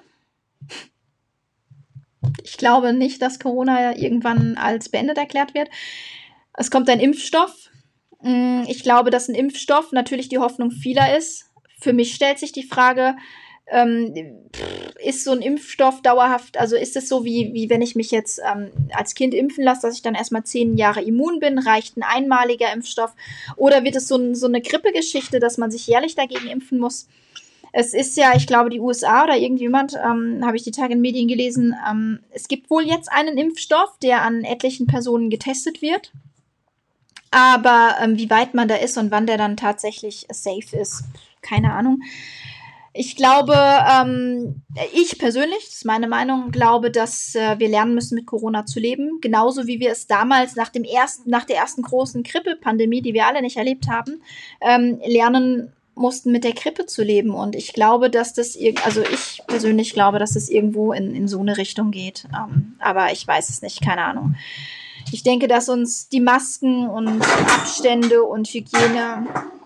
Ich glaube nicht, dass Corona irgendwann als beendet erklärt wird. Es kommt ein Impfstoff. Ich glaube, dass ein Impfstoff natürlich die Hoffnung vieler ist. Für mich stellt sich die Frage, ähm, ist so ein Impfstoff dauerhaft, also ist es so, wie, wie wenn ich mich jetzt ähm, als Kind impfen lasse, dass ich dann erstmal zehn Jahre immun bin? Reicht ein einmaliger Impfstoff? Oder wird es so, ein, so eine Grippegeschichte, dass man sich jährlich dagegen impfen muss? Es ist ja, ich glaube, die U S A oder irgendjemand, ähm, habe ich die Tage in Medien gelesen, ähm, es gibt wohl jetzt einen Impfstoff, der an etlichen Personen getestet wird. Aber ähm, wie weit man da ist und wann der dann tatsächlich safe ist, keine Ahnung. Ich glaube, ähm, ich persönlich, das ist meine Meinung, glaube, dass äh, wir lernen müssen, mit Corona zu leben. Genauso wie wir es damals nach dem ersten, nach der ersten großen Grippe-Pandemie, die wir alle nicht erlebt haben, ähm, lernen mussten, mit der Grippe zu leben. Und ich glaube, dass das, irg- also ich persönlich glaube, dass das irgendwo in, in so eine Richtung geht. Ähm, aber ich weiß es nicht, keine Ahnung. Ich denke, dass uns die Masken und Abstände und Hygiene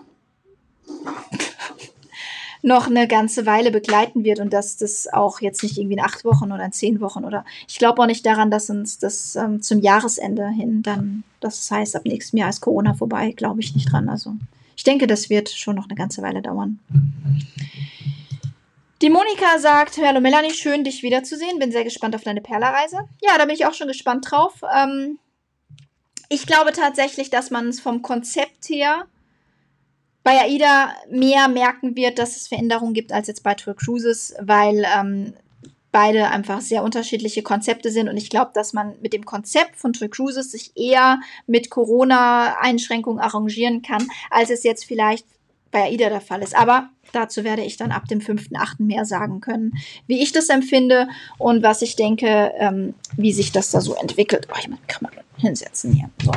noch eine ganze Weile begleiten wird und dass das auch jetzt nicht irgendwie in acht Wochen oder in zehn Wochen oder ich glaube auch nicht daran, dass uns das ähm, zum Jahresende hin dann, das heißt, ab nächstem Jahr ist Corona vorbei, glaube ich nicht dran. Also ich denke, das wird schon noch eine ganze Weile dauern. Die Monika sagt, hallo Melanie, schön dich wiederzusehen, bin sehr gespannt auf deine Perla-Reise. Ja, da bin ich auch schon gespannt drauf. Ähm, ich glaube tatsächlich, dass man es vom Konzept her bei AIDA mehr merken wird, dass es Veränderungen gibt als jetzt bei T U I Cruises, weil ähm, beide einfach sehr unterschiedliche Konzepte sind und ich glaube, dass man mit dem Konzept von T U I Cruises sich eher mit Corona-Einschränkungen arrangieren kann, als es jetzt vielleicht bei AIDA der Fall ist. Aber dazu werde ich dann ab dem fünften achten mehr sagen können, wie ich das empfinde und was ich denke, ähm, wie sich das da so entwickelt. Oh, ich kann mal hinsetzen hier. So.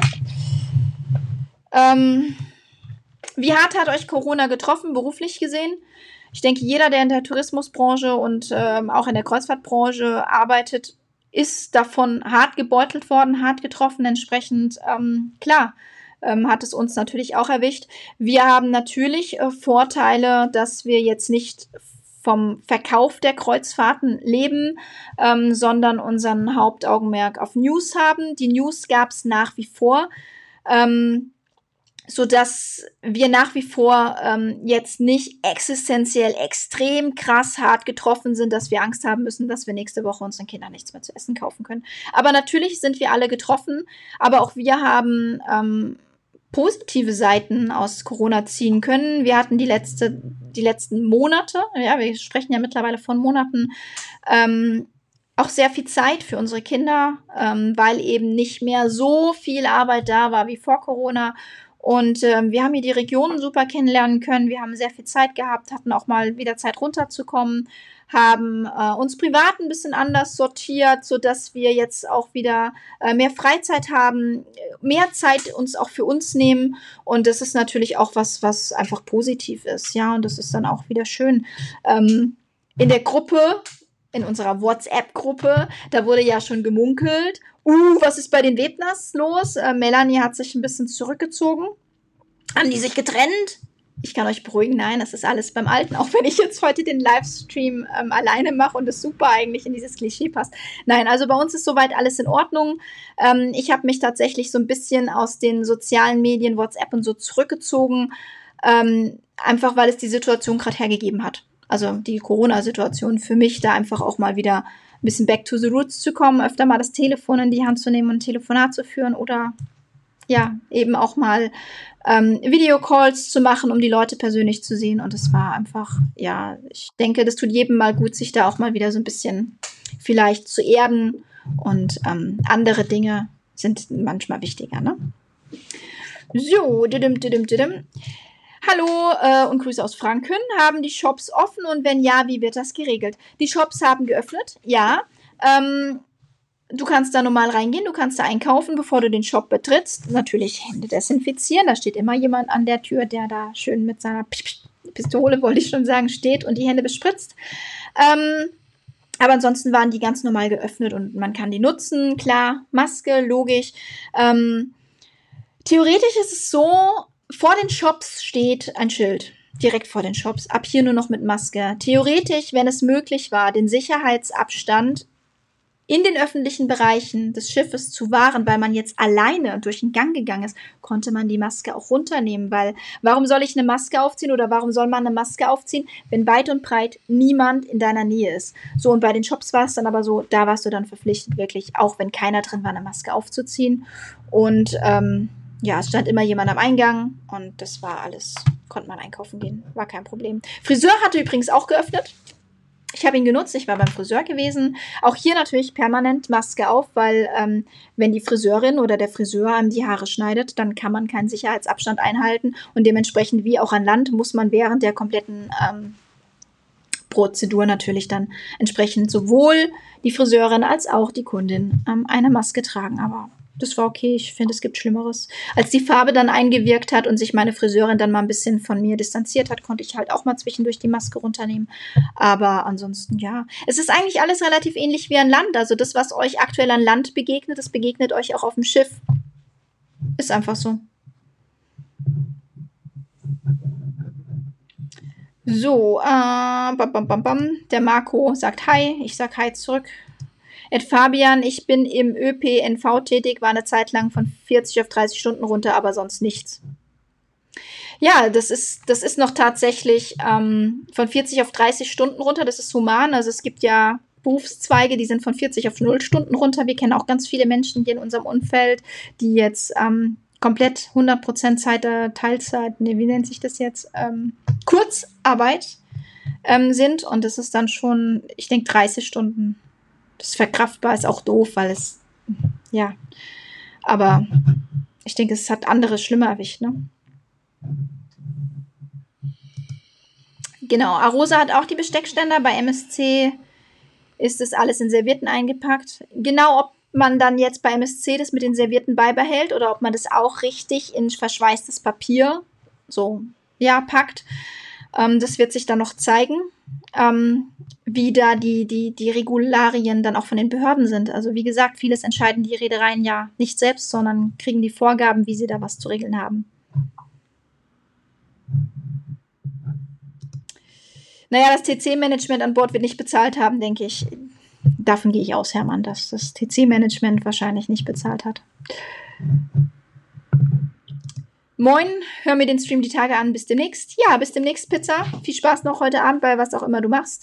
Ähm, Wie hart hat euch Corona getroffen, beruflich gesehen? Ich denke, jeder, der in der Tourismusbranche und ähm, auch in der Kreuzfahrtbranche arbeitet, ist davon hart gebeutelt worden, hart getroffen. Entsprechend, ähm, klar, ähm, hat es uns natürlich auch erwischt. Wir haben natürlich äh, Vorteile, dass wir jetzt nicht vom Verkauf der Kreuzfahrten leben, ähm, sondern unseren Hauptaugenmerk auf News haben. Die News gab es nach wie vor. Ähm, so dass wir nach wie vor ähm, jetzt nicht existenziell extrem krass hart getroffen sind, dass wir Angst haben müssen, dass wir nächste Woche unseren Kindern nichts mehr zu essen kaufen können. Aber natürlich sind wir alle getroffen, aber auch wir haben ähm, positive Seiten aus Corona ziehen können. Wir hatten die letzte, die letzten Monate, ja, wir sprechen ja mittlerweile von Monaten, ähm, auch sehr viel Zeit für unsere Kinder, ähm, weil eben nicht mehr so viel Arbeit da war wie vor Corona. Und ähm, wir haben hier die Regionen super kennenlernen können. Wir haben sehr viel Zeit gehabt, hatten auch mal wieder Zeit runterzukommen, haben äh, uns privat ein bisschen anders sortiert, sodass wir jetzt auch wieder äh, mehr Freizeit haben, mehr Zeit uns auch für uns nehmen. Und das ist natürlich auch was, was einfach positiv ist. Ja, und das ist dann auch wieder schön. Ähm, in der Gruppe, in unserer WhatsApp-Gruppe, da wurde ja schon gemunkelt, uh, was ist bei den Webners los? Äh, Melanie hat sich ein bisschen zurückgezogen. Haben die sich getrennt? ich kann euch beruhigen, nein, das ist alles beim Alten, auch wenn ich jetzt heute den Livestream ähm, alleine mache und es super eigentlich in dieses Klischee passt. Nein, also bei uns ist soweit alles in Ordnung. Ähm, ich habe mich tatsächlich so ein bisschen aus den sozialen Medien, WhatsApp und so zurückgezogen, ähm, einfach weil es die Situation gerade hergegeben hat. Also die Corona-Situation für mich, da einfach auch mal wieder ein bisschen back to the roots zu kommen, öfter mal das Telefon in die Hand zu nehmen und ein Telefonat zu führen oder ja, eben auch mal ähm, Videocalls zu machen, um die Leute persönlich zu sehen. Und es war einfach, ja, ich denke, das tut jedem mal gut, sich da auch mal wieder so ein bisschen vielleicht zu erden. Und ähm, andere Dinge sind manchmal wichtiger, ne? So, didim, didim, didim. Hallo äh, und Grüße aus Franken. Haben die Shops offen und wenn ja, wie wird das geregelt? Die Shops haben geöffnet, ja. Ähm, Du kannst da normal reingehen, du kannst da einkaufen, bevor du den Shop betrittst. Natürlich Hände desinfizieren. Da steht immer jemand an der Tür, der da schön mit seiner Pistole, wollte ich schon sagen, steht und die Hände bespritzt. Ähm, aber ansonsten waren die ganz normal geöffnet und man kann die nutzen. Klar, Maske, logisch. Ähm, theoretisch ist es so, vor den Shops steht ein Schild. Direkt vor den Shops. Ab hier nur noch mit Maske. Theoretisch, wenn es möglich war, den Sicherheitsabstand in den öffentlichen Bereichen des Schiffes zu wahren, weil man jetzt alleine durch den Gang gegangen ist, konnte man die Maske auch runternehmen, weil warum soll ich eine Maske aufziehen oder warum soll man eine Maske aufziehen, wenn weit und breit niemand in deiner Nähe ist? So, und bei den Shops war es dann aber so, da warst du dann verpflichtet, wirklich, auch wenn keiner drin war, eine Maske aufzuziehen. Und ähm, ja, es stand immer jemand am Eingang und das war alles, konnte man einkaufen gehen, war kein Problem. Friseur hatte übrigens auch geöffnet. Ich habe ihn genutzt, ich war beim Friseur gewesen. Auch hier natürlich permanent Maske auf, weil ähm, wenn die Friseurin oder der Friseur einem die Haare schneidet, dann kann man keinen Sicherheitsabstand einhalten und dementsprechend wie auch an Land muss man während der kompletten ähm, Prozedur natürlich dann entsprechend sowohl die Friseurin als auch die Kundin ähm, eine Maske tragen. Aber das war okay. Ich finde, es gibt Schlimmeres. Als die Farbe dann eingewirkt hat und sich meine Friseurin dann mal ein bisschen von mir distanziert hat, konnte ich halt auch mal zwischendurch die Maske runternehmen. Aber ansonsten, ja. Es ist eigentlich alles relativ ähnlich wie an Land. Also das, was euch aktuell an Land begegnet, das begegnet euch auch auf dem Schiff. Ist einfach so. So, äh, bam, bam, bam, bam. Der Marco sagt Hi. Ich sag Hi zurück. Ed Fabian, ich bin im Ö P N V tätig, war eine Zeit lang von vierzig auf dreißig Stunden runter, aber sonst nichts. Ja, das ist, das ist noch tatsächlich ähm, von vierzig auf dreißig Stunden runter. Das ist human. Also es gibt ja Berufszweige, die sind von vierzig auf null Stunden runter. Wir kennen auch ganz viele Menschen hier in unserem Umfeld, die jetzt ähm, komplett hundert Prozent Zeit, äh, Teilzeit, nee, wie nennt sich das jetzt? Ähm, Kurzarbeit ähm, sind. Und das ist dann schon, ich denke, dreißig Stunden. Das ist verkraftbar, ist auch doof, weil es, ja, aber ich denke, es hat andere schlimmer erwischt, ne? Genau, Arosa hat auch die Besteckständer, bei M S C ist das alles in Servietten eingepackt. Genau, ob man dann jetzt bei M S C das mit den Servietten beibehält oder ob man das auch richtig in verschweißtes Papier so, ja, packt, ähm, das wird sich dann noch zeigen. Ähm, wie da die, die, die Regularien dann auch von den Behörden sind. Also wie gesagt, vieles entscheiden die Reedereien ja nicht selbst, sondern kriegen die Vorgaben, wie sie da was zu regeln haben. Naja, das T C-Management an Bord wird nicht bezahlt haben, denke ich. Davon gehe ich aus, Hermann, dass das T C-Management wahrscheinlich nicht bezahlt hat. Moin, hör mir den Stream die Tage an. Bis demnächst. Ja, bis demnächst, Pizza. Viel Spaß noch heute Abend bei was auch immer du machst.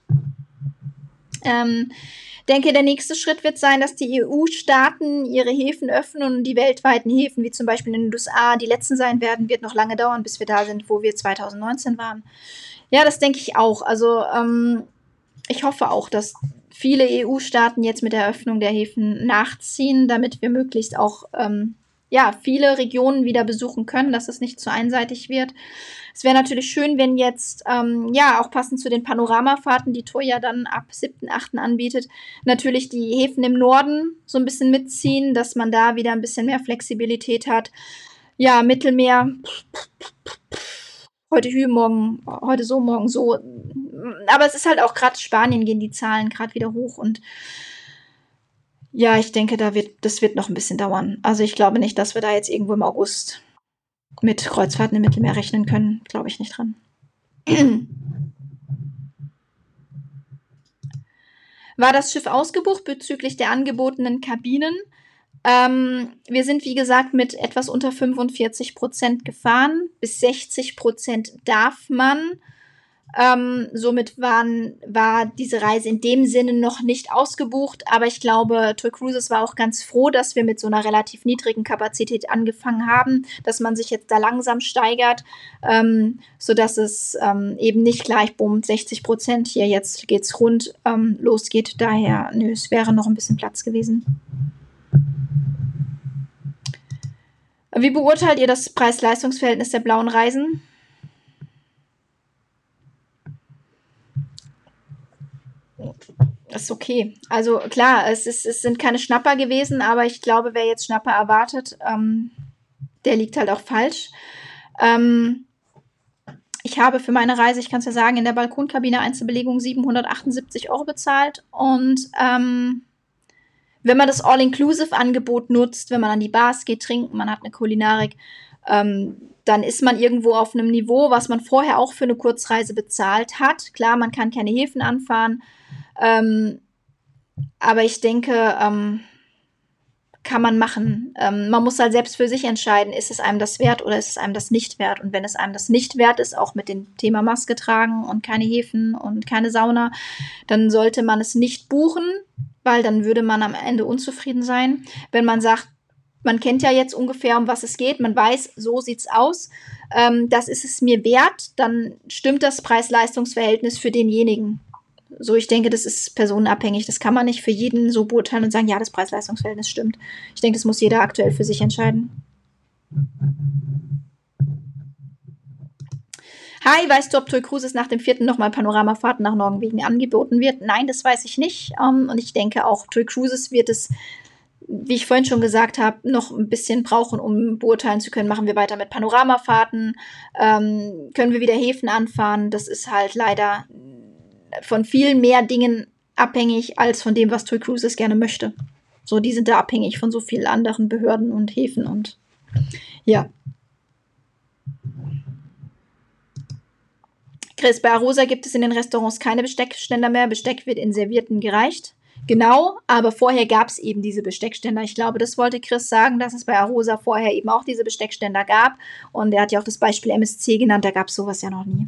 Ähm, denke, der nächste Schritt wird sein, dass die E U-Staaten ihre Häfen öffnen und die weltweiten Häfen, wie zum Beispiel in den U S A, die letzten sein werden, wird noch lange dauern, bis wir da sind, wo wir zwanzig neunzehn waren. Ja, das denke ich auch. Also ähm, ich hoffe auch, dass viele E U-Staaten jetzt mit der Eröffnung der Häfen nachziehen, damit wir möglichst auch ähm, ja, viele Regionen wieder besuchen können, dass es nicht zu einseitig wird. Es wäre natürlich schön, wenn jetzt, ähm, ja, auch passend zu den Panoramafahrten, die Toya dann ab siebten achten anbietet, natürlich die Häfen im Norden so ein bisschen mitziehen, dass man da wieder ein bisschen mehr Flexibilität hat. Ja, Mittelmeer, heute Hü, morgen, heute so, morgen so. Aber es ist halt auch gerade Spanien gehen die Zahlen gerade wieder hoch und ja, ich denke, da wird, das wird noch ein bisschen dauern. Also ich glaube nicht, dass wir da jetzt irgendwo im August mit Kreuzfahrten im Mittelmeer rechnen können, glaube ich nicht dran. War das Schiff ausgebucht bezüglich der angebotenen Kabinen? Ähm, wir sind, wie gesagt, mit etwas unter fünfundvierzig Prozent gefahren. Bis sechzig Prozent darf man. Ähm, somit waren, war diese Reise in dem Sinne noch nicht ausgebucht. Aber ich glaube, TUI Cruises war auch ganz froh, dass wir mit so einer relativ niedrigen Kapazität angefangen haben, dass man sich jetzt da langsam steigert, ähm, sodass es ähm, eben nicht gleich bumm sechzig Prozent hier jetzt geht's rund ähm, losgeht. Daher, nö, es wäre noch ein bisschen Platz gewesen. Wie beurteilt ihr das Preis-Leistungs-Verhältnis der blauen Reisen? Das ist okay. Also klar, es, ist, es sind keine Schnapper gewesen, aber ich glaube, wer jetzt Schnapper erwartet, ähm, der liegt halt auch falsch. Ähm, ich habe für meine Reise, ich kann es ja sagen, in der Balkonkabine Einzelbelegung siebenhundertachtundsiebzig Euro bezahlt. Und ähm, wenn man das All-Inclusive-Angebot nutzt, wenn man an die Bars geht, trinken, man hat eine Kulinarik, ähm, dann ist man irgendwo auf einem Niveau, was man vorher auch für eine Kurzreise bezahlt hat. Klar, man kann keine Häfen anfahren, ähm, aber ich denke, ähm, kann man machen. Ähm, man muss halt selbst für sich entscheiden, ist es einem das wert oder ist es einem das nicht wert? Und wenn es einem das nicht wert ist, auch mit dem Thema Maske tragen und keine Häfen und keine Sauna, dann sollte man es nicht buchen, weil dann würde man am Ende unzufrieden sein. Wenn man sagt, man kennt ja jetzt ungefähr, um was es geht, man weiß, so sieht's aus, ähm, das ist es mir wert, dann stimmt das Preis-Leistungs-Verhältnis für denjenigen. So, ich denke, das ist personenabhängig. Das kann man nicht für jeden so beurteilen und sagen, ja, das Preis-Leistungs-Verhältnis stimmt. Ich denke, das muss jeder aktuell für sich entscheiden. Hi, weißt du, ob TUI Cruises nach dem vierten nochmal Panoramafahrten nach Norwegen angeboten wird? Nein, das weiß ich nicht. Um, und ich denke auch, TUI Cruises wird es, wie ich vorhin schon gesagt habe, noch ein bisschen brauchen, um beurteilen zu können, machen wir weiter mit Panoramafahrten, ähm, können wir wieder Häfen anfahren. Das ist halt leider von viel mehr Dingen abhängig als von dem, was TUI Cruises gerne möchte. So, die sind da abhängig von so vielen anderen Behörden und Häfen und ja. Chris, bei Arosa gibt es in den Restaurants keine Besteckständer mehr. Besteck wird in Servietten gereicht. Genau, aber vorher gab es eben diese Besteckständer. Ich glaube, das wollte Chris sagen, dass es bei Arosa vorher eben auch diese Besteckständer gab. Und er hat ja auch das Beispiel M S C genannt, da gab es sowas ja noch nie.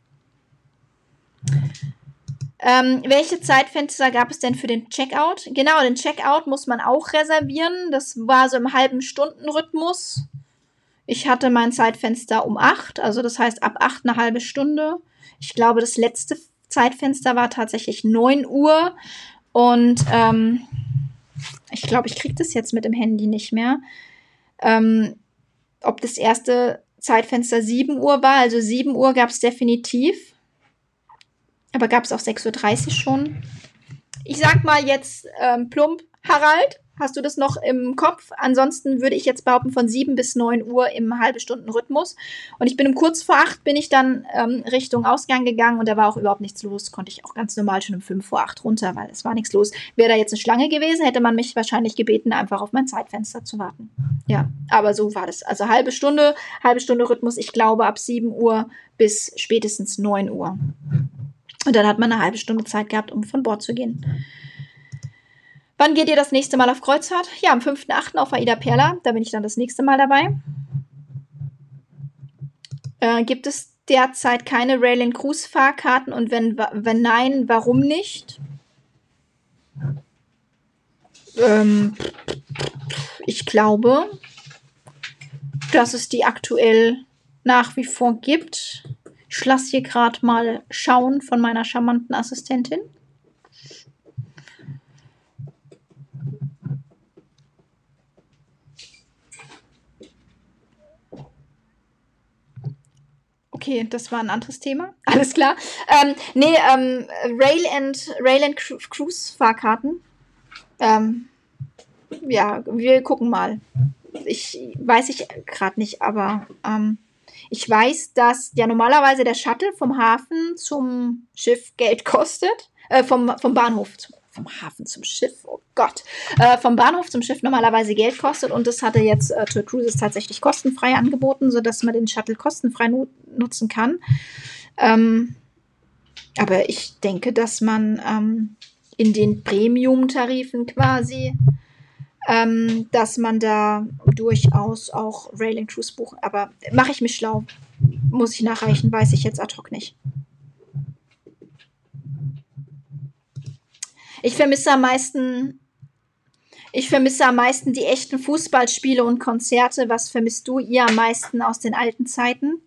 Ähm, welche Zeitfenster gab es denn für den Checkout? Genau, den Checkout muss man auch reservieren. Das war so im halben Stunden-Rhythmus. Ich hatte mein Zeitfenster um acht, also das heißt ab acht eine halbe Stunde. Ich glaube, das letzte Zeitfenster war tatsächlich neun Uhr. Und ähm, ich glaube, ich kriege das jetzt mit dem Handy nicht mehr. Ähm, ob das erste Zeitfenster sieben Uhr war, also sieben Uhr gab es definitiv. Aber gab es auch sechs Uhr dreißig schon. Ich sag mal jetzt ähm, plump, Harald, hast du das noch im Kopf? Ansonsten würde ich jetzt behaupten von sieben bis neun Uhr im halbe Stunden Rhythmus. Und ich bin um kurz vor acht bin ich dann ähm, Richtung Ausgang gegangen und da war auch überhaupt nichts los. Konnte ich auch ganz normal schon um fünf vor acht runter, weil es war nichts los. Wäre da jetzt eine Schlange gewesen, hätte man mich wahrscheinlich gebeten, einfach auf mein Zeitfenster zu warten. Ja, aber so war das. Also halbe Stunde, halbe Stunde Rhythmus, ich glaube ab sieben Uhr bis spätestens neun Uhr. Und dann hat man eine halbe Stunde Zeit gehabt, um von Bord zu gehen. Wann geht ihr das nächste Mal auf Kreuzfahrt? Ja, am fünften achten auf Aida Perla. Da bin ich dann das nächste Mal dabei. Äh, gibt es derzeit keine Rail and Cruise Fahrkarten? Und wenn, wenn nein, warum nicht? Ähm, ich glaube, dass es die aktuell nach wie vor gibt. Ich lasse hier gerade mal schauen von meiner charmanten Assistentin. Okay, das war ein anderes Thema. Alles klar. Ähm, nee, ähm, Rail and, Rail and Cruise Fahrkarten. Ähm, ja, wir gucken mal. Ich weiß ich gerade nicht, aber ähm, ich weiß, dass ja normalerweise der Shuttle vom Hafen zum Schiff Geld kostet. Äh, vom, vom Bahnhof vom Hafen zum Schiff, oh Gott, äh, vom Bahnhof zum Schiff normalerweise Geld kostet und das hatte jetzt äh, Tour Cruises tatsächlich kostenfrei angeboten, sodass man den Shuttle kostenfrei nu- nutzen kann. Ähm, aber ich denke, dass man ähm, in den Premium-Tarifen quasi, ähm, dass man da durchaus auch Railing Cruise bucht. Aber mache ich mich schlau, muss ich nachreichen, weiß ich jetzt ad hoc nicht. Ich vermisse am meisten, ich vermisse am meisten die echten Fußballspiele und Konzerte. Was vermisst du ihr am meisten aus den alten Zeiten?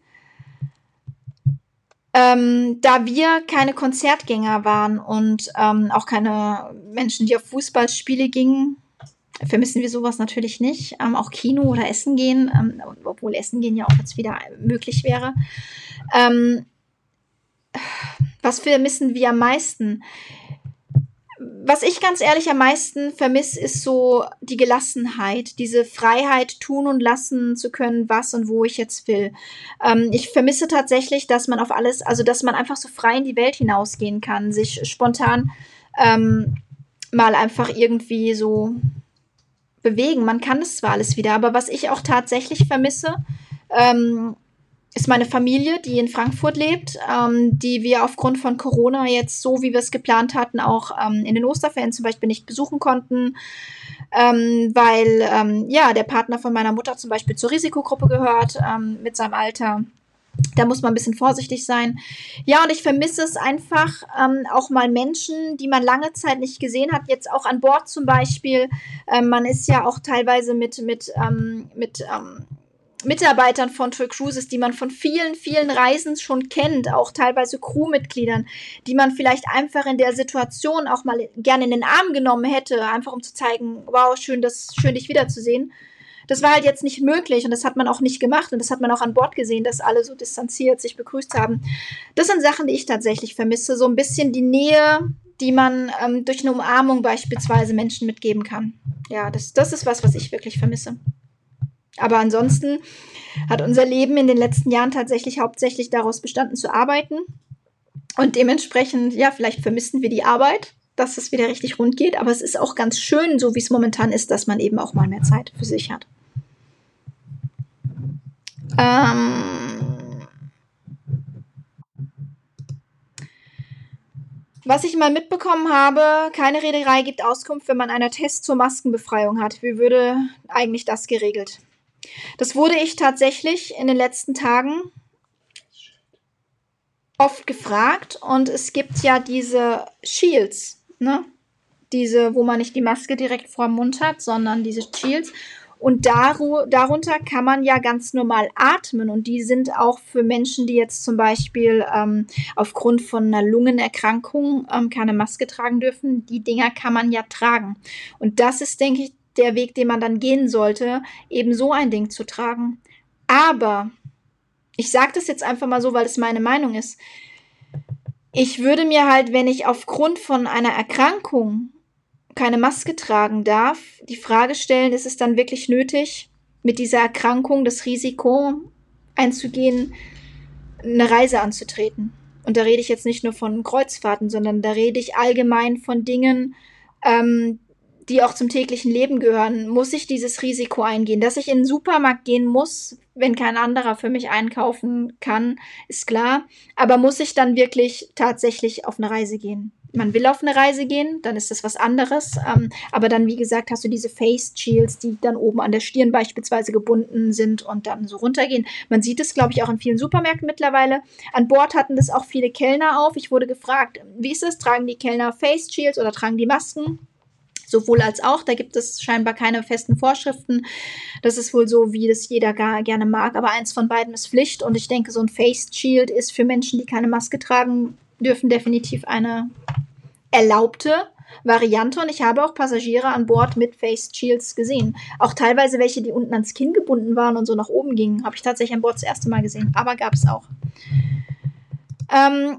Ähm, da wir keine Konzertgänger waren und ähm, auch keine Menschen, die auf Fußballspiele gingen, vermissen wir sowas natürlich nicht. Ähm, auch Kino oder Essen gehen, ähm, obwohl Essen gehen ja auch jetzt wieder möglich wäre. Ähm, was vermissen wir am meisten? Was ich ganz ehrlich am meisten vermisse, ist so die Gelassenheit, diese Freiheit, tun und lassen zu können, was und wo ich jetzt will. Ähm, ich vermisse tatsächlich, dass man auf alles, also dass man einfach so frei in die Welt hinausgehen kann, sich spontan ähm, mal einfach irgendwie so bewegen. Man kann das zwar alles wieder, aber was ich auch tatsächlich vermisse, ähm, ist meine Familie, die in Frankfurt lebt, ähm, die wir aufgrund von Corona jetzt so, wie wir es geplant hatten, auch ähm, in den Osterferien zum Beispiel nicht besuchen konnten, ähm, weil ähm, ja der Partner von meiner Mutter zum Beispiel zur Risikogruppe gehört ähm, mit seinem Alter. Da muss man ein bisschen vorsichtig sein. Ja, und ich vermisse es einfach, ähm, auch mal Menschen, die man lange Zeit nicht gesehen hat, jetzt auch an Bord zum Beispiel. Ähm, man ist ja auch teilweise mit, mit, ähm, mit ähm, Mitarbeitern von Tour Cruises, die man von vielen, vielen Reisen schon kennt, auch teilweise Crewmitgliedern, die man vielleicht einfach in der Situation auch mal gerne in den Arm genommen hätte, einfach um zu zeigen, wow, schön, das, schön dich wiederzusehen. Das war halt jetzt nicht möglich und das hat man auch nicht gemacht und das hat man auch an Bord gesehen, dass alle so distanziert sich begrüßt haben. Das sind Sachen, die ich tatsächlich vermisse, so ein bisschen die Nähe, die man ähm, durch eine Umarmung beispielsweise Menschen mitgeben kann. Ja, das, das ist was, was ich wirklich vermisse. Aber ansonsten hat unser Leben in den letzten Jahren tatsächlich hauptsächlich daraus bestanden, zu arbeiten. Und dementsprechend, ja, vielleicht vermissen wir die Arbeit, dass es wieder richtig rund geht. Aber es ist auch ganz schön, so wie es momentan ist, dass man eben auch mal mehr Zeit für sich hat. Ähm, was ich mal mitbekommen habe, keine Reederei gibt Auskunft, wenn man einen Test zur Maskenbefreiung hat. Wie würde eigentlich das geregelt? Das wurde ich tatsächlich in den letzten Tagen oft gefragt und es gibt ja diese Shields, ne? Diese, wo man nicht die Maske direkt vor dem Mund hat, sondern diese Shields. Und daru- darunter kann man ja ganz normal atmen und die sind auch für Menschen, die jetzt zum Beispiel ähm, aufgrund von einer Lungenerkrankung ähm, keine Maske tragen dürfen, die Dinger kann man ja tragen. Und das ist, denke ich, der Weg, den man dann gehen sollte, eben so ein Ding zu tragen. Aber ich sage das jetzt einfach mal so, weil es meine Meinung ist. Ich würde mir halt, wenn ich aufgrund von einer Erkrankung keine Maske tragen darf, die Frage stellen, ist es dann wirklich nötig, mit dieser Erkrankung das Risiko einzugehen, eine Reise anzutreten? Und da rede ich jetzt nicht nur von Kreuzfahrten, sondern da rede ich allgemein von Dingen, ähm, die auch zum täglichen Leben gehören. Muss ich dieses Risiko eingehen? Dass ich in den Supermarkt gehen muss, wenn kein anderer für mich einkaufen kann, ist klar. Aber muss ich dann wirklich tatsächlich auf eine Reise gehen? Man will auf eine Reise gehen, dann ist das was anderes. Ähm, aber dann, wie gesagt, hast du diese Face Shields, die dann oben an der Stirn beispielsweise gebunden sind und dann so runtergehen. Man sieht es, glaube ich, auch in vielen Supermärkten mittlerweile. An Bord hatten das auch viele Kellner auf. Ich wurde gefragt, wie ist es? Tragen die Kellner Face Shields oder tragen die Masken? Sowohl als auch, da gibt es scheinbar keine festen Vorschriften. Das ist wohl so, wie das jeder gar, gerne mag. Aber eins von beiden ist Pflicht. Und ich denke, so ein Face Shield ist für Menschen, die keine Maske tragen dürfen, definitiv eine erlaubte Variante. Und ich habe auch Passagiere an Bord mit Face Shields gesehen. Auch teilweise welche, die unten ans Kinn gebunden waren und so nach oben gingen. Habe ich tatsächlich an Bord das erste Mal gesehen. Aber gab es auch. Ähm,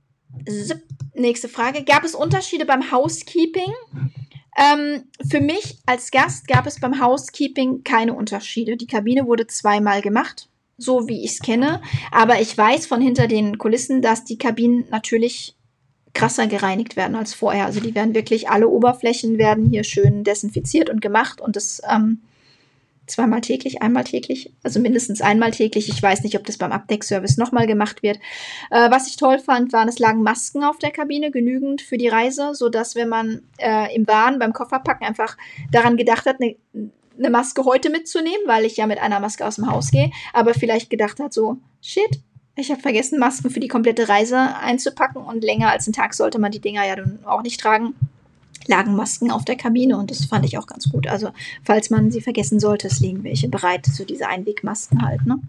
nächste Frage. Gab es Unterschiede beim Housekeeping? Ähm, für mich als Gast gab es beim Housekeeping keine Unterschiede. Die Kabine wurde zweimal gemacht, so wie ich es kenne. Aber ich weiß von hinter den Kulissen, dass die Kabinen natürlich krasser gereinigt werden als vorher. Also die werden wirklich, alle Oberflächen werden hier schön desinfiziert und gemacht und das ähm, zweimal täglich, einmal täglich, also mindestens einmal täglich. Ich weiß nicht, ob das beim Abdeckservice nochmal gemacht wird. Äh, was ich toll fand, waren, es lagen Masken auf der Kabine, genügend für die Reise, sodass, wenn man äh, im Bahn beim Kofferpacken einfach daran gedacht hat, eine eine Maske heute mitzunehmen, weil ich ja mit einer Maske aus dem Haus gehe, aber vielleicht gedacht hat so, shit, ich habe vergessen, Masken für die komplette Reise einzupacken und länger als einen Tag sollte man die Dinger ja dann auch nicht tragen, lagen Masken auf der Kabine und das fand ich auch ganz gut. Also falls man sie vergessen sollte, es liegen welche bereit, so diese Einwegmasken halt, ne?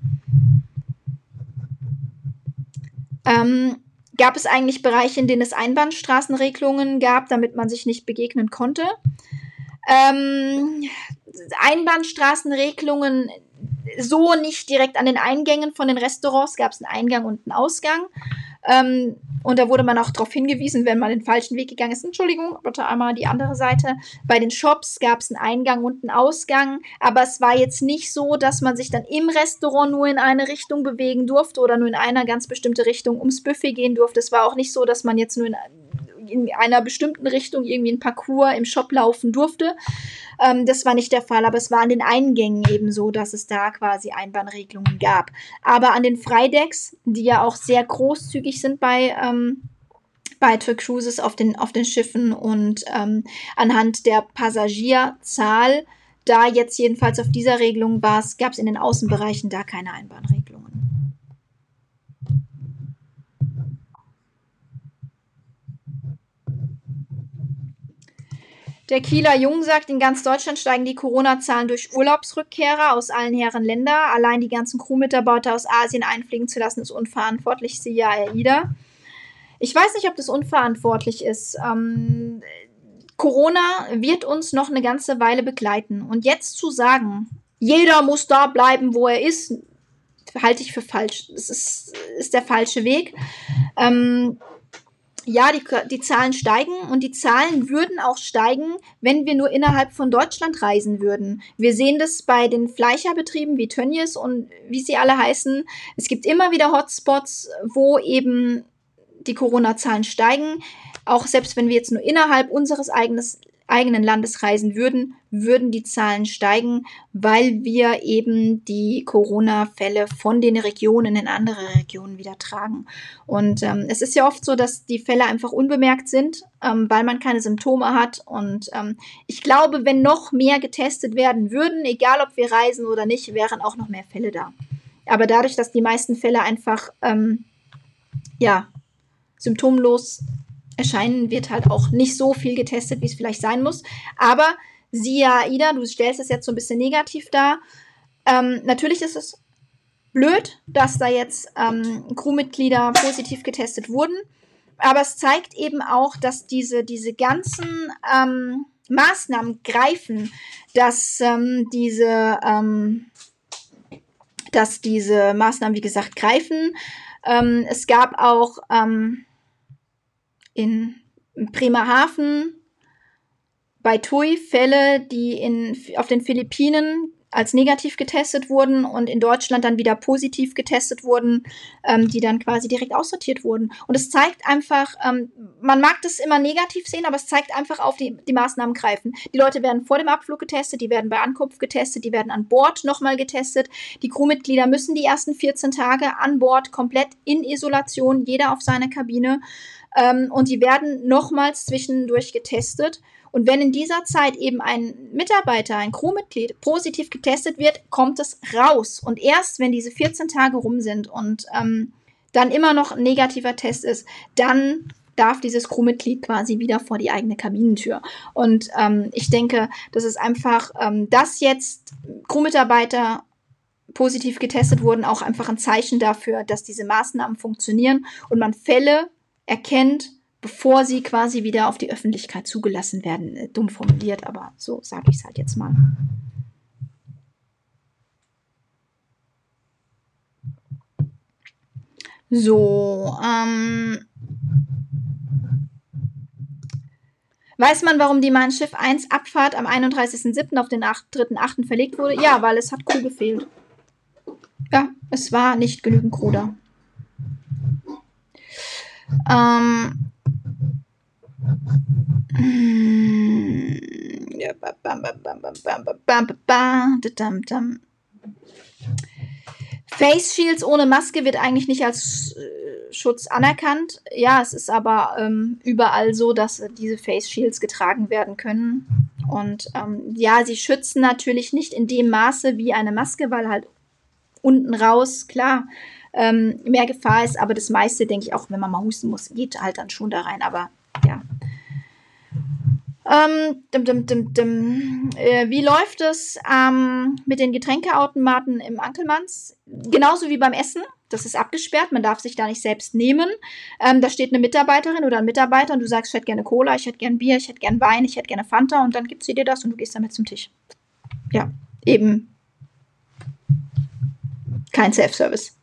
Ähm, gab es eigentlich Bereiche, in denen es Einbahnstraßenregelungen gab, damit man sich nicht begegnen konnte? Ähm, Einbahnstraßenregelungen so nicht direkt an den Eingängen von den Restaurants, gab es einen Eingang und einen Ausgang. Ähm, und da wurde man auch darauf hingewiesen, wenn man den falschen Weg gegangen ist. Entschuldigung, bitte einmal die andere Seite. Bei den Shops gab es einen Eingang und einen Ausgang, aber es war jetzt nicht so, dass man sich dann im Restaurant nur in eine Richtung bewegen durfte oder nur in einer ganz bestimmte Richtung ums Buffet gehen durfte. Es war auch nicht so, dass man jetzt nur in in einer bestimmten Richtung irgendwie ein Parcours im Shop laufen durfte. Ähm, das war nicht der Fall, aber es war an den Eingängen eben so, dass es da quasi Einbahnregelungen gab. Aber an den Freidecks, die ja auch sehr großzügig sind bei, ähm, bei Tür Cruises auf den, auf den Schiffen und ähm, anhand der Passagierzahl, da jetzt jedenfalls auf dieser Regelung war es, gab es in den Außenbereichen da keine Einbahnregelungen. Der Kieler Jung sagt, in ganz Deutschland steigen die Corona-Zahlen durch Urlaubsrückkehrer aus allen Herren Länder. Allein die ganzen Crewmitarbeiter aus Asien einfliegen zu lassen, ist unverantwortlich, siehe AIDA. Ich weiß nicht, ob das unverantwortlich ist. Ähm, Corona wird uns noch eine ganze Weile begleiten. Und jetzt zu sagen, jeder muss da bleiben, wo er ist, halte ich für falsch. Das ist, ist der falsche Weg. Ähm, Ja, die, die Zahlen steigen und die Zahlen würden auch steigen, wenn wir nur innerhalb von Deutschland reisen würden. Wir sehen das bei den Fleischerbetrieben wie Tönnies und wie sie alle heißen. Es gibt immer wieder Hotspots, wo eben die Corona-Zahlen steigen. Auch selbst wenn wir jetzt nur innerhalb unseres eigenes, eigenen Landes reisen würden, würden die Zahlen steigen, weil wir eben die Corona-Fälle von den Regionen in andere Regionen wieder tragen. Und ähm, es ist ja oft so, dass die Fälle einfach unbemerkt sind, ähm, weil man keine Symptome hat. Und ähm, ich glaube, wenn noch mehr getestet werden würden, egal ob wir reisen oder nicht, wären auch noch mehr Fälle da. Aber dadurch, dass die meisten Fälle einfach ähm, ja, symptomlos erscheinen, wird halt auch nicht so viel getestet, wie es vielleicht sein muss. Aber siehe AIDA, du stellst es jetzt so ein bisschen negativ dar. Ähm, natürlich ist es blöd, dass da jetzt ähm, Crewmitglieder positiv getestet wurden. Aber es zeigt eben auch, dass diese, diese ganzen ähm, Maßnahmen greifen, dass ähm, diese, ähm, dass diese Maßnahmen, wie gesagt, greifen. Ähm, es gab auch ähm, in Bremerhaven bei T U I Fälle, die in, auf den Philippinen als negativ getestet wurden und in Deutschland dann wieder positiv getestet wurden, ähm, die dann quasi direkt aussortiert wurden. Und es zeigt einfach, ähm, man mag das immer negativ sehen, aber es zeigt einfach auf, die, die Maßnahmen greifen. Die Leute werden vor dem Abflug getestet, die werden bei Ankunft getestet, die werden an Bord nochmal getestet. Die Crewmitglieder müssen die ersten vierzehn Tage an Bord komplett in Isolation, jeder auf seine Kabine. Ähm, und die werden nochmals zwischendurch getestet. Und wenn in dieser Zeit eben ein Mitarbeiter, ein Crewmitglied positiv getestet wird, kommt es raus. Und erst wenn diese vierzehn Tage rum sind und ähm, dann immer noch ein negativer Test ist, dann darf dieses Crewmitglied quasi wieder vor die eigene Kabinentür. Und ähm, ich denke, das ist einfach, ähm, dass jetzt Crewmitarbeiter positiv getestet wurden, auch einfach ein Zeichen dafür, dass diese Maßnahmen funktionieren und man Fälle erkennt, bevor sie quasi wieder auf die Öffentlichkeit zugelassen werden. Äh, dumm formuliert, aber so sage ich es halt jetzt mal. So, ähm, weiß man, warum die Mein Schiff eins Abfahrt am einunddreißigsten siebten auf den dritten achten verlegt wurde? Ja, weil es hat Crew gefehlt. Ja, es war nicht genügend Crew da. Ähm, Ja, bam, bam, bam, bam, bam, bam, bam, bam, bam, bam. Face Shields ohne Maske wird eigentlich nicht als äh, Schutz anerkannt. Ja, es ist aber ähm, überall so, dass äh, diese Face Shields getragen werden können. Und ähm, ja, sie schützen natürlich nicht in dem Maße wie eine Maske, weil halt unten raus, klar, ähm, mehr Gefahr ist. Aber das meiste, denke ich, auch wenn man mal husten muss, geht halt dann schon da rein. Aber ja. Ähm, dim, dim, dim, dim. Äh, wie läuft es ähm, mit den Getränkeautomaten im Ankelmanns? Genauso wie beim Essen. Das ist abgesperrt, man darf sich da nicht selbst nehmen. Ähm, da steht eine Mitarbeiterin oder ein Mitarbeiter und du sagst, ich hätte gerne Cola, ich hätte gerne Bier, ich hätte gerne Wein, ich hätte gerne Fanta und dann gibt sie dir das und du gehst damit zum Tisch. Ja, eben kein Self-Service.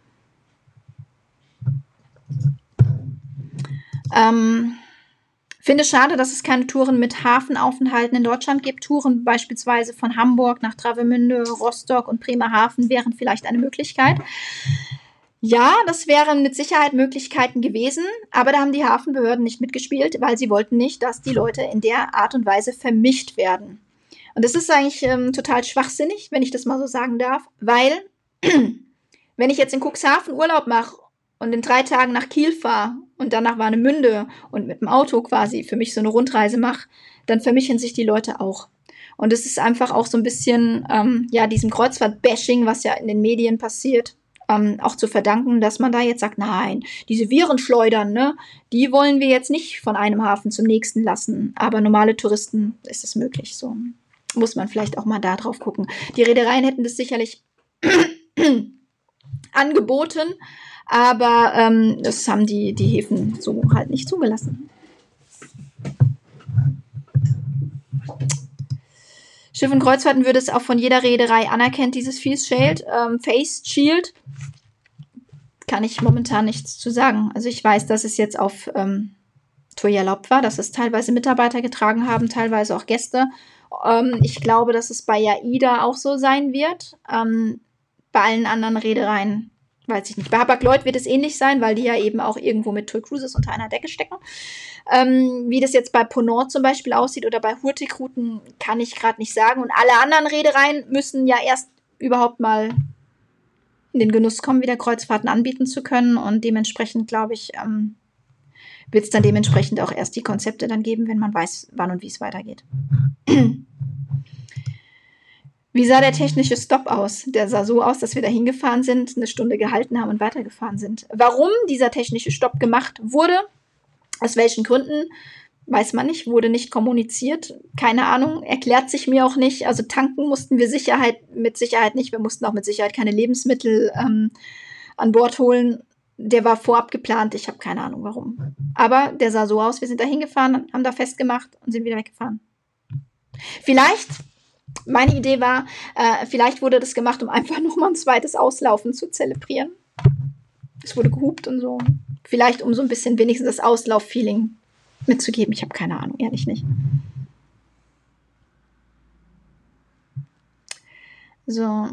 Ähm... Finde es schade, dass es keine Touren mit Hafenaufenthalten in Deutschland gibt. Touren beispielsweise von Hamburg nach Travemünde, Rostock und Bremerhaven wären vielleicht eine Möglichkeit. Ja, das wären mit Sicherheit Möglichkeiten gewesen, aber da haben die Hafenbehörden nicht mitgespielt, weil sie wollten nicht, dass die Leute in der Art und Weise vermischt werden. Und das ist eigentlich ähm, total schwachsinnig, wenn ich das mal so sagen darf, weil wenn ich jetzt in Cuxhaven Urlaub mache und in drei Tagen nach Kiel fahre und dann nach Warnemünde und mit dem Auto quasi für mich so eine Rundreise mache, dann vermischen sich die Leute auch. Und es ist einfach auch so ein bisschen, ähm, ja, diesem Kreuzfahrt-Bashing, was ja in den Medien passiert, ähm, auch zu verdanken, dass man da jetzt sagt, nein, diese Virenschleudern, ne, die wollen wir jetzt nicht von einem Hafen zum nächsten lassen. Aber normale Touristen ist es möglich. So muss man vielleicht auch mal da drauf gucken. Die Reedereien hätten das sicherlich angeboten, aber ähm, das haben die, die Häfen so halt nicht zugelassen. Schiff- und Kreuzfahrten würde es auch von jeder Reederei anerkennt, dieses Face Shield. Ähm, Face Shield kann ich momentan nichts zu sagen. Also ich weiß, dass es jetzt auf ähm, TUI erlaubt war, dass es teilweise Mitarbeiter getragen haben, teilweise auch Gäste. Ähm, ich glaube, dass es bei AIDA auch so sein wird. Ähm, bei allen anderen Reedereien weiß ich nicht. Bei Hapag-Lloyd wird es ähnlich sein, weil die ja eben auch irgendwo mit TUI Cruises unter einer Decke stecken. Ähm, wie das jetzt bei Ponant zum Beispiel aussieht oder bei Hurtigruten, kann ich gerade nicht sagen. Und alle anderen Reedereien müssen ja erst überhaupt mal in den Genuss kommen, wieder Kreuzfahrten anbieten zu können. Und dementsprechend, glaube ich, ähm, wird es dann dementsprechend auch erst die Konzepte dann geben, wenn man weiß, wann und wie es weitergeht. Wie sah der technische Stopp aus? Der sah so aus, dass wir da hingefahren sind, eine Stunde gehalten haben und weitergefahren sind. Warum dieser technische Stopp gemacht wurde, aus welchen Gründen, weiß man nicht, wurde nicht kommuniziert. Keine Ahnung, erklärt sich mir auch nicht. Also tanken mussten wir Sicherheit, mit Sicherheit nicht. Wir mussten auch mit Sicherheit keine Lebensmittel ähm, an Bord holen. Der war vorab geplant. Ich habe keine Ahnung, warum. Aber der sah so aus, wir sind da hingefahren, haben da festgemacht und sind wieder weggefahren. Vielleicht... Meine Idee war, äh, vielleicht wurde das gemacht, um einfach nochmal ein zweites Auslaufen zu zelebrieren. Es wurde gehupt und so. Vielleicht, um so ein bisschen wenigstens das Auslauf-Feeling mitzugeben. Ich habe keine Ahnung, ehrlich nicht. So.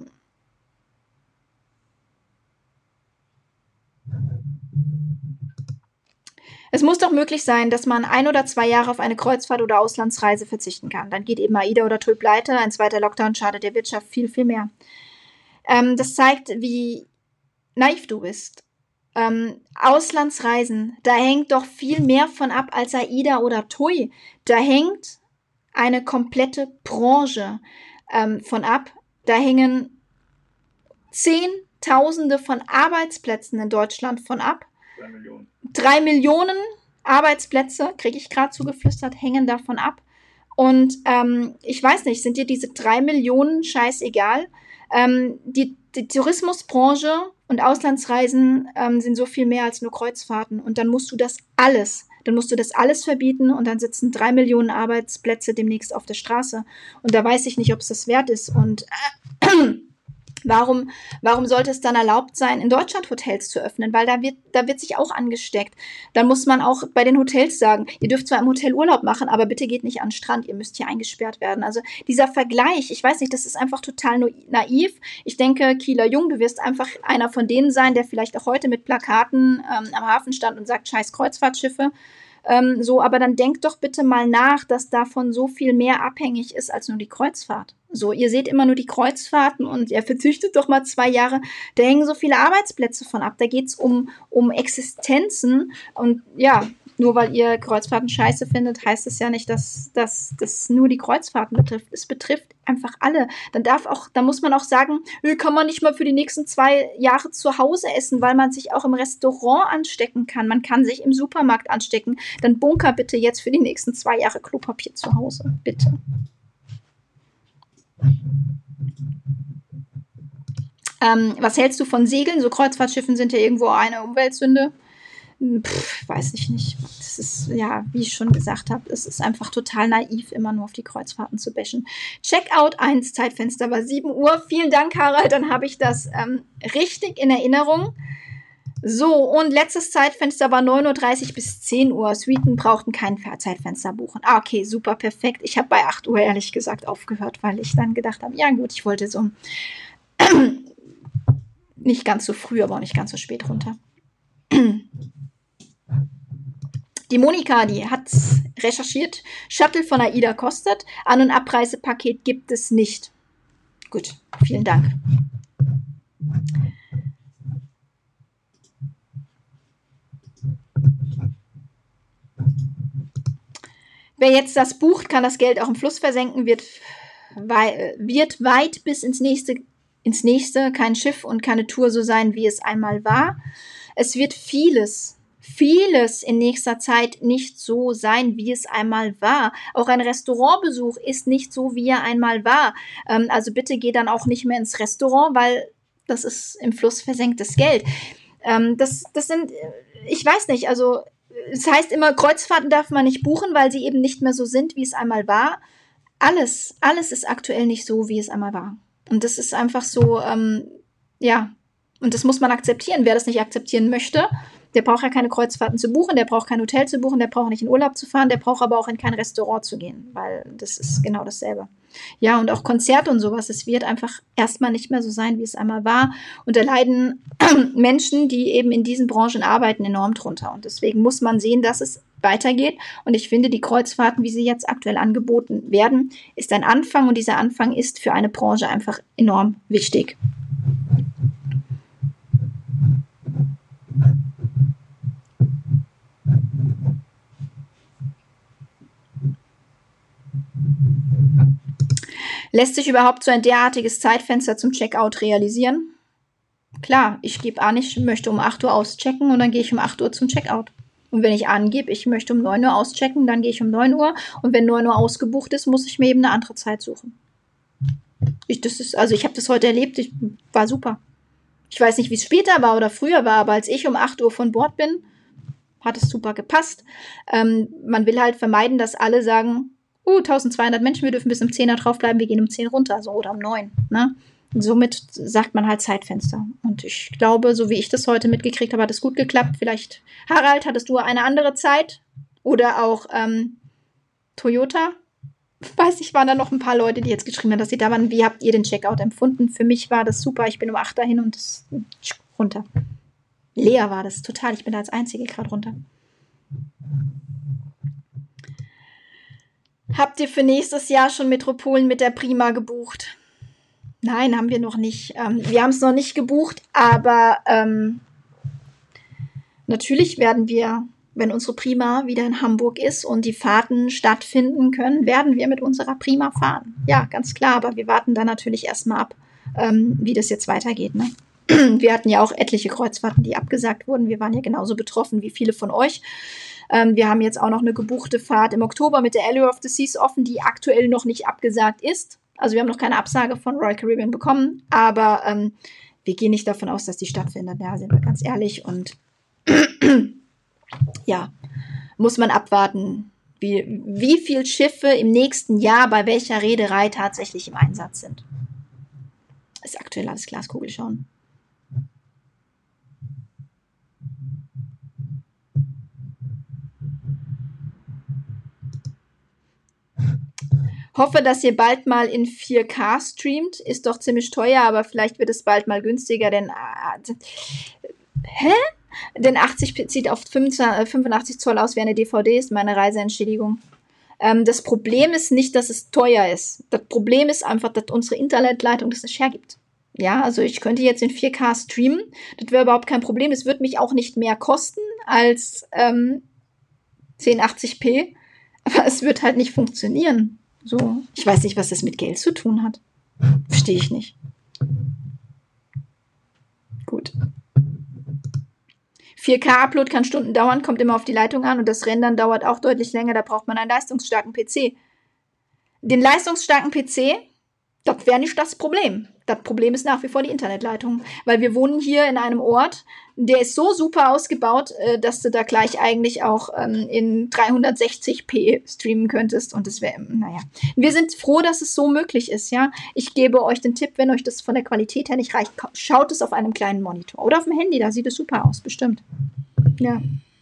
Es muss doch möglich sein, dass man ein oder zwei Jahre auf eine Kreuzfahrt oder Auslandsreise verzichten kann. Dann geht eben AIDA oder TUI pleite. Ein zweiter Lockdown schadet der Wirtschaft viel, viel mehr. Ähm, das zeigt, wie naiv du bist. Ähm, Auslandsreisen, da hängt doch viel mehr von ab als AIDA oder TUI. Da hängt eine komplette Branche ähm, von ab. Da hängen Zehntausende von Arbeitsplätzen in Deutschland von ab. Drei Millionen. Drei Millionen Arbeitsplätze, kriege ich gerade zugeflüstert, hängen davon ab. Und ähm, ich weiß nicht, sind dir diese drei Millionen scheißegal? Ähm, die, die Tourismusbranche und Auslandsreisen ähm, sind so viel mehr als nur Kreuzfahrten. Und dann musst du das alles, dann musst du das alles verbieten und dann sitzen drei Millionen Arbeitsplätze demnächst auf der Straße. Und da weiß ich nicht, ob es das wert ist. Und äh, Warum, warum sollte es dann erlaubt sein, in Deutschland Hotels zu öffnen? Weil da wird, da wird sich auch angesteckt. Dann muss man auch bei den Hotels sagen, ihr dürft zwar im Hotel Urlaub machen, aber bitte geht nicht an den Strand, ihr müsst hier eingesperrt werden. Also dieser Vergleich, ich weiß nicht, das ist einfach total naiv. Ich denke, Kieler Jung, du wirst einfach einer von denen sein, der vielleicht auch heute mit Plakaten ähm, am Hafen stand und sagt, scheiß Kreuzfahrtschiffe. Ähm, so, aber dann denkt doch bitte mal nach, dass davon so viel mehr abhängig ist als nur die Kreuzfahrt. So, ihr seht immer nur die Kreuzfahrten und ihr verzichtet doch mal zwei Jahre. Da hängen so viele Arbeitsplätze von ab. Da geht's um, um Existenzen. Und ja, nur weil ihr Kreuzfahrten scheiße findet, heißt es ja nicht, dass das nur die Kreuzfahrten betrifft. Es betrifft einfach alle. Dann darf auch, dann muss man auch sagen, kann man nicht mal für die nächsten zwei Jahre zu Hause essen, weil man sich auch im Restaurant anstecken kann. Man kann sich im Supermarkt anstecken. Dann bunker bitte jetzt für die nächsten zwei Jahre Klopapier zu Hause. Bitte. Ähm, was hältst du von Segeln? So Kreuzfahrtschiffen sind ja irgendwo eine Umweltsünde. Pff, weiß ich nicht. Das ist, ja, wie ich schon gesagt habe, es ist einfach total naiv, immer nur auf die Kreuzfahrten zu bashen. Checkout eins, Zeitfenster war sieben Uhr. Vielen Dank, Harald, dann habe ich das ähm, richtig in Erinnerung. So, und letztes Zeitfenster war neun Uhr dreißig bis zehn Uhr. Suiten brauchten kein Zeitfenster buchen. Ah, okay, super, perfekt. Ich habe bei acht Uhr ehrlich gesagt aufgehört, weil ich dann gedacht habe, ja gut, ich wollte so nicht ganz so früh, aber auch nicht ganz so spät runter. Die Monika, die hat recherchiert. Shuttle von AIDA kostet. An- und Abreisepaket gibt es nicht. Gut, vielen Dank. Wer jetzt das bucht, kann das Geld auch im Fluss versenken, wird, wei- wird weit bis ins nächste, ins nächste kein Schiff und keine Tour so sein, wie es einmal war. Es wird vieles, vieles in nächster Zeit nicht so sein, wie es einmal war. Auch ein Restaurantbesuch ist nicht so, wie er einmal war. Ähm, also bitte geh dann auch nicht mehr ins Restaurant, weil das ist im Fluss versenktes Geld. Ähm, das, das sind, ich weiß nicht, also es heißt immer, Kreuzfahrten darf man nicht buchen, weil sie eben nicht mehr so sind, wie es einmal war. Alles, alles ist aktuell nicht so, wie es einmal war. Und das ist einfach so, ähm, ja, und das muss man akzeptieren. Wer das nicht akzeptieren möchte, der braucht ja keine Kreuzfahrten zu buchen, der braucht kein Hotel zu buchen, der braucht nicht in Urlaub zu fahren, der braucht aber auch in kein Restaurant zu gehen, weil das ist genau dasselbe. Ja, und auch Konzerte und sowas, es wird einfach erstmal nicht mehr so sein, wie es einmal war. Und da leiden Menschen, die eben in diesen Branchen arbeiten, enorm drunter. Und deswegen muss man sehen, dass es weitergeht. Und ich finde, die Kreuzfahrten, wie sie jetzt aktuell angeboten werden, ist ein Anfang. Und dieser Anfang ist für eine Branche einfach enorm wichtig. Lässt sich überhaupt so ein derartiges Zeitfenster zum Checkout realisieren? Klar, ich gebe an, ich möchte um acht Uhr auschecken und dann gehe ich um acht Uhr zum Checkout. Und wenn ich angebe, ich möchte um neun Uhr auschecken, dann gehe ich um neun Uhr. Und wenn neun Uhr ausgebucht ist, muss ich mir eben eine andere Zeit suchen. Ich, das ist, also ich habe das heute erlebt, ich, war super. Ich weiß nicht, wie es später war oder früher war, aber als ich um acht Uhr von Bord bin, hat es super gepasst. Ähm, man will halt vermeiden, dass alle sagen, uh, eintausendzweihundert Menschen, wir dürfen bis um zehn Uhr draufbleiben, wir gehen um zehn runter, so, oder um neun, ne? Und somit sagt man halt Zeitfenster. Und ich glaube, so wie ich das heute mitgekriegt habe, hat es gut geklappt. Vielleicht, Harald, hattest du eine andere Zeit? Oder auch ähm, Toyota? Weiß ich, waren da noch ein paar Leute, die jetzt geschrieben haben, dass sie da waren. Wie habt ihr den Checkout empfunden? Für mich war das super. Ich bin um acht dahin und das runter. Leer war das, total. Ich bin da als Einzige gerade runter. Habt ihr für nächstes Jahr schon Metropolen mit der Prima gebucht? Nein, haben wir noch nicht. Ähm, wir haben es noch nicht gebucht, aber ähm, natürlich werden wir, wenn unsere Prima wieder in Hamburg ist und die Fahrten stattfinden können, werden wir mit unserer Prima fahren. Ja, ganz klar, aber wir warten dann natürlich erstmal ab, ähm, wie das jetzt weitergeht, ne? Wir hatten ja auch etliche Kreuzfahrten, die abgesagt wurden. Wir waren ja genauso betroffen wie viele von euch. Ähm, wir haben jetzt auch noch eine gebuchte Fahrt im Oktober mit der Allure of the Seas offen, die aktuell noch nicht abgesagt ist. Also wir haben noch keine Absage von Royal Caribbean bekommen, aber ähm, wir gehen nicht davon aus, dass die stattfindet. Ja, sind wir ganz ehrlich. Und ja, muss man abwarten, wie, wie viele Schiffe im nächsten Jahr bei welcher Reederei tatsächlich im Einsatz sind. Ist aktuell alles Glaskugel schauen. Hoffe, dass ihr bald mal in vier K streamt. Ist doch ziemlich teuer, aber vielleicht wird es bald mal günstiger, denn... Äh, hä? Denn achtzig sieht auf fünfundachtzig Zoll aus wie eine D V D, ist meine Reiseentschädigung. Ähm, das Problem ist nicht, dass es teuer ist. Das Problem ist einfach, dass unsere Internetleitung das nicht hergibt. Ja, also ich könnte jetzt in vier K streamen, das wäre überhaupt kein Problem. Es wird mich auch nicht mehr kosten als ähm, zehn achtzig p, aber es wird halt nicht funktionieren. So, ich weiß nicht, was das mit Geld zu tun hat. Verstehe ich nicht. Gut. vier K-Upload kann Stunden dauern, kommt immer auf die Leitung an und das Rendern dauert auch deutlich länger, da braucht man einen leistungsstarken P C. Den leistungsstarken P C, das wäre nicht das Problem. Das Problem ist nach wie vor die Internetleitung, weil wir wohnen hier in einem Ort, der ist so super ausgebaut, dass du da gleich eigentlich auch ähm, in dreihundertsechzig p streamen könntest und das wäre, naja. Wir sind froh, dass es so möglich ist, ja. Ich gebe euch den Tipp, wenn euch das von der Qualität her nicht reicht, schaut es auf einem kleinen Monitor oder auf dem Handy, da sieht es super aus, bestimmt. Ja.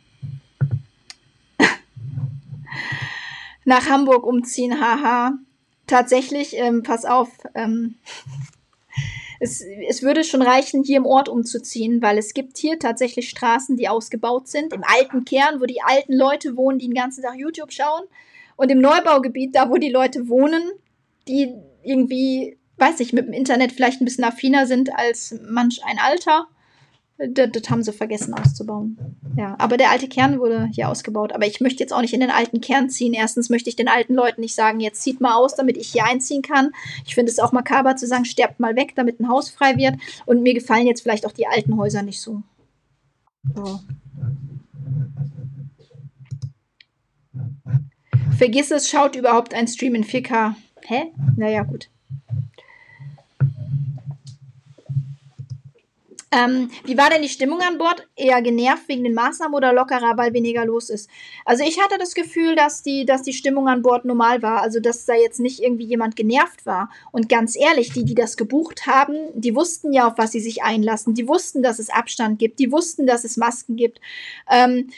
Nach Hamburg umziehen, haha. Tatsächlich, ähm, pass auf, ähm, es, es würde schon reichen, hier im Ort umzuziehen, weil es gibt hier tatsächlich Straßen, die ausgebaut sind, im alten Kern, wo die alten Leute wohnen, die den ganzen Tag YouTube schauen, und im Neubaugebiet, da wo die Leute wohnen, die irgendwie, weiß ich, mit dem Internet vielleicht ein bisschen affiner sind als manch ein Alter. Das, das haben sie vergessen auszubauen. Ja, aber der alte Kern wurde hier ausgebaut. Aber ich möchte jetzt auch nicht in den alten Kern ziehen. Erstens möchte ich den alten Leuten nicht sagen, jetzt zieht mal aus, damit ich hier einziehen kann. Ich finde es auch makaber zu sagen, sterbt mal weg, damit ein Haus frei wird. Und mir gefallen jetzt vielleicht auch die alten Häuser nicht so. So. Vergiss es, schaut überhaupt ein Stream in vier K. Hä? Naja, gut. Ähm, wie war denn die Stimmung an Bord? Eher genervt wegen den Maßnahmen oder lockerer, weil weniger los ist? Also ich hatte das Gefühl, dass die, dass die Stimmung an Bord normal war. Also dass da jetzt nicht irgendwie jemand genervt war. Und ganz ehrlich, die, die das gebucht haben, die wussten ja, auf was sie sich einlassen. Die wussten, dass es Abstand gibt. Die wussten, dass es Masken gibt. Ähm,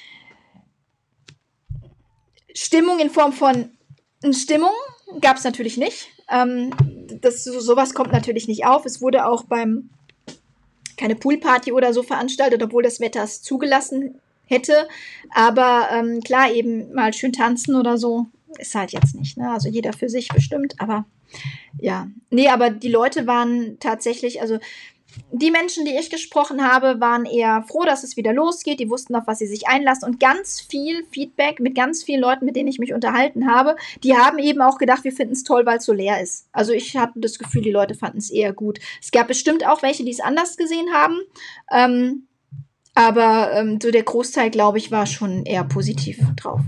Stimmung in Form von Stimmung gab es natürlich nicht. Ähm, das, sowas kommt natürlich nicht auf. Es wurde auch beim keine Poolparty oder so veranstaltet, obwohl das Wetter es zugelassen hätte. Aber ähm, klar, eben mal schön tanzen oder so ist halt jetzt nicht. Ne? Also jeder für sich bestimmt. Aber ja, nee, aber die Leute waren tatsächlich, also die Menschen, die ich gesprochen habe, waren eher froh, dass es wieder losgeht. Die wussten, auf was sie sich einlassen. Und ganz viel Feedback mit ganz vielen Leuten, mit denen ich mich unterhalten habe, die haben eben auch gedacht, wir finden es toll, weil es so leer ist. Also ich hatte das Gefühl, die Leute fanden es eher gut. Es gab bestimmt auch welche, die es anders gesehen haben. Ähm, aber ähm, so der Großteil, glaube ich, war schon eher positiv drauf.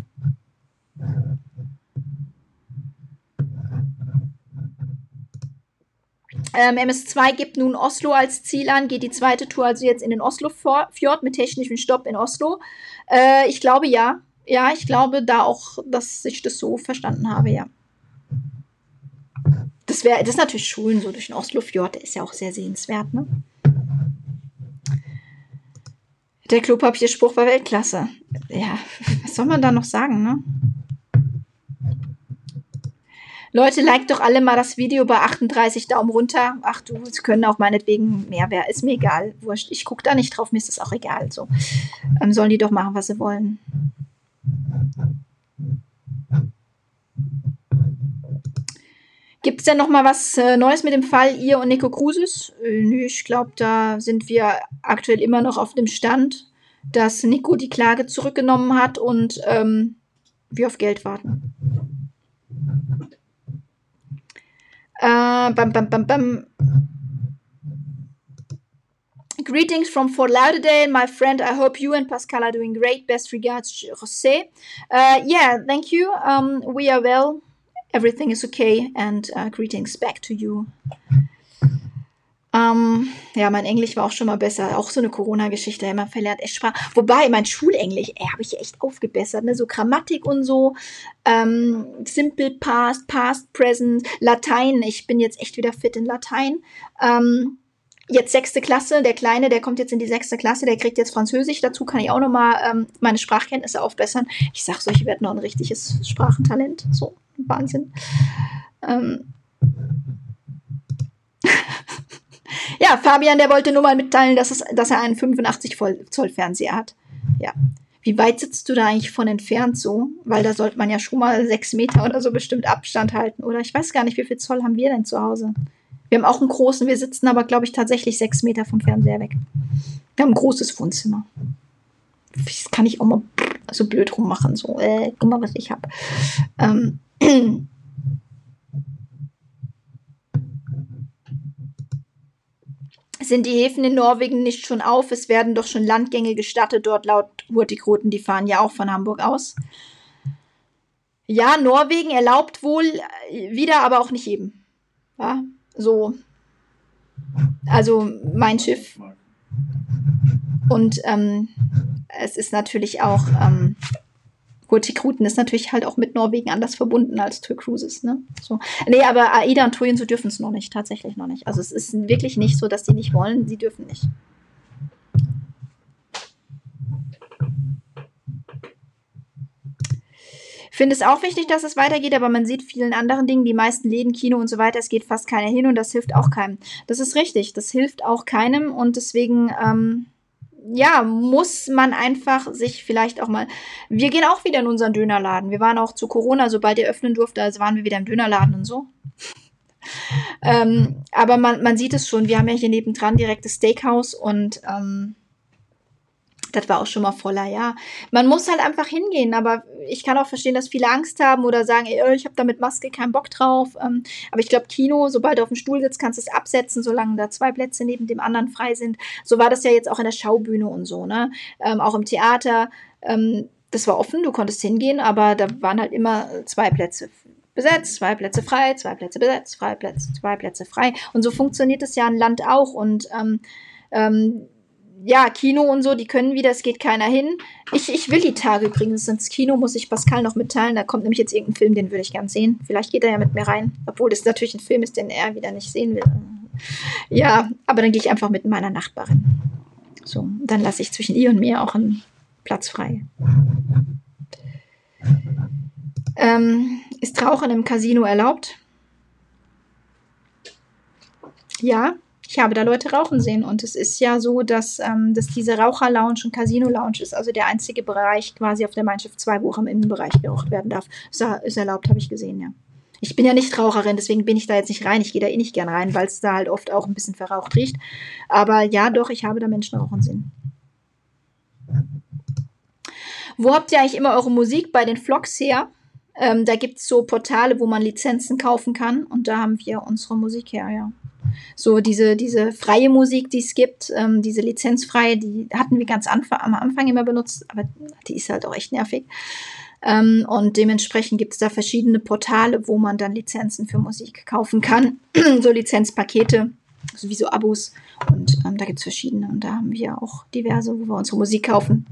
Ähm, M S zwei gibt nun Oslo als Ziel an, geht die zweite Tour also jetzt in den Oslo-Fjord mit technischem Stopp in Oslo. Äh, ich glaube ja. Ja, ich glaube da auch, dass ich das so verstanden habe, ja. Das wäre, das ist natürlich schön, so durch den Oslo-Fjord, der ist ja auch sehr sehenswert, ne? Der Klopapierspruch war Weltklasse. Ja, was soll man da noch sagen, ne? Leute, liked doch alle mal das Video bei achtunddreißig Daumen runter. Ach du, es können auch meinetwegen mehr werden. Ist mir egal. Wurscht. Ich gucke da nicht drauf, mir ist das auch egal. So. Ähm, sollen die doch machen, was sie wollen. Gibt es denn noch mal was äh, Neues mit dem Fall ihr und Nico Cruises? Äh, nö, ich glaube, da sind wir aktuell immer noch auf dem Stand, dass Nico die Klage zurückgenommen hat und ähm, wir auf Geld warten. Uh, bum, bum, bum, bum. Greetings from Fort Lauderdale, my friend. I hope you and Pascal are doing great. Best regards, José. Uh, yeah, thank you. Um, we are well. Everything is okay. And uh, greetings back to you. Um, ja, mein Englisch war auch schon mal besser. Auch so eine Corona-Geschichte. Man verlernt echt Sprache. Wobei, mein Schulenglisch, ey, habe ich echt aufgebessert. Ne? So Grammatik und so. Ähm, Simple Past, Past, Present, Latein. Ich bin jetzt echt wieder fit in Latein. Ähm, jetzt sechste Klasse. Der Kleine, der kommt jetzt in die sechste Klasse. Der kriegt jetzt Französisch. Dazu kann ich auch noch mal ähm, meine Sprachkenntnisse aufbessern. Ich sag so, ich werde noch ein richtiges Sprachentalent. So, Wahnsinn. Ähm. Ja, Fabian, der wollte nur mal mitteilen, dass, es, dass er einen fünfundachtzig Zoll Fernseher hat. Ja. Wie weit sitzt du da eigentlich von entfernt so? Weil da sollte man ja schon mal sechs Meter oder so bestimmt Abstand halten. Oder ich weiß gar nicht, wie viel Zoll haben wir denn zu Hause? Wir haben auch einen großen, wir sitzen aber, glaube ich, tatsächlich sechs Meter vom Fernseher weg. Wir haben ein großes Wohnzimmer. Das kann ich auch mal so blöd rummachen. So, äh, guck mal, was ich habe. Ähm. Sind die Häfen in Norwegen nicht schon auf? Es werden doch schon Landgänge gestattet, dort laut Hurtigruten, die fahren ja auch von Hamburg aus. Ja, Norwegen erlaubt wohl wieder, aber auch nicht jedem. Ja, so. Also mein Schiff. Und ähm, es ist natürlich auch, ähm, Hurtigruten ist natürlich halt auch mit Norwegen anders verbunden als TUI Cruises, ne? So. Nee, aber AIDA und TUI und so dürfen es noch nicht, tatsächlich noch nicht. Also es ist wirklich nicht so, dass die nicht wollen, sie dürfen nicht. Ich finde es auch wichtig, dass es weitergeht, aber man sieht vielen anderen Dingen, die meisten Läden, Kino und so weiter, es geht fast keiner hin und das hilft auch keinem. Das ist richtig, das hilft auch keinem und deswegen, ähm, ja, muss man einfach sich vielleicht auch mal, wir gehen auch wieder in unseren Dönerladen. Wir waren auch zu Corona, sobald ihr öffnen durfte, also waren wir wieder im Dönerladen und so. ähm, aber man, man sieht es schon, wir haben ja hier nebendran direkt das Steakhouse und ähm, das war auch schon mal voller, ja. Man muss halt einfach hingehen, aber ich kann auch verstehen, dass viele Angst haben oder sagen, ey, ich habe da mit Maske keinen Bock drauf. Ähm, aber ich glaube, Kino, sobald du auf dem Stuhl sitzt, kannst du es absetzen, solange da zwei Plätze neben dem anderen frei sind. So war das ja jetzt auch in der Schaubühne und so, ne? Ähm, auch im Theater. Ähm, das war offen, du konntest hingehen, aber da waren halt immer zwei Plätze besetzt, zwei Plätze frei, zwei Plätze besetzt, zwei Plätze, zwei Plätze frei. Und so funktioniert es ja im Land auch. Und ähm, ähm, ja, Kino und so, die können wieder, es geht keiner hin. Ich, ich will die Tage übrigens ins Kino, muss ich Pascal noch mitteilen. Da kommt nämlich jetzt irgendein Film, den würde ich gern sehen. Vielleicht geht er ja mit mir rein, obwohl das natürlich ein Film ist, den er wieder nicht sehen will. Ja, aber dann gehe ich einfach mit meiner Nachbarin. So, dann lasse ich zwischen ihr und mir auch einen Platz frei. Ähm, ist Rauchen im Casino erlaubt? Ja. Ich habe da Leute rauchen sehen und es ist ja so, dass, ähm, dass diese Raucher-Lounge und Casino-Lounge ist, also der einzige Bereich quasi auf der Mein Schiff zwei, wo auch im Innenbereich geraucht werden darf. Ist, ist erlaubt, habe ich gesehen, ja. Ich bin ja nicht Raucherin, deswegen bin ich da jetzt nicht rein. Ich gehe da eh nicht gern rein, weil es da halt oft auch ein bisschen verraucht riecht. Aber ja, doch, ich habe da Menschen rauchen sehen. Wo habt ihr eigentlich immer eure Musik? Bei den Vlogs her? Ähm, da gibt es so Portale, wo man Lizenzen kaufen kann und da haben wir unsere Musik her, ja. So diese, diese freie Musik, die es gibt, ähm, diese lizenzfreie, die hatten wir ganz anf- am Anfang immer benutzt, aber die ist halt auch echt nervig. Ähm, und dementsprechend gibt es da verschiedene Portale, wo man dann Lizenzen für Musik kaufen kann. So Lizenzpakete, also wie so Abos. Und ähm, da gibt es verschiedene. Und da haben wir auch diverse, wo wir unsere Musik kaufen.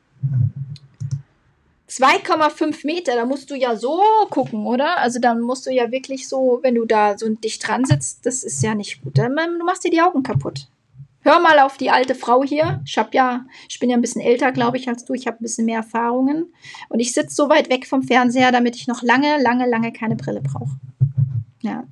zwei Komma fünf Meter, da musst du ja so gucken, oder? Also dann musst du ja wirklich so, wenn du da so dicht dran sitzt, das ist ja nicht gut. Du machst dir die Augen kaputt. Hör mal auf die alte Frau hier. Ich hab ja, ich bin ja ein bisschen älter, glaube ich, als du. Ich habe ein bisschen mehr Erfahrungen. Und ich sitze so weit weg vom Fernseher, damit ich noch lange, lange, lange keine Brille brauche. Ja.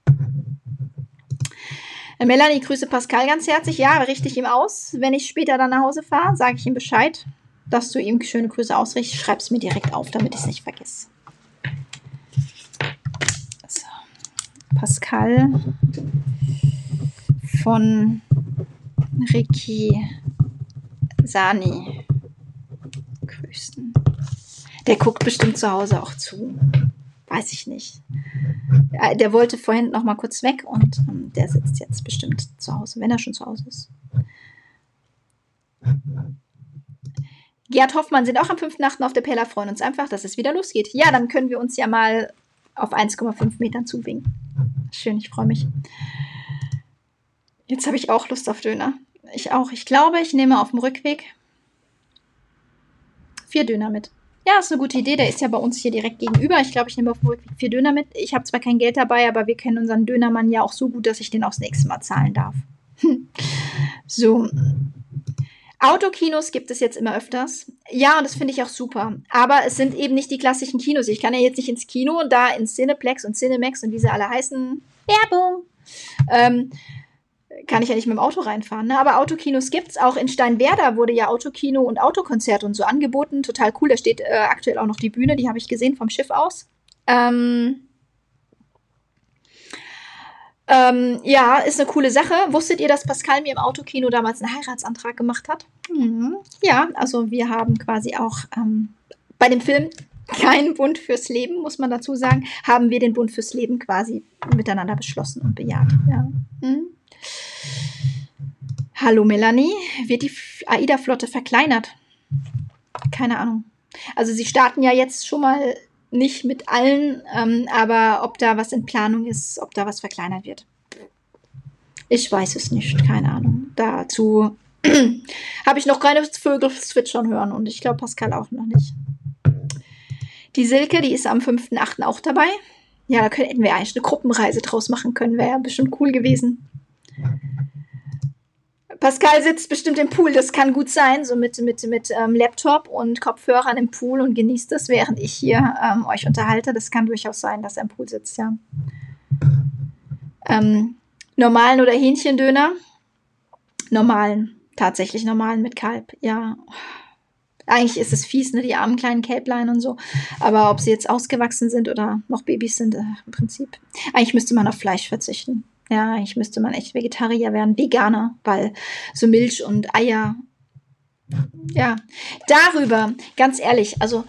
Melanie, grüße Pascal ganz herzlich. Ja, richte ich ihm aus. Wenn ich später dann nach Hause fahre, sage ich ihm Bescheid, dass du ihm schöne Grüße ausrichtest. Schreib es mir direkt auf, damit ich es nicht vergesse. So. Pascal von Ricky Sani grüßen. Der guckt bestimmt zu Hause auch zu. Weiß ich nicht. Der wollte vorhin noch mal kurz weg und ähm, der sitzt jetzt bestimmt zu Hause, wenn er schon zu Hause ist. Gerd Hoffmann sind auch am fünften achten auf der Pella, freuen uns einfach, dass es wieder losgeht. Ja, dann können wir uns ja mal auf eins Komma fünf Metern zuwinken. Schön, ich freue mich. Jetzt habe ich auch Lust auf Döner. Ich auch. Ich glaube, ich nehme auf dem Rückweg vier Döner mit. Ja, ist eine gute Idee. Der ist ja bei uns hier direkt gegenüber. Ich glaube, ich nehme auf dem Rückweg vier Döner mit. Ich habe zwar kein Geld dabei, aber wir kennen unseren Dönermann ja auch so gut, dass ich den auch das nächste Mal zahlen darf. So. Autokinos gibt es jetzt immer öfters. Ja, und das finde ich auch super. Aber es sind eben nicht die klassischen Kinos. Ich kann ja jetzt nicht ins Kino und da ins Cineplex und Cinemax und wie sie alle heißen. Werbung. Ähm, kann ich ja nicht mit dem Auto reinfahren. Ne? Aber Autokinos gibt's. Auch in Steinwerder wurde ja Autokino und Autokonzert und so angeboten. Total cool. Da steht äh, aktuell auch noch die Bühne. Die habe ich gesehen vom Schiff aus. Ähm, ähm, ja, ist eine coole Sache. Wusstet ihr, dass Pascal mir im Autokino damals einen Heiratsantrag gemacht hat? Mhm. Ja, also wir haben quasi auch ähm, bei dem Film keinen Bund fürs Leben, muss man dazu sagen, haben wir den Bund fürs Leben quasi miteinander beschlossen und bejaht. Ja. Mhm. Hallo Melanie, wird die AIDA-Flotte verkleinert? Keine Ahnung. Also sie starten ja jetzt schon mal nicht mit allen, ähm, aber ob da was in Planung ist, ob da was verkleinert wird. Ich weiß es nicht, keine Ahnung. Dazu habe ich noch keine Vögel zwitschern hören und ich glaube Pascal auch noch nicht. Die Silke, die ist am fünften achten auch dabei. Ja, da hätten wir eigentlich eine Gruppenreise draus machen können, wäre ja bestimmt cool gewesen. Pascal sitzt bestimmt im Pool, das kann gut sein, so mit, mit, mit ähm, Laptop und Kopfhörern im Pool und genießt es, während ich hier ähm, euch unterhalte. Das kann durchaus sein, dass er im Pool sitzt, ja. Ähm, normalen oder Hähnchendöner? Normalen, tatsächlich normalen mit Kalb, ja. Eigentlich ist es fies, ne, die armen kleinen Kälblein und so. Aber ob sie jetzt ausgewachsen sind oder noch Babys sind, äh, im Prinzip. Eigentlich müsste man auf Fleisch verzichten. Ja, eigentlich müsste man echt Vegetarier werden, Veganer, weil so Milch und Eier, ja, darüber, ganz ehrlich, also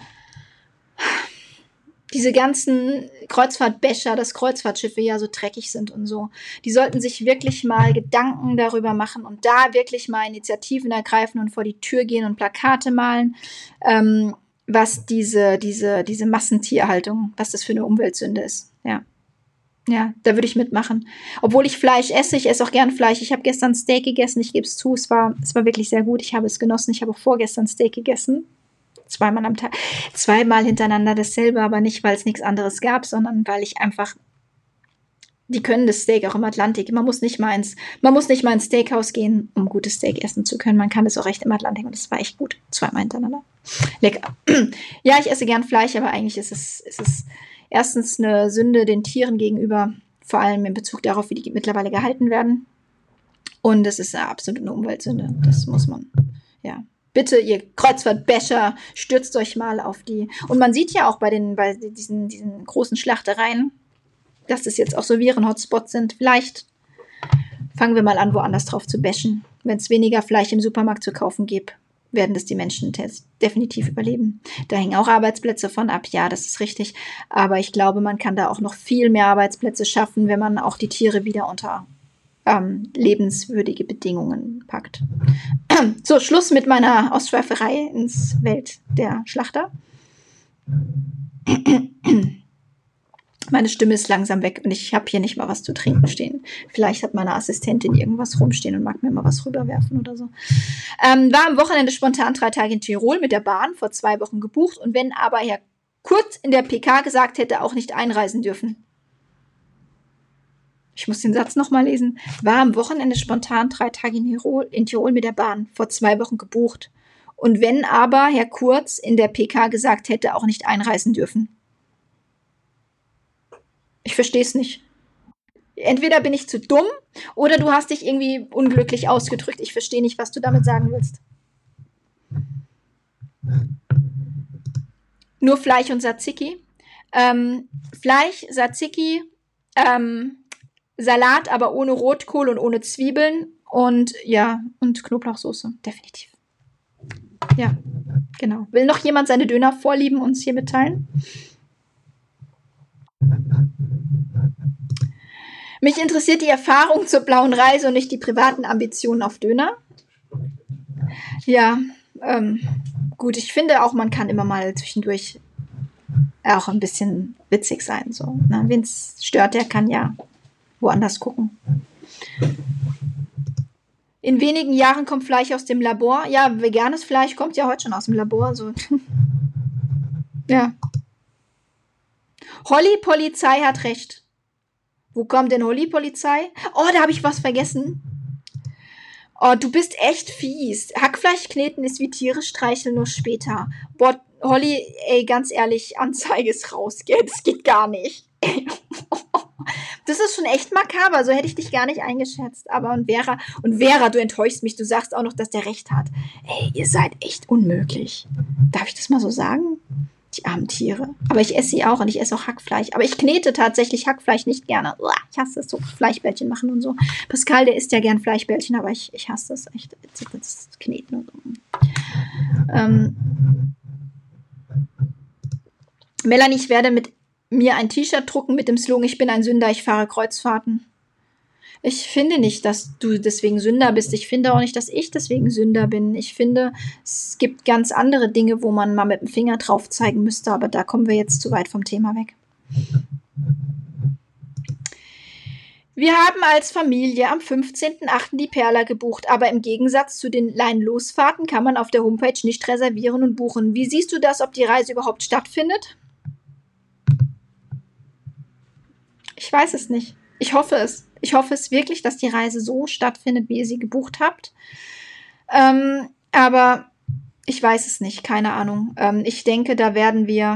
diese ganzen Kreuzfahrtbecher, dass Kreuzfahrtschiffe ja so dreckig sind und so, die sollten sich wirklich mal Gedanken darüber machen und da wirklich mal Initiativen ergreifen und vor die Tür gehen und Plakate malen, ähm, was diese, diese, diese Massentierhaltung, was das für eine Umweltsünde ist, ja. Ja, da würde ich mitmachen. Obwohl ich Fleisch esse, ich esse auch gern Fleisch. Ich habe gestern Steak gegessen, ich gebe es zu, es war, es war wirklich sehr gut. Ich habe es genossen. Ich habe auch vorgestern Steak gegessen. Zweimal am Tag. Zweimal hintereinander dasselbe, aber nicht, weil es nichts anderes gab, sondern weil ich einfach, die können das Steak auch im Atlantik. Man muss nicht mal ins, man muss nicht mal ins Steakhouse gehen, um gutes Steak essen zu können. Man kann das auch recht im Atlantik und das war echt gut. Zweimal hintereinander. Lecker. Ja, ich esse gern Fleisch, aber eigentlich ist es, ist es erstens eine Sünde den Tieren gegenüber, vor allem in Bezug darauf, wie die mittlerweile gehalten werden. Und es ist eine absolute Umweltsünde. Das muss man, ja. Bitte, ihr Kreuzfahrtbecher, stürzt euch mal auf die. Und man sieht ja auch bei den, bei diesen, diesen großen Schlachtereien, dass das jetzt auch so Viren-Hotspots sind. Vielleicht fangen wir mal an, woanders drauf zu bashen. Wenn es weniger Fleisch im Supermarkt zu kaufen gibt, werden das die Menschen definitiv überleben. Da hängen auch Arbeitsplätze von ab, ja, das ist richtig. Aber ich glaube, man kann da auch noch viel mehr Arbeitsplätze schaffen, wenn man auch die Tiere wieder unter ähm, lebenswürdige Bedingungen packt. So, Schluss mit meiner Ausschweiferei ins Welt der Schlachter. Meine Stimme ist langsam weg und ich habe hier nicht mal was zu trinken stehen. Vielleicht hat meine Assistentin irgendwas rumstehen und mag mir mal was rüberwerfen oder so. Ähm, war am Wochenende spontan drei Tage in Tirol mit der Bahn, vor zwei Wochen gebucht. Und wenn aber Herr Kurz in der P K gesagt hätte, auch nicht einreisen dürfen. Ich muss den Satz nochmal lesen. War am Wochenende spontan drei Tage in Tirol, in Tirol mit der Bahn, vor zwei Wochen gebucht. Und wenn aber Herr Kurz in der P K gesagt hätte, auch nicht einreisen dürfen. Ich verstehe es nicht. Entweder bin ich zu dumm oder du hast dich irgendwie unglücklich ausgedrückt. Ich verstehe nicht, was du damit sagen willst. Nur Fleisch und Tzatziki. Ähm, Fleisch, Tzatziki, ähm, Salat, aber ohne Rotkohl und ohne Zwiebeln und ja, und Knoblauchsoße. Definitiv. Ja, genau. Will noch jemand seine Dönervorlieben uns hier mitteilen? Mich interessiert die Erfahrung zur blauen Reise und nicht die privaten Ambitionen auf Döner. Ja, ähm, gut, ich finde auch, man kann immer mal zwischendurch auch ein bisschen witzig sein. So, ne? Wen es stört, der kann ja woanders gucken. In wenigen Jahren kommt Fleisch aus dem Labor. Ja, veganes Fleisch kommt ja heute schon aus dem Labor. So. Ja. Holly-Polizei hat recht. Wo kommt denn Holly-Polizei? Oh, da habe ich was vergessen. Oh, du bist echt fies. Hackfleisch kneten ist wie Tiere streicheln, nur später. Boah, Holly, ey, ganz ehrlich, Anzeige ist raus, gell? Das geht gar nicht. Das ist schon echt makaber. So hätte ich dich gar nicht eingeschätzt. Aber und Vera, und Vera, du enttäuschst mich. Du sagst auch noch, dass der recht hat. Ey, ihr seid echt unmöglich. Darf ich das mal so sagen? Die armen Tiere. Aber ich esse sie auch und ich esse auch Hackfleisch. Aber ich knete tatsächlich Hackfleisch nicht gerne. Uah, ich hasse es, so Fleischbällchen machen und so. Pascal, der isst ja gern Fleischbällchen, aber ich, ich hasse es echt. Das Kneten und so. Ähm, Melanie, ich werde mit mir ein T-Shirt drucken mit dem Slogan, ich bin ein Sünder, ich fahre Kreuzfahrten. Ich finde nicht, dass du deswegen Sünder bist. Ich finde auch nicht, dass ich deswegen Sünder bin. Ich finde, es gibt ganz andere Dinge, wo man mal mit dem Finger drauf zeigen müsste, aber da kommen wir jetzt zu weit vom Thema weg. Wir haben als Familie am fünfzehnten achten die Perla gebucht, aber im Gegensatz zu den Line-Losfahrten kann man auf der Homepage nicht reservieren und buchen. Wie siehst du das, ob die Reise überhaupt stattfindet? Ich weiß es nicht. Ich hoffe es. Ich hoffe es wirklich, dass die Reise so stattfindet, wie ihr sie gebucht habt. Ähm, aber ich weiß es nicht. Keine Ahnung. Ähm, ich denke, da werden wir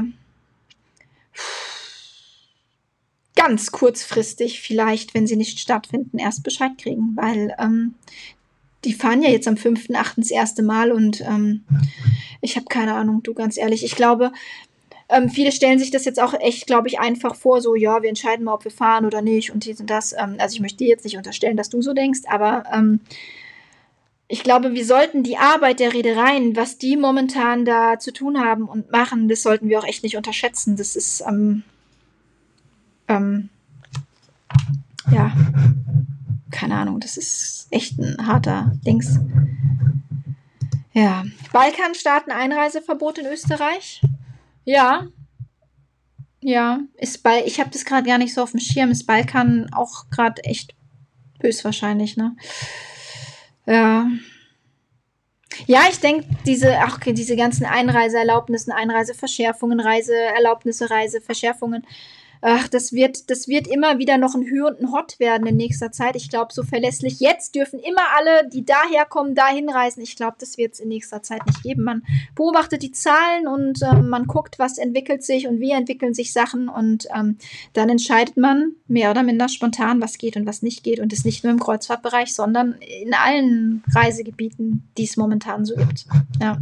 ganz kurzfristig vielleicht, wenn sie nicht stattfinden, erst Bescheid kriegen. Weil ähm, die fahren ja jetzt am fünften achten das erste Mal und ähm, ich habe keine Ahnung, du, ganz ehrlich. Ich glaube, Ähm, viele stellen sich das jetzt auch echt, glaube ich, einfach vor, so, ja, wir entscheiden mal, ob wir fahren oder nicht und dies und das. Ähm, also ich möchte dir jetzt nicht unterstellen, dass du so denkst, aber ähm, ich glaube, wir sollten die Arbeit der Reedereien, was die momentan da zu tun haben und machen, das sollten wir auch echt nicht unterschätzen. Das ist, ähm, ähm, ja, keine Ahnung, das ist echt ein harter Dings. Ja, Balkanstaaten Einreiseverbot in Österreich? Ja, ja, ist bei, ich habe das gerade gar nicht so auf dem Schirm. Ist Balkan auch gerade echt höchstwahrscheinlich, ne? Ja. Ja, ich denke, diese, ach, okay, diese ganzen Einreiseerlaubnissen, Einreiseverschärfungen, Reiseerlaubnisse, Reiseverschärfungen, ach, das wird, das wird immer wieder noch ein Hü und ein Hott werden in nächster Zeit. Ich glaube, so verlässlich. Jetzt dürfen immer alle, die daherkommen, dahin reisen. Ich glaube, das wird es in nächster Zeit nicht geben. Man beobachtet die Zahlen und ähm, man guckt, was entwickelt sich und wie entwickeln sich Sachen und ähm, dann entscheidet man mehr oder minder spontan, was geht und was nicht geht und das nicht nur im Kreuzfahrtbereich, sondern in allen Reisegebieten, die es momentan so gibt. Ja.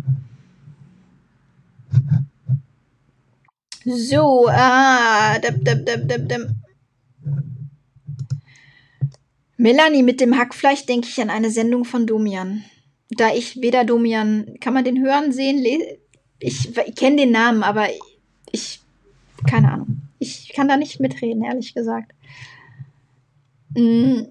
So, ah, dum, dum, dum, dum, dum. Melanie, mit dem Hackfleisch denke ich an eine Sendung von Domian. Da ich weder Domian, kann man den hören, sehen, le- ich, ich kenne den Namen, aber ich, keine Ahnung. Ich kann da nicht mitreden, ehrlich gesagt. Mm.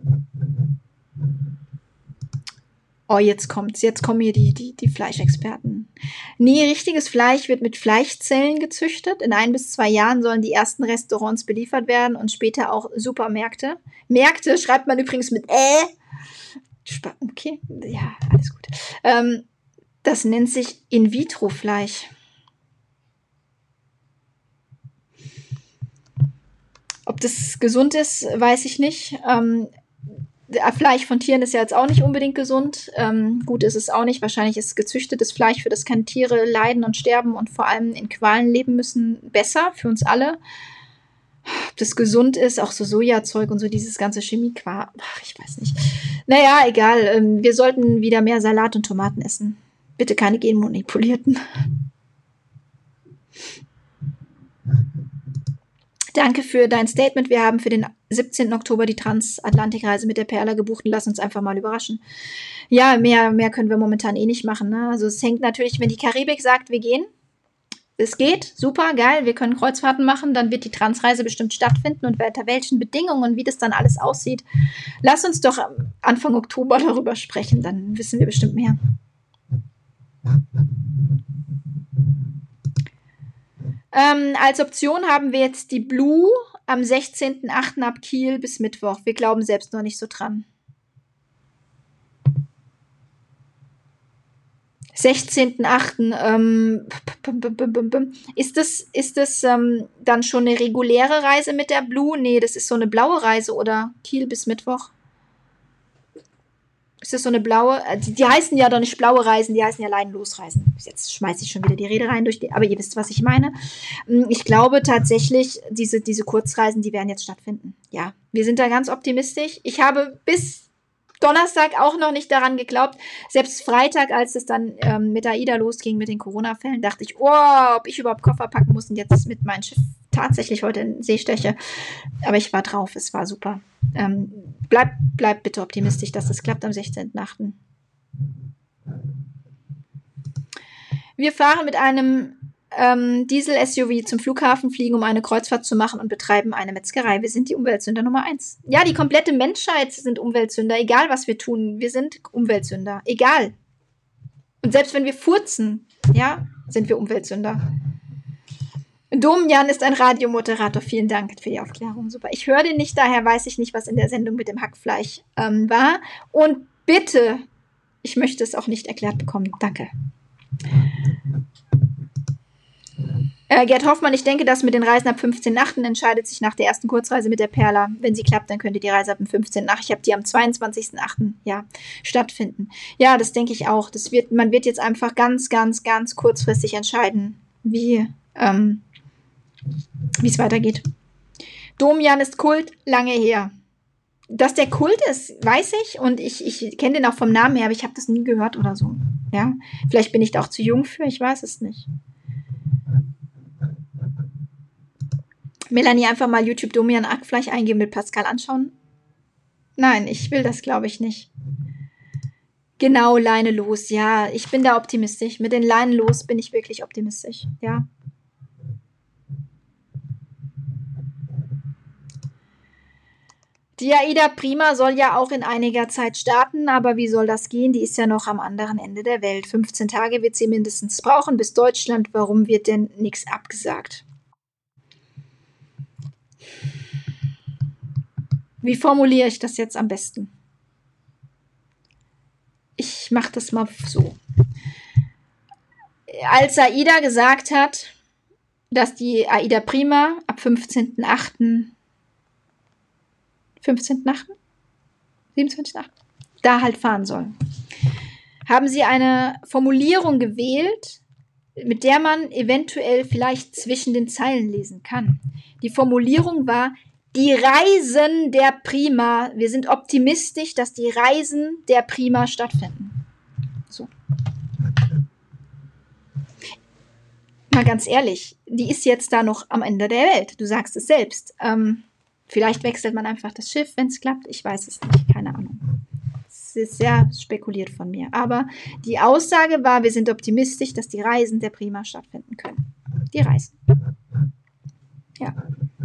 Oh, jetzt kommt's. Jetzt kommen hier die, die, die Fleischexperten. Nee, richtiges Fleisch wird mit Fleischzellen gezüchtet. In ein bis zwei Jahren sollen die ersten Restaurants beliefert werden und später auch Supermärkte. Märkte schreibt man übrigens mit Ä. Okay, ja, alles gut. Ähm, das nennt sich In-vitro-Fleisch. Ob das gesund ist, weiß ich nicht. Ähm, Fleisch von Tieren ist ja jetzt auch nicht unbedingt gesund. Ähm, gut ist es auch nicht. Wahrscheinlich ist gezüchtetes Fleisch, für das keine Tiere leiden und sterben und vor allem in Qualen leben müssen, besser für uns alle. Ob das gesund ist, auch so Sojazeug und so dieses ganze Chemiequark. Ach, ich weiß nicht. Naja, egal. Ähm, wir sollten wieder mehr Salat und Tomaten essen. Bitte keine genmanipulierten. Danke für dein Statement. Wir haben für den siebzehnten Oktober die Transatlantikreise mit der Perla gebucht und lass uns einfach mal überraschen. Ja, mehr, mehr können wir momentan eh nicht machen. Ne? Also es hängt natürlich, wenn die Karibik sagt, wir gehen. Es geht, super, geil, wir können Kreuzfahrten machen, dann wird die Transreise bestimmt stattfinden und unter welchen Bedingungen, wie das dann alles aussieht. Lass uns doch Anfang Oktober darüber sprechen, dann wissen wir bestimmt mehr. Ähm, als Option haben wir jetzt die Blue am sechzehnten achten ab Kiel bis Mittwoch. Wir glauben selbst noch nicht so dran. sechzehnten achten Ähm, ist das, ist das ähm, dann schon eine reguläre Reise mit der Blue? Nee, das ist so eine blaue Reise, oder? Kiel bis Mittwoch. Ist das so eine blaue? äh, Die, die heißen ja doch nicht blaue Reisen, die heißen ja Leinenlosreisen. Jetzt schmeiße ich schon wieder die Rede rein, durch die, aber ihr wisst, was ich meine. Mm, Ich glaube tatsächlich, diese, diese Kurzreisen, die werden jetzt stattfinden. Ja, wir sind da ganz optimistisch. Ich habe bis Donnerstag auch noch nicht daran geglaubt. Selbst Freitag, als es dann ähm, mit AIDA losging, mit den Corona-Fällen, dachte ich, oh, ob ich überhaupt Koffer packen muss und jetzt mit meinem Schiff tatsächlich heute in See steche. Aber ich war drauf, es war super. Ähm, bleib, bleib bitte optimistisch, dass es klappt am sechzehnten achten Wir fahren mit einem ähm, Diesel-S U V zum Flughafen, fliegen, um eine Kreuzfahrt zu machen und betreiben eine Metzgerei. Wir sind die Umweltsünder Nummer eins. Ja, die komplette Menschheit sind Umweltsünder, egal was wir tun. Wir sind Umweltsünder, egal. Und selbst wenn wir furzen, ja, sind wir Umweltsünder. Domian ist ein Radiomoderator. Vielen Dank für die Aufklärung. Super. Ich höre den nicht, daher weiß ich nicht, was in der Sendung mit dem Hackfleisch ähm, war. Und bitte, ich möchte es auch nicht erklärt bekommen. Danke. Äh, Gerd Hoffmann, ich denke, das mit den Reisen ab fünfzehnten achten entscheidet sich nach der ersten Kurzreise mit der Perla. Wenn sie klappt, dann könnte die Reise ab dem fünfzehnten achten Ich habe die am zweiundzwanzigsten achten ja, stattfinden. Ja, das denke ich auch. Das wird, man wird jetzt einfach ganz, ganz, ganz kurzfristig entscheiden, wie ähm, wie es weitergeht. Domian ist Kult, lange her. Dass der Kult ist, weiß ich. Und ich, ich kenne den auch vom Namen her, aber ich habe das nie gehört oder so. Ja, vielleicht bin ich da auch zu jung für, ich weiß es nicht. Melanie, einfach mal YouTube Domian Hackfleisch eingeben, mit Pascal anschauen. Nein, ich will das, glaube ich, nicht. Genau, Leine los. Ja, ich bin da optimistisch. Mit den Leinen los bin ich wirklich optimistisch. Ja. Die AIDA Prima soll ja auch in einiger Zeit starten, aber wie soll das gehen? Die ist ja noch am anderen Ende der Welt. fünfzehn Tage wird sie mindestens brauchen bis Deutschland. Warum wird denn nichts abgesagt? Wie formuliere ich das jetzt am besten? Ich mache das mal so. Als AIDA gesagt hat, dass die AIDA Prima ab fünfzehnten achten fünfzehnten achten siebenundzwanzigsten achten da halt fahren soll, haben sie eine Formulierung gewählt, mit der man eventuell vielleicht zwischen den Zeilen lesen kann. Die Formulierung war: Die Reisen der Prima. Wir sind optimistisch, dass die Reisen der Prima stattfinden. So. Mal ganz ehrlich, die ist jetzt da noch am Ende der Welt. Du sagst es selbst. Ähm, vielleicht wechselt man einfach das Schiff, wenn es klappt. Ich weiß es nicht. Keine Ahnung. Es ist sehr spekuliert von mir. Aber die Aussage war, wir sind optimistisch, dass die Reisen der Prima stattfinden können. Die Reisen. Ja.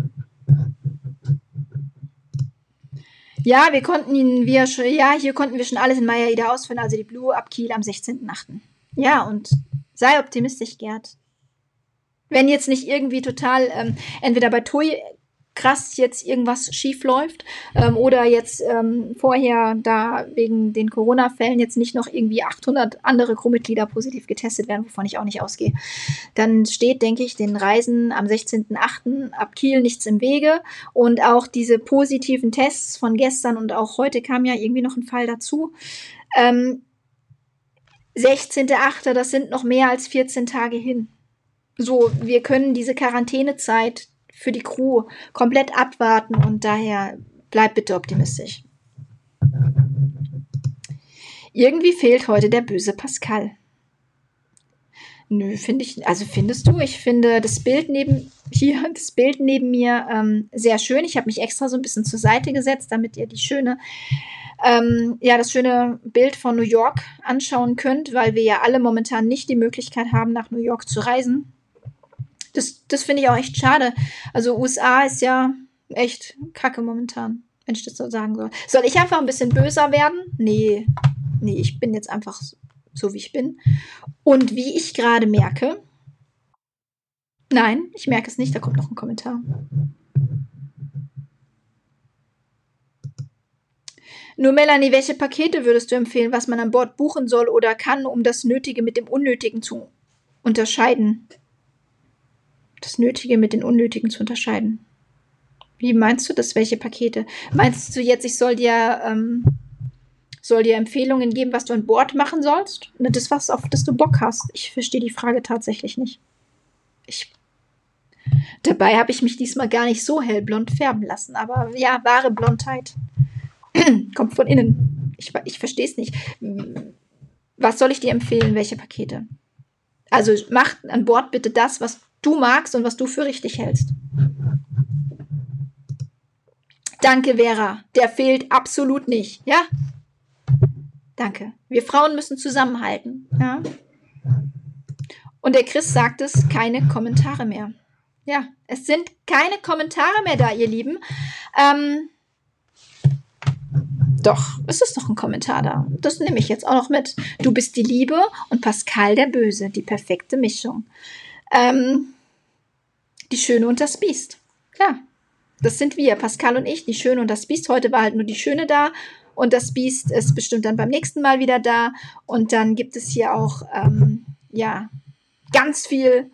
Ja, wir konnten ihn, wir schon, ja, hier konnten wir schon alles in AIDA ausführen, also die Blue ab Kiel am sechzehnten achten Ja, und sei optimistisch, Gerd. Wenn jetzt nicht irgendwie total, ähm, entweder bei T U I krass jetzt irgendwas schief läuft ähm, oder jetzt ähm, vorher da wegen den Corona-Fällen jetzt nicht noch irgendwie achthundert andere Crewmitglieder positiv getestet werden, wovon ich auch nicht ausgehe, dann steht, denke ich, den Reisen am sechzehnten achten ab Kiel nichts im Wege. Und auch diese positiven Tests von gestern und auch heute kam ja irgendwie noch ein Fall dazu. Ähm, sechzehnten achten das sind noch mehr als vierzehn Tage hin. So, wir können diese Quarantänezeit für die Crew komplett abwarten und daher bleib bitte optimistisch. Irgendwie fehlt heute der böse Pascal. Nö, finde ich, also findest du, ich finde das Bild neben hier, das Bild neben mir ähm, sehr schön. Ich habe mich extra so ein bisschen zur Seite gesetzt, damit ihr die schöne, ähm, ja, das schöne Bild von New York anschauen könnt, weil wir ja alle momentan nicht die Möglichkeit haben, nach New York zu reisen. Das, das finde ich auch echt schade. Also U S A ist ja echt kacke momentan, wenn ich das so sagen soll. Soll ich einfach ein bisschen böser werden? Nee, nee, ich bin jetzt einfach so, wie ich bin. Und wie ich gerade merke, nein, ich merke es nicht, da kommt noch ein Kommentar. Nur Melanie, welche Pakete würdest du empfehlen, was man an Bord buchen soll oder kann, um das Nötige mit dem Unnötigen zu unterscheiden? Das Nötige mit den Unnötigen zu unterscheiden. Wie meinst du das? Welche Pakete? Meinst du jetzt, ich soll dir, ähm, Soll dir Empfehlungen geben, was du an Bord machen sollst? Ne, das, was, auf das du Bock hast. Ich verstehe die Frage tatsächlich nicht. Ich, dabei habe ich mich diesmal gar nicht so hellblond färben lassen. Aber ja, wahre Blondheit kommt von innen. Ich, ich verstehe es nicht. Was soll ich dir empfehlen? Welche Pakete? Also mach an Bord bitte das, was du magst und was du für richtig hältst. Danke, Vera. Der fehlt absolut nicht. Ja? Danke. Wir Frauen müssen zusammenhalten. Ja? Und der Chris sagt es, keine Kommentare mehr. Ja, es sind keine Kommentare mehr da, ihr Lieben. Ähm, doch, es ist doch ein Kommentar da. Das nehme ich jetzt auch noch mit. Du bist die Liebe und Pascal der Böse. Die perfekte Mischung. Ähm, die Schöne und das Biest. Klar. Das sind wir, Pascal und ich, die Schöne und das Biest. Heute war halt nur die Schöne da und das Biest ist bestimmt dann beim nächsten Mal wieder da. Und dann gibt es hier auch, ähm, ja, ganz viel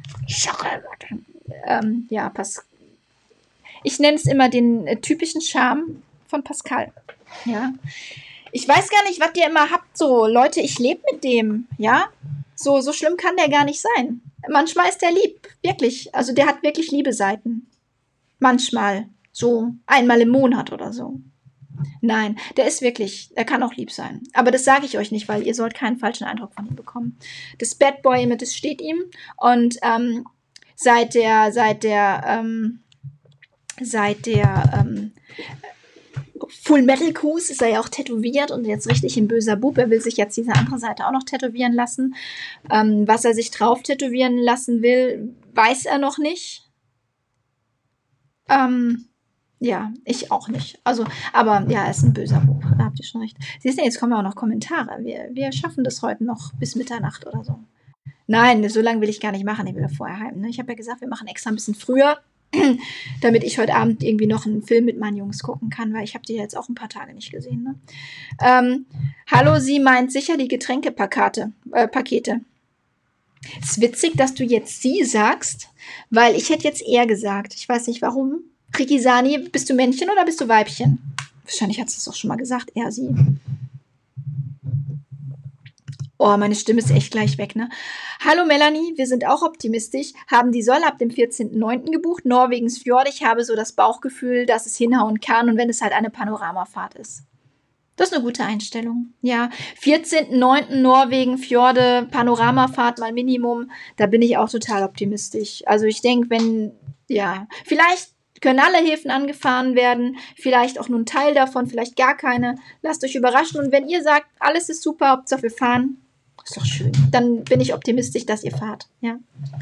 ähm, ja, Pas ich nenne es immer den äh, typischen Charme von Pascal. Ja. Ich weiß gar nicht, was ihr immer habt, so, Leute, ich lebe mit dem, ja. So, so schlimm kann der gar nicht sein. Manchmal ist der lieb, wirklich. Also der hat wirklich liebe Seiten. Manchmal. So einmal im Monat oder so. Nein, der ist wirklich, der kann auch lieb sein. Aber das sage ich euch nicht, weil ihr sollt keinen falschen Eindruck von ihm bekommen. Das Bad Boy, das steht ihm. Und ähm, seit der, seit der, ähm, seit der ähm, Full Metal Cruise ist er ja auch tätowiert und jetzt richtig ein böser Bub. Er will sich jetzt diese andere Seite auch noch tätowieren lassen. Ähm, was er sich drauf tätowieren lassen will, weiß er noch nicht. Ähm, ja, ich auch nicht. Also, aber ja, er ist ein böser Bub. Da habt ihr schon recht. Siehst du, jetzt kommen auch noch Kommentare. Wir, wir schaffen das heute noch bis Mitternacht oder so. Nein, so lange will ich gar nicht machen. Ich will ja vorher heim. Ne? Ich habe ja gesagt, wir machen extra ein bisschen früher, damit ich heute Abend irgendwie noch einen Film mit meinen Jungs gucken kann, weil ich habe die jetzt auch ein paar Tage nicht gesehen. Ne? Ähm, hallo, sie meint sicher die Getränkepakete. Äh, Pakete. Es ist witzig, dass du jetzt sie sagst, weil ich hätte jetzt er gesagt. Ich weiß nicht warum. Rikisani, bist du Männchen oder bist du Weibchen? Wahrscheinlich hat es auch schon mal gesagt, er, sie. Oh, meine Stimme ist echt gleich weg, ne? Hallo Melanie, wir sind auch optimistisch, haben die Soll ab dem vierzehnten neunten gebucht, Norwegens Fjord. Ich habe so das Bauchgefühl, dass es hinhauen kann und wenn es halt eine Panoramafahrt ist. Das ist eine gute Einstellung. Ja, vierzehnten neunten Norwegen, Fjorde, Panoramafahrt mal Minimum. Da bin ich auch total optimistisch. Also ich denke, wenn, ja, vielleicht können alle Häfen angefahren werden, vielleicht auch nur ein Teil davon, vielleicht gar keine. Lasst euch überraschen. Und wenn ihr sagt, alles ist super, Hauptsache wir fahren, ist doch schön. Dann bin ich optimistisch, dass ihr fahrt. Ja.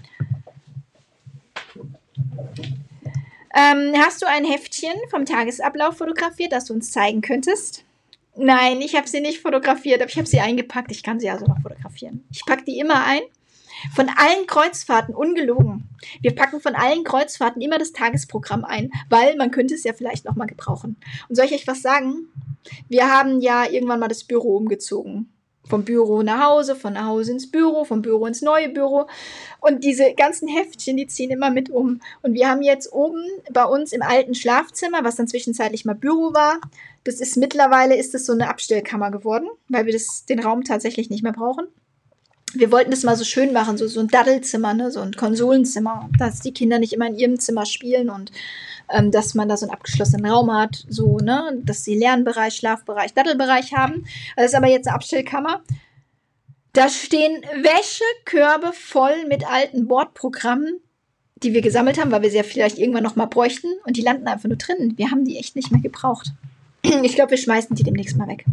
Ähm, hast du ein Heftchen vom Tagesablauf fotografiert, das du uns zeigen könntest? Nein, ich habe sie nicht fotografiert, aber ich habe sie eingepackt. Ich kann sie also noch fotografieren. Ich packe die immer ein. Von allen Kreuzfahrten, ungelogen. Wir packen von allen Kreuzfahrten immer das Tagesprogramm ein, weil man könnte es ja vielleicht noch mal gebrauchen. Und soll ich euch was sagen? Wir haben ja irgendwann mal das Büro umgezogen. Vom Büro nach Hause, von nach Hause ins Büro, vom Büro ins neue Büro. Und diese ganzen Heftchen, die ziehen immer mit um. Und wir haben jetzt oben bei uns im alten Schlafzimmer, was dann zwischenzeitlich mal Büro war, das ist mittlerweile ist das so eine Abstellkammer geworden, weil wir das, den Raum tatsächlich nicht mehr brauchen. Wir wollten das mal so schön machen, so, so ein Daddelzimmer, ne, so ein Konsolenzimmer, dass die Kinder nicht immer in ihrem Zimmer spielen und ähm, dass man da so einen abgeschlossenen Raum hat, so, ne, dass sie Lernbereich, Schlafbereich, Daddelbereich haben. Das ist aber jetzt eine Abstellkammer. Da stehen Wäschekörbe voll mit alten Bordprogrammen, die wir gesammelt haben, weil wir sie ja vielleicht irgendwann noch mal bräuchten und die landen einfach nur drin. Wir haben die echt nicht mehr gebraucht. Ich glaube, wir schmeißen die demnächst mal weg.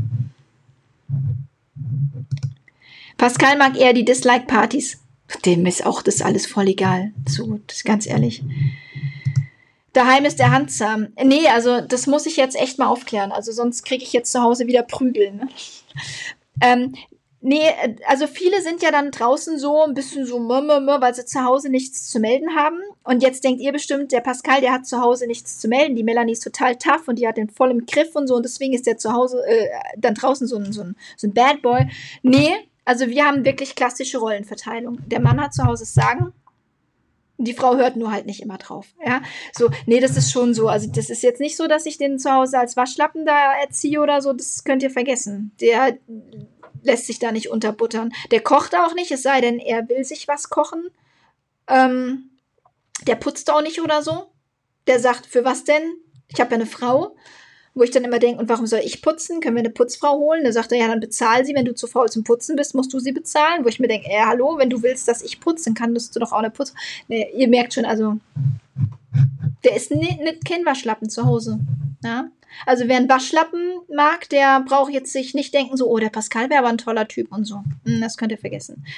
Pascal mag eher die Dislike-Partys. Dem ist auch das alles voll egal. So, das ist ganz ehrlich. Daheim ist der handsam. Nee, also das muss ich jetzt echt mal aufklären. Also sonst kriege ich jetzt zu Hause wieder Prügel. Ne? ähm, nee, also viele sind ja dann draußen so ein bisschen so, weil sie zu Hause nichts zu melden haben. Und jetzt denkt ihr bestimmt, der Pascal, der hat zu Hause nichts zu melden. Die Melanie ist total tough und die hat den voll im Griff und so. Und deswegen ist der zu Hause äh, dann draußen so ein, so, ein, so ein Bad Boy. Nee, also wir haben wirklich klassische Rollenverteilung. Der Mann hat zu Hause das Sagen Die Frau hört nur halt nicht immer drauf, ja. So, nee, das ist schon so. Also das ist jetzt nicht so, dass ich den zu Hause als Waschlappen da erziehe oder so. Das könnt ihr vergessen. Der lässt sich da nicht unterbuttern. Der kocht auch nicht, es sei denn, er will sich was kochen. Ähm, der putzt auch nicht oder so. Der sagt, für was denn? Ich habe ja eine Frau, wo ich dann immer denke, und warum soll ich putzen? Können wir eine Putzfrau holen? Da sagt er, ja, dann bezahl sie. Wenn du zu faul zum Putzen bist, musst du sie bezahlen. Wo ich mir denke, äh, hallo, wenn du willst, dass ich putze, dann kannst du doch auch eine Putz... Nee, ihr merkt schon, also, der ist nicht, nicht kein Waschlappen zu Hause. Ja? Also wer einen Waschlappen mag, der braucht jetzt sich nicht denken, so, oh, der Pascal wäre aber ein toller Typ und so. Das könnt ihr vergessen.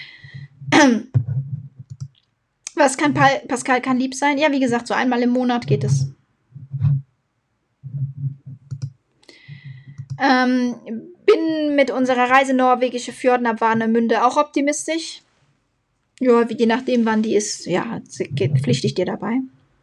Was kann pa- Pascal kann lieb sein? Ja, wie gesagt, so einmal im Monat geht es. Ähm, bin mit unserer Reise norwegische Fjorden ab Warnemünde auch optimistisch. Ja, je nachdem, wann die ist, ja, pflichte ich dir dabei.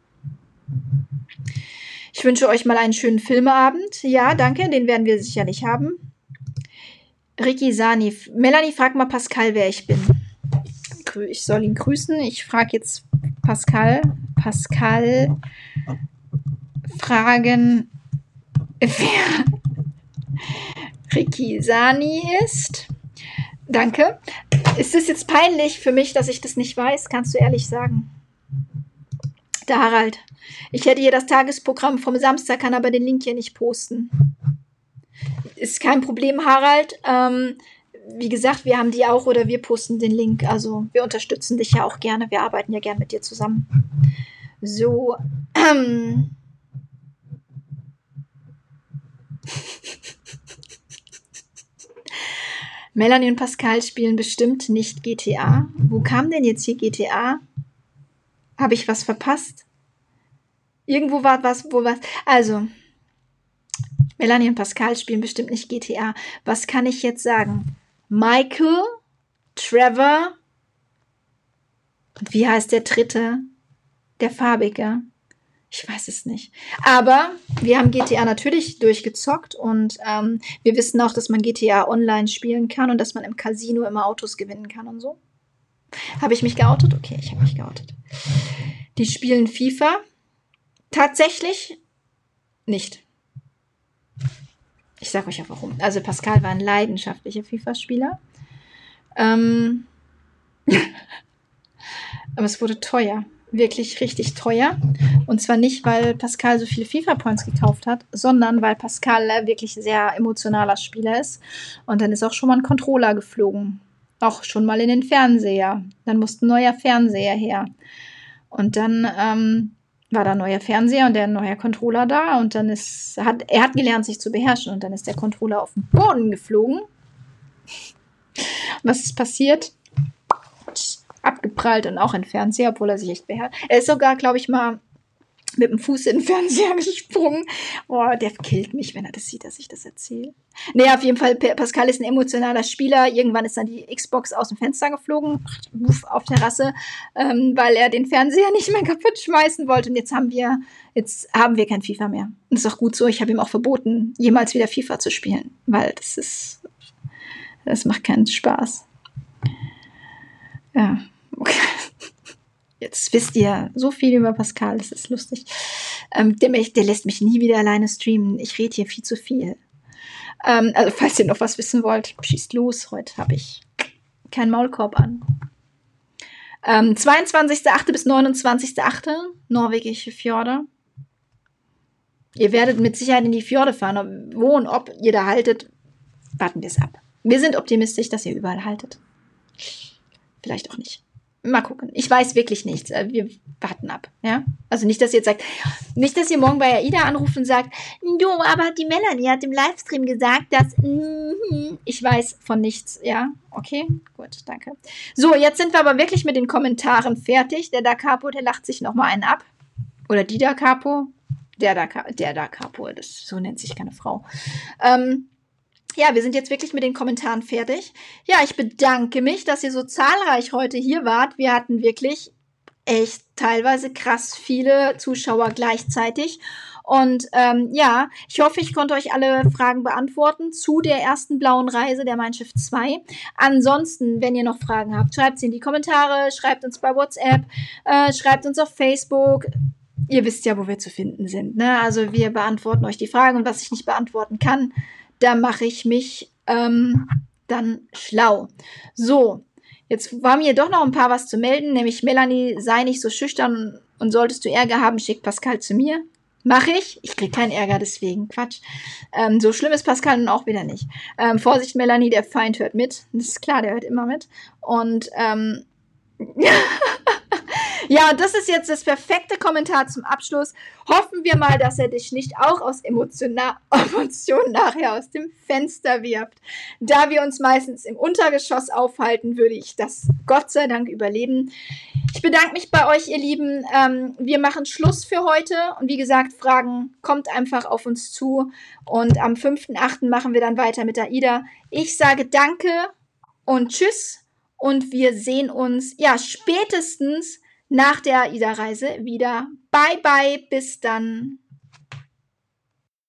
Ich wünsche euch mal einen schönen Filmeabend. Ja, danke, den werden wir sicherlich haben. Ricky Sani. Melanie, frag mal Pascal, wer ich bin. Ich soll ihn grüßen. Ich frage jetzt Pascal. Pascal fragen, wer Ricky Sani ist. Danke. Ist es jetzt peinlich für mich, dass ich das nicht weiß? Kannst du ehrlich sagen? Der Harald. Ich hätte hier das Tagesprogramm vom Samstag, kann aber den Link hier nicht posten. Ist kein Problem, Harald. Ähm, wie gesagt, wir haben die auch oder wir posten den Link. Also wir unterstützen dich ja auch gerne. Wir arbeiten ja gern mit dir zusammen. So. Ähm. Melanie und Pascal spielen bestimmt nicht G T A. Wo kam denn jetzt hier G T A? Habe ich was verpasst? Irgendwo war was, wo was. Also, Melanie und Pascal spielen bestimmt nicht G T A. Was kann ich jetzt sagen? Michael, Trevor, und wie heißt der dritte? Der farbige. Ich weiß es nicht. Aber wir haben G T A natürlich durchgezockt und ähm, wir wissen auch, dass man G T A online spielen kann und dass man im Casino immer Autos gewinnen kann und so. Habe ich mich geoutet? Okay, ich habe mich geoutet. Die spielen FIFA. Tatsächlich nicht. Ich sage euch auch warum. Also Pascal war ein leidenschaftlicher FIFA-Spieler. Ähm Aber es wurde teuer. Wirklich richtig teuer. Und zwar nicht, weil Pascal so viele FIFA-Points gekauft hat, sondern weil Pascal wirklich ein sehr emotionaler Spieler ist. Und dann ist auch schon mal ein Controller geflogen. Auch schon mal in den Fernseher. Dann musste ein neuer Fernseher her. Und dann ähm, war da ein neuer Fernseher und der neue Controller da. Und dann ist, hat, er hat gelernt, sich zu beherrschen. Und dann ist der Controller auf den Boden geflogen. Was ist passiert? Abgeprallt und auch in den Fernseher, obwohl er sich echt beherrscht. Er ist sogar, glaube ich, mal mit dem Fuß in den Fernseher gesprungen. Boah, der killt mich, wenn er das sieht, dass ich das erzähle. Nee, auf jeden Fall, Pascal ist ein emotionaler Spieler. Irgendwann ist dann die Xbox aus dem Fenster geflogen, auf Terrasse, ähm, weil er den Fernseher nicht mehr kaputt schmeißen wollte. Und jetzt haben wir, jetzt haben wir kein FIFA mehr. Und das ist auch gut so. Ich habe ihm auch verboten, jemals wieder FIFA zu spielen, weil das ist, das macht keinen Spaß. Ja, okay. Jetzt wisst ihr so viel über Pascal, das ist lustig. Ähm, der, der lässt mich nie wieder alleine streamen. Ich rede hier viel zu viel. Ähm, also falls ihr noch was wissen wollt, schießt los. Heute habe ich keinen Maulkorb an. Ähm, zweiundzwanzigster achte bis neunundzwanzigster achte norwegische Fjorde. Ihr werdet mit Sicherheit in die Fjorde fahren. Ob, wo und ob ihr da haltet, warten wir es ab. Wir sind optimistisch, dass ihr überall haltet. Vielleicht auch nicht. Mal gucken. Ich weiß wirklich nichts. Wir warten ab. Ja? Also nicht, dass ihr jetzt sagt, nicht, dass ihr morgen bei AIDA anruft und sagt, du, aber die Melanie hat im Livestream gesagt, dass mm, ich weiß von nichts. Ja, okay, gut, danke. So, jetzt sind wir aber wirklich mit den Kommentaren fertig. Der Da Capo, der lacht sich nochmal einen ab. Oder die Da Capo. Der Da, der Da Capo, das, so nennt sich keine Frau. Ähm, Ja, wir sind jetzt wirklich mit den Kommentaren fertig. Ja, ich bedanke mich, dass ihr so zahlreich heute hier wart. Wir hatten wirklich echt teilweise krass viele Zuschauer gleichzeitig. Und ähm, ja, ich hoffe, ich konnte euch alle Fragen beantworten zu der ersten blauen Reise der Mein Schiff zwei. Ansonsten, wenn ihr noch Fragen habt, schreibt sie in die Kommentare, schreibt uns bei WhatsApp, äh, schreibt uns auf Facebook. Ihr wisst ja, wo wir zu finden sind, ne? Also wir beantworten euch die Fragen, und was ich nicht beantworten kann, da mache ich mich ähm, dann schlau. So, jetzt war mir doch noch ein paar was zu melden, nämlich Melanie, sei nicht so schüchtern, und solltest du Ärger haben, schick Pascal zu mir. Mache ich. Ich krieg keinen Ärger deswegen. Quatsch. Ähm, so schlimm ist Pascal nun auch wieder nicht. Ähm, Vorsicht, Melanie, der Feind hört mit. Das ist klar, der hört immer mit. Und ähm, ja, und das ist jetzt das perfekte Kommentar zum Abschluss. Hoffen wir mal, dass er dich nicht auch aus Emotiona- Emotionen nachher aus dem Fenster wirft. Da wir uns meistens im Untergeschoss aufhalten, würde ich das Gott sei Dank überleben. Ich bedanke mich bei euch, ihr Lieben. Ähm, wir machen Schluss für heute. Und wie gesagt, Fragen, kommt einfach auf uns zu. Und am fünften achten machen wir dann weiter mit AIDA. Ich sage danke und tschüss. Und wir sehen uns, ja, spätestens nach der AIDA-Reise wieder. Bye, bye, bis dann.